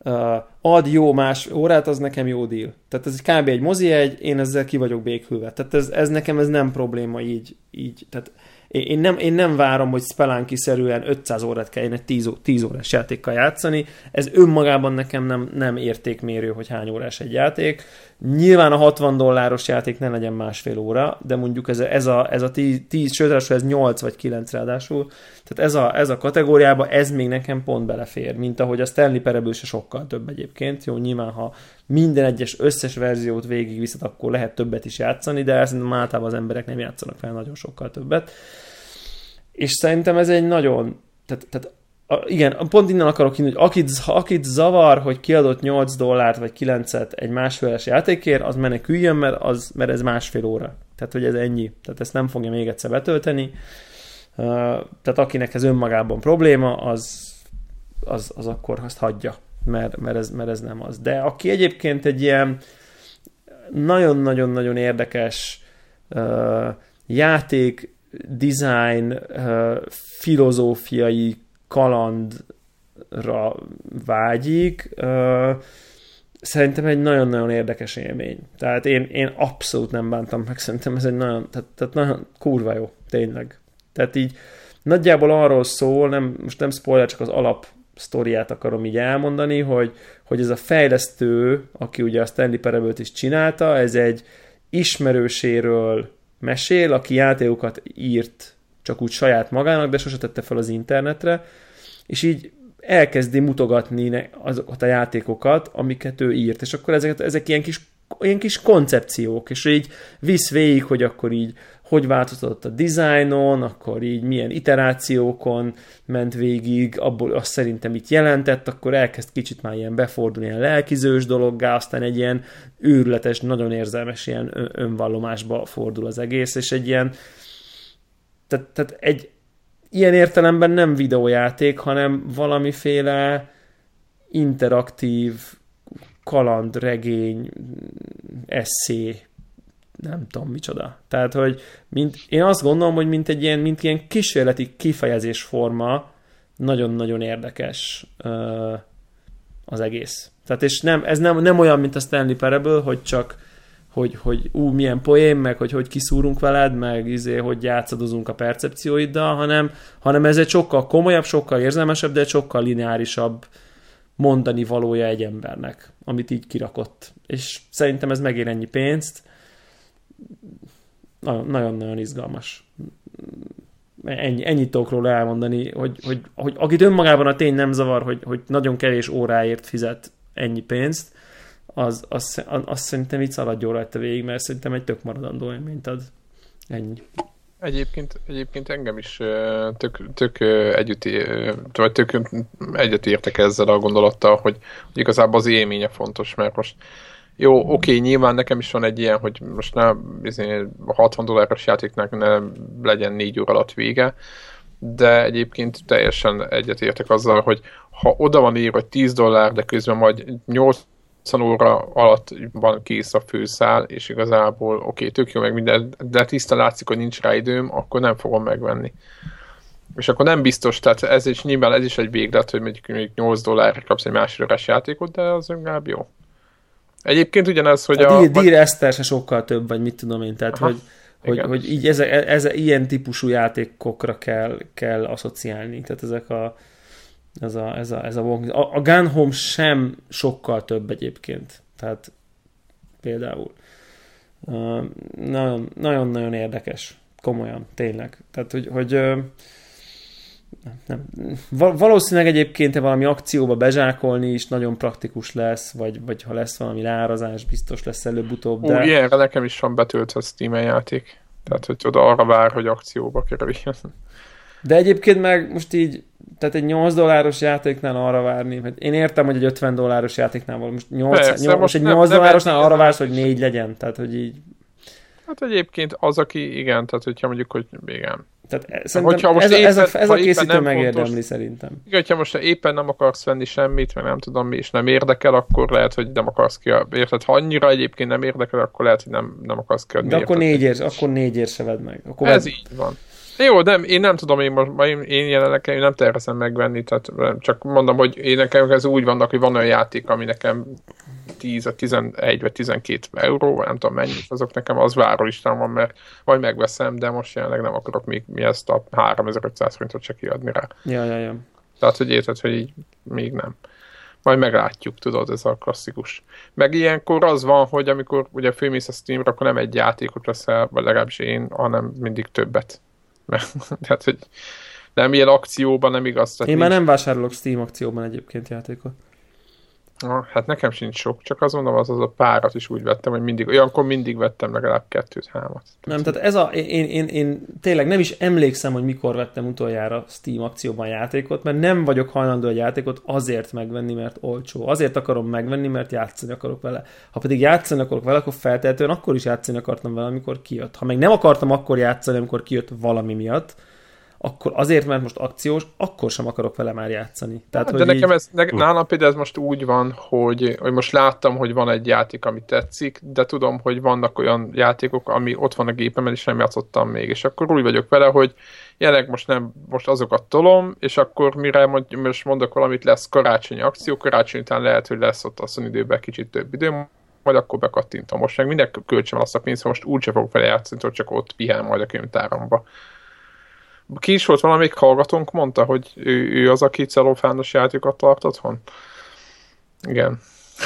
uh, ad jó más órát, az nekem jó deal. Tehát ez kb. Egy mozi egy, én ezzel ki vagyok békülve. Tehát ez, ez nekem ez nem probléma így. így. Tehát én nem, én nem várom, hogy Spelunky-szerűen ötszáz órát kelljen egy tíz, tíz órás játékkal játszani. Ez önmagában nekem nem, nem értékmérő, hogy hány órás egy játék. Nyilván a hatvan dolláros játék ne legyen másfél óra, de mondjuk ez a, ez a, ez a tíz, sőt, ez nyolc vagy kilenc ráadásul. Tehát ez a, ez a kategóriába, ez még nekem pont belefér, mint ahogy a Stanley Parable se sokkal több egyébként. Jó, nyilván, ha minden egyes összes verziót végigviszed, akkor lehet többet is játszani, de szerintem általában az emberek nem játszanak fel nagyon sokkal többet. És szerintem ez egy nagyon, tehát, tehát a, igen, pont innen akarok hinni, hogy akit, akit zavar, hogy kiadott nyolc dollárt vagy kilencet egy másféles játékért, az meneküljön, mert, az, mert ez másfél óra. Tehát, hogy ez ennyi. Tehát ezt nem fogja még egyszer betölteni. Uh, tehát akinek ez önmagában probléma, az, az, az akkor azt hagyja, mert, mert, ez, mert ez nem az. De aki egyébként egy ilyen nagyon-nagyon-nagyon érdekes uh, játék, design, uh, filozófiai kalandra vágyik, uh, szerintem egy nagyon-nagyon érdekes élmény. Tehát én, én abszolút nem bántam meg, szerintem ez egy nagyon, tehát, tehát nagyon kurva jó, tényleg. Tehát így nagyjából arról szól, nem, most nem spoiler, csak az alap sztoriát akarom így elmondani, hogy, hogy ez a fejlesztő, aki ugye a Stanley Parable-t is csinálta, ez egy ismerőséről mesél, aki játékokat írt csak úgy saját magának, de sose tette fel az internetre, és így elkezdi mutogatni azokat a játékokat, amiket ő írt, és akkor ezek, ezek ilyen kis, ilyen kis koncepciók, és így visz végig, hogy akkor így hogy változott a dizájnon, akkor így milyen iterációkon ment végig, abból azt szerintem itt jelentett, akkor elkezd kicsit már ilyen befordulni, ilyen lelkizős dologgá, aztán egy ilyen őrületes, nagyon érzelmes ilyen önvallomásba fordul az egész, és egy ilyen tehát, tehát egy ilyen értelemben nem videójáték, hanem valamiféle interaktív kalandregény, esszé, nem tudom micsoda. Tehát, hogy mint, én azt gondolom, hogy mint egy ilyen, mint ilyen kísérleti kifejezésforma nagyon-nagyon érdekes uh, az egész. Tehát, és nem, ez nem, nem olyan, mint a Stanley Parable, hogy csak hogy, hogy ú, milyen poém, meg hogy hogy kiszúrunk veled, meg izé, hogy játszadozunk a percepcióiddal, hanem, hanem ez egy sokkal komolyabb, sokkal érzelmesebb, de egy sokkal lineárisabb mondani valója egy embernek, amit így kirakott. És szerintem ez megér ennyi pénzt. Nagyon-nagyon izgalmas. Ennyi, ennyit tudok róla elmondani, hogy, hogy, hogy akit önmagában a tény nem zavar, hogy, hogy nagyon kevés óráért fizet ennyi pénzt, az, az, az, az szerintem így szaladjon rajta végig, mert szerintem egy tök maradandó élményt ad. Ennyi. Egyébként, egyébként engem is tök, tök együtt, vagy tök egyet értek ezzel a gondolattal, hogy, hogy igazából az élménye fontos, mert most jó, oké, nyilván nekem is van egy ilyen, hogy most ne, a hatvan dolláros játéknak ne legyen négy óra alatt vége, de egyébként teljesen egyetértek azzal, hogy ha oda van írva, hogy tíz dollár, de közben majd nyolcvan óra alatt van kész a főszál, és igazából oké, tök jó meg minden, de tisztán látszik, hogy nincs rá időm, akkor nem fogom megvenni. És akkor nem biztos, tehát ez is nyilván ez is egy véglet, hogy mondjuk nyolc dollárra kapsz egy másfél órás játékot, de az öngább jó. Egyébként ugyanaz, hogy a... a... Dear Esther se sokkal több, vagy mit tudom én, tehát, aha, hogy, hogy, hogy így ez, ez, ilyen típusú játékokra kell, kell asszociálni. Tehát ezek a... Ez a, ez a, ez a, a, a Gun Home sem sokkal több egyébként. Tehát például. Uh, nagyon, nagyon-nagyon érdekes. Komolyan, tényleg. Tehát, hogy... hogy uh, nem. Valószínűleg egyébként valami akcióba bezsákolni is nagyon praktikus lesz, vagy, vagy ha lesz valami leárazás, biztos lesz előbb-utóbb. De... Ú, ilyenre nekem is van betöltve a Steam-en játék. Tehát, hogy oda arra vár, hogy akcióba kerüljön. De egyébként meg most így, tehát egy nyolc dolláros játéknál arra várni, hogy én értem, hogy egy ötven dolláros játéknál van, most, nyolc, Persze, nyolc, most egy nyolc dollárosnál arra vársz, hogy négy legyen, tehát hogy így... Hát egyébként az, aki igen, tehát hogyha mondjuk, hogy igen. Tehát szerintem ez, éppen, ez a, ez a készítő megérdemli fontos, szerintem. Igen, hogyha most éppen nem akarsz venni semmit, meg nem tudom mi, és nem érdekel, akkor lehet, hogy nem akarsz ki. Érted? Ha annyira egyébként nem érdekel, akkor lehet, hogy nem, nem akarsz kiadni. De akkor négyért, akkor négyért se vedd meg. Akkor ez vedd, így van. Jó, nem, én nem tudom, én, most, én, én jelenleg én nem tervezem megvenni, tehát csak mondom, hogy én nekem ez úgy vannak, hogy van olyan játék, ami nekem tíz, tizenegy vagy tizenkét euró, nem tudom mennyi, azok nekem az várólistán van, mert vagy megveszem, de most jelenleg nem akarok még mi ezt a háromezer-ötszáz forintot se kiadni rá. Ja, ja, ja. Tehát, hogy érted, hogy így még nem. Majd meglátjuk, tudod, ez a klasszikus. Meg ilyenkor az van, hogy amikor ugye fölmész a Steamra, akkor nem egy játékot veszel, vagy legalábbis én, hanem mindig többet. Tehát, hogy nem ilyen akcióban nem igaz. Én nincs... már nem vásárolok Steam akcióban egyébként játékot. Ah, hát nekem sincs sok, csak azt mondom, az az a párat is úgy vettem, hogy mindig, olyankor mindig vettem legalább kettőt, hámat. Nem, tehát ez a, én, én, én tényleg nem is emlékszem, hogy mikor vettem utoljára Steam akcióban játékot, mert nem vagyok hajlandó egy játékot azért megvenni, mert olcsó. Azért akarom megvenni, mert játszani akarok vele. Ha pedig játszani akarok vele, akkor feltétlenül akkor is játszani akartam vele, amikor kijött. Ha meg nem akartam akkor játszani, amikor kijött valami miatt, akkor azért, mert most akciós, akkor sem akarok vele már játszani. Tehát, de nekem így... ez, ne, nálam például ez most úgy van, hogy, hogy most láttam, hogy van egy játék, ami tetszik, de tudom, hogy vannak olyan játékok, ami ott van a gépemen, és nem játszottam még, és akkor úgy vagyok vele, hogy jelenleg most nem, most azokat tolom, és akkor mire mond, most mondok valamit, lesz karácsonyi akció, karácsony után lehet, hogy lesz ott azon időben kicsit több idő, majd akkor bekattintom. Most meg minden költsem azt a pénzt, most úgyse fogok vele játszani, hogy csak ott pihen majd a könyvtáramba. Ki is volt valamelyik hallgatónk, mondta, hogy ő, ő az, aki celofános játékokat tart otthon? Igen.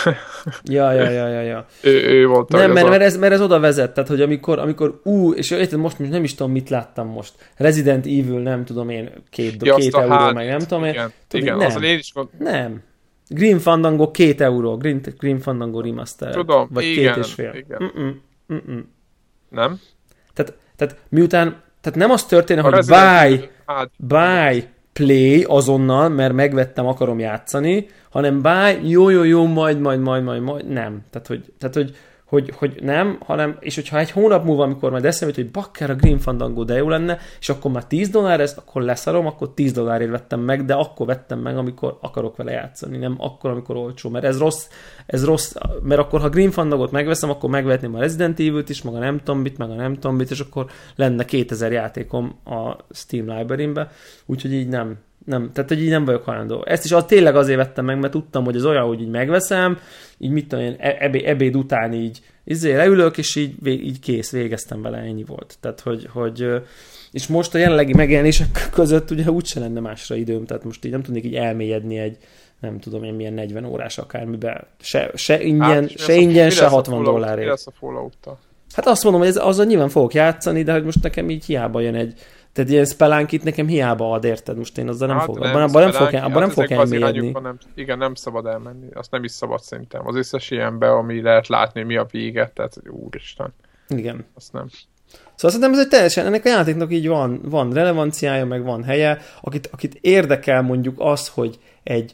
Ja, ja, ja, ja, ja. ő, ő volt. Nem, mert, a... mert, ez, mert ez oda vezet, tehát, hogy amikor, amikor ú, és érted, most nem is tudom, mit láttam most. Resident Evil, nem tudom én, két, ja, két euró, hát, meg nem tudom én. Igen, tudom, igen nem, az én is gond... nem. Grim Fandango két euró, Grim, Grim Fandango remaster. Tudom, vagy igen, két és fél. Igen. Mm-mm, mm-mm. Nem? Tehát, tehát miután Tehát nem az történik, hogy buy, buy, play azonnal, mert megvettem, akarom játszani, hanem buy, jó, jó, jó, majd, majd, majd, majd, majd, nem. Tehát, hogy, tehát, hogy, hogy, hogy nem, hanem, és hogyha egy hónap múlva, amikor majd eszembe jut, hogy bakker a Grim Fandango, de jó lenne, és akkor már tíz dollár ez, akkor leszarom, akkor tíz dollárért vettem meg, de akkor vettem meg, amikor akarok vele játszani, nem akkor, amikor olcsó, mert ez rossz, ez rossz, mert akkor, ha Grim Fandangot megveszem, akkor megvetném a Resident Evil-t is, meg a nem tudom mit, meg a nem tudom mit, és akkor lenne kétezer játékom a Steam Library-be, úgyhogy így nem, nem, tehát hogy így nem vagyok hajlandó. Ezt is az, tényleg azért vettem meg, mert tudtam, hogy az olyan, hogy így megveszem, így mit tudom én, ebéd, ebéd után így izé leülök, és így, így kész, végeztem vele, ennyi volt. Tehát, hogy, hogy és most a jelenlegi megjelenések között ugye úgyse lenne másra időm, tehát most így nem tudnék így elmélyedni egy, nem tudom én milyen negyven órás akármiben, se, se ingyen, hát, se, ingyen se hatvan dollárért. Mi lesz a Fallout-tal? Hát azt mondom, hogy ez, azzal nyilván fogok játszani, de hogy most nekem így hiába jön egy, tehát ilyen Spelunkit nekem hiába ad, érted? Most én azzal nem hát fogok, abban, abban nem fogok, abban hát nem fogok elmélyedni. Nem, igen, nem szabad elmenni, azt nem is szabad szerintem. Az összes ilyenben, ami lehet látni, mi a vége, tehát úristen. Igen. Azt nem. Szóval szerintem ez egy teljesen, ennek a játéknak így van, van relevanciája, meg van helye, akit, akit érdekel mondjuk az, hogy egy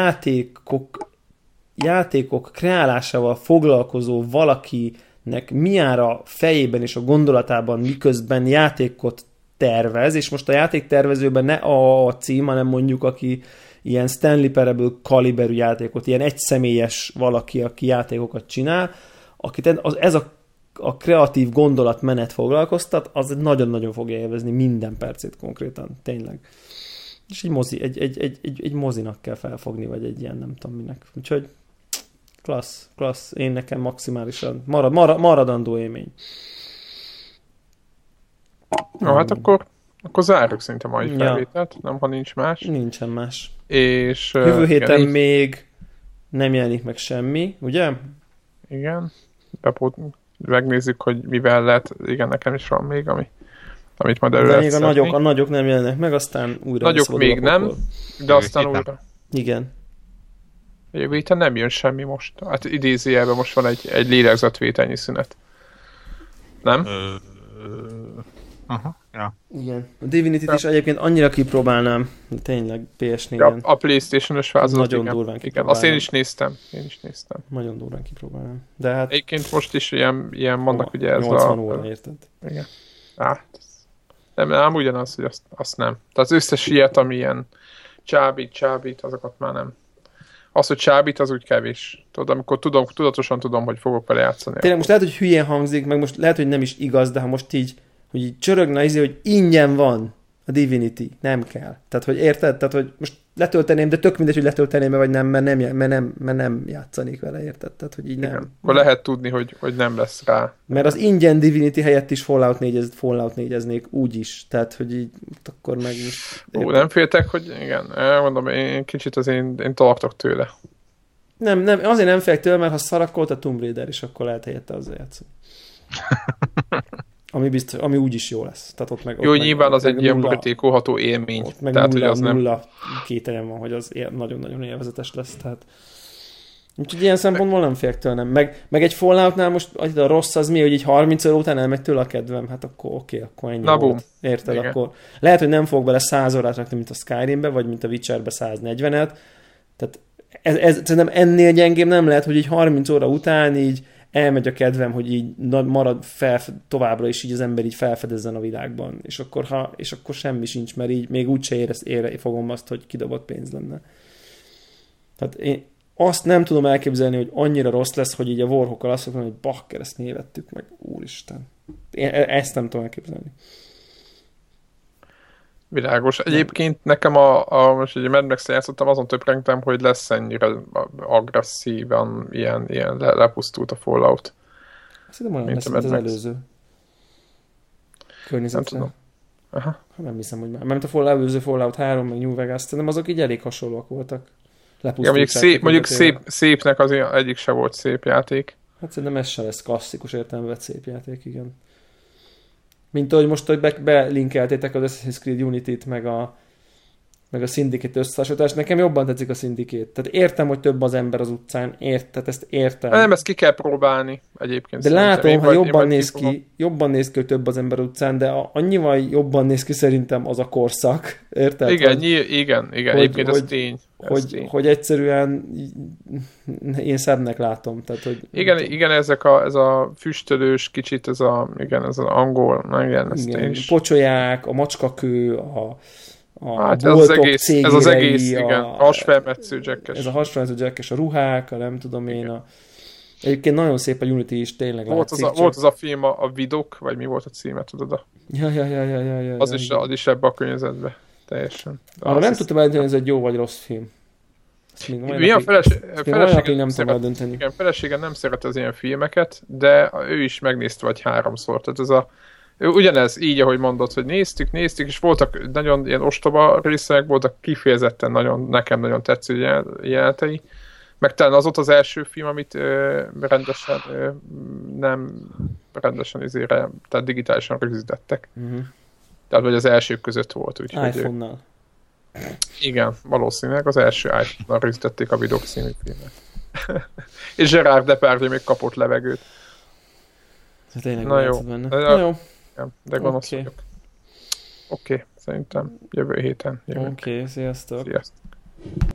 játékok, játékok kreálásával foglalkozó valakinek mi áll a fejében és a gondolatában, miközben játékot tervez, és most a játéktervezőben ne a cím, hanem mondjuk aki ilyen Stanley Parable kaliberű játékot, ilyen egyszemélyes valaki, aki játékokat csinál, akit ez a, a kreatív gondolatmenet foglalkoztat, az nagyon-nagyon fogja élvezni minden percét konkrétan, tényleg. És egy, mozi, egy, egy, egy, egy, egy mozinak kell felfogni, vagy egy ilyen nem tudom minek. Úgyhogy klassz, klassz, én nekem maximálisan marad, marad, maradandó élmény. Na, hát akkor, akkor zárjuk szerintem a mai felvételt, ja. Nem, ha nincs más. Nincsen más. És, jövő héten igen, még nem jelenik meg semmi, ugye? Igen. Bepót, megnézzük, hogy mivel lehet, igen, nekem is van még, ami, amit majd elő de még a nagyok, a nagyok nem jelennek meg, aztán újra nagyok még nem, de aztán újra. Igen. Jövő héten nem jön semmi most. Hát idézőjelben most van egy, egy lélegzetvételnyi szünet. Nem? Ö, aha, ja. Igen. A Divinity-t ja. is egyébként annyira kipróbálnám, tényleg pé es négyen. Ja, a PlayStation-ös változat, nagyon igen. durván igen. Azt én is néztem. Én is néztem. Nagyon durván kipróbálnám. De hát... Egyébként most is ilyen, ilyen vannak, ugye ez nyolcvan a... óra, érted? Igen. Á, nem, nem ugyanaz, hogy azt, azt nem. Tehát az összes ilyet, ami ilyen csábít, csábít, azokat már nem. Az, hogy csábít, az úgy kevés. Tudod, amikor tudom, tudatosan tudom, hogy fogok vele játszani. Tényleg most lehet, hogy hülyén hangzik, meg most lehet, hogy nem is igaz, de ha most így hogy így csörögne izé, hogy ingyen van a Divinity, nem kell. Tehát, hogy érted? Tehát, hogy most letölteném, de tök mindegy, hogy letölteném vagy nem, mert nem, mert nem, mert nem játszanék vele, érted? Tehát, hogy így nem. Igen. Akkor lehet tudni, hogy, hogy nem lesz rá. Mert az ingyen Divinity helyett is Fallout négyez, Fallout négyeznék úgy is. Tehát, hogy így akkor meg most... Ó, nem féltek, hogy igen, mondom, én kicsit az én, én tartok tőle. Nem, nem, azért nem félek tőle, mert ha szarakolt a Tomb Raider, és akkor lehet helyette azzal játszani. Ami, biztos, ami úgyis jó lesz. Tehát ott meg, jó, ott nyilván meg, az egy ilyen borítékolható élmény. Ott meg tehát, nulla, hogy az nem... nulla kételjem van, hogy az nagyon-nagyon élvezetes lesz. Tehát... Úgyhogy ilyen szempontból nem félek tőle, nem. Meg, meg egy Falloutnál most a rossz az mi, hogy így harminc óra után elmegy tőle a kedvem. Hát akkor oké, okay, akkor ennyi Na, volt. Boom. Érted? Akkor lehet, hogy nem fog bele száz órát rakni, mint a Skyrimbe, vagy mint a Witcherbe száznegyvenet. Tehát ez, ez, szerintem ennél gyengébb nem lehet, hogy így harminc óra után így elmegy a kedvem, hogy így marad fel, továbbra is így az ember így felfedezzen a világban. És akkor, ha, és akkor semmi sincs, mert így még úgyse érez, ére, fogom azt, hogy kidobott pénz lenne. Tehát én azt nem tudom elképzelni, hogy annyira rossz lesz, hogy így a Warhawkkal azt mondom, hogy bakker, ezt névettük meg. Úristen. Én ezt nem tudom elképzelni. Világos. Egyébként nekem a, a most egy Mad Max-en játszottam, azon töprengtem, hogy lesz ennyire agresszívan ilyen, ilyen le, lepusztult a Fallout. Szerintem olyan lesz, mint az előző környezetre. Nem tudom. Aha. Nem hiszem, hogy már. Mert a Fallout, előző Fallout három, meg New Vegas, szerintem azok így elég hasonlóak voltak. Ja, mondjuk szép, mondjuk szép, szépnek az egyik se volt szép játék. Hát szerintem ez se lesz klasszikus értelemben szép játék, igen. Mint ahogy most, hogy be, belinkeltétek az Assassin's Creed Unity-t, meg a, meg a Syndicate összehasonlítást. Nekem jobban tetszik a Syndicate. Tehát értem, hogy több az ember az utcán, ért, tehát ezt értem. Nem, ezt ki kell próbálni egyébként. De látom, ha jobban néz ki, jobban néz ki, hogy több az ember utcán, de annyival jobban néz ki szerintem az a korszak. Érted? Igen, hogy, nyilv, igen, igen. Hogy, egyébként hogy, ez tény. Ez hogy, tény. hogy egyszerűen én szebbnek látom. Tehát, hogy, igen, igen, ezek a, ez a füstölős kicsit, ez a, igen, ez az angol, igen, ez igen, tény is. Pocsolyák, a macskakő, a a hát ez az egész, ez az egész, igen, a hasfelmetsző jackes. Ez a hasfelmetsző jackes, a ruhák, a nem tudom én, a... Egyébként nagyon szép a Unity is, tényleg volt látszik. Az a, volt az a film, a, a Vidok, vagy mi volt a címe, tudod? A... Ja, ja, ja, ja, ja, ja, az, ja, is, ja. az is ebbe a környezetbe, teljesen. Arra nem tudtam eldönteni, hogy ez egy jó vagy rossz film. Milyen feleségem nem tudom eldönteni. Igen, feleségem nem szeret az ilyen filmeket, de ő is megnézte vagy háromszor. Tehát ez a ugyanez, így, ahogy mondod, hogy néztük, néztük, és voltak nagyon ilyen ostoba részek, voltak kifejezetten nagyon, nekem nagyon tetsző jelenetei. Meg talán az ott az első film, amit ö, rendesen ö, nem rendesen izére, tehát digitálisan rögzítettek. Uh-huh. Tehát vagy az elsők között volt. Úgy, iPhone-nal. Hogy, igen, valószínűleg az első iPhone-nal rögzítették a Vidok című filmet. És Gerard Depardieu még kapott levegőt. Tényleg na jó. Benne. Na jó. Igen, de gonosz okay. vagyok. Oké, okay, szerintem jövő héten jövünk. Oké, okay, sziasztok. Sziasztok.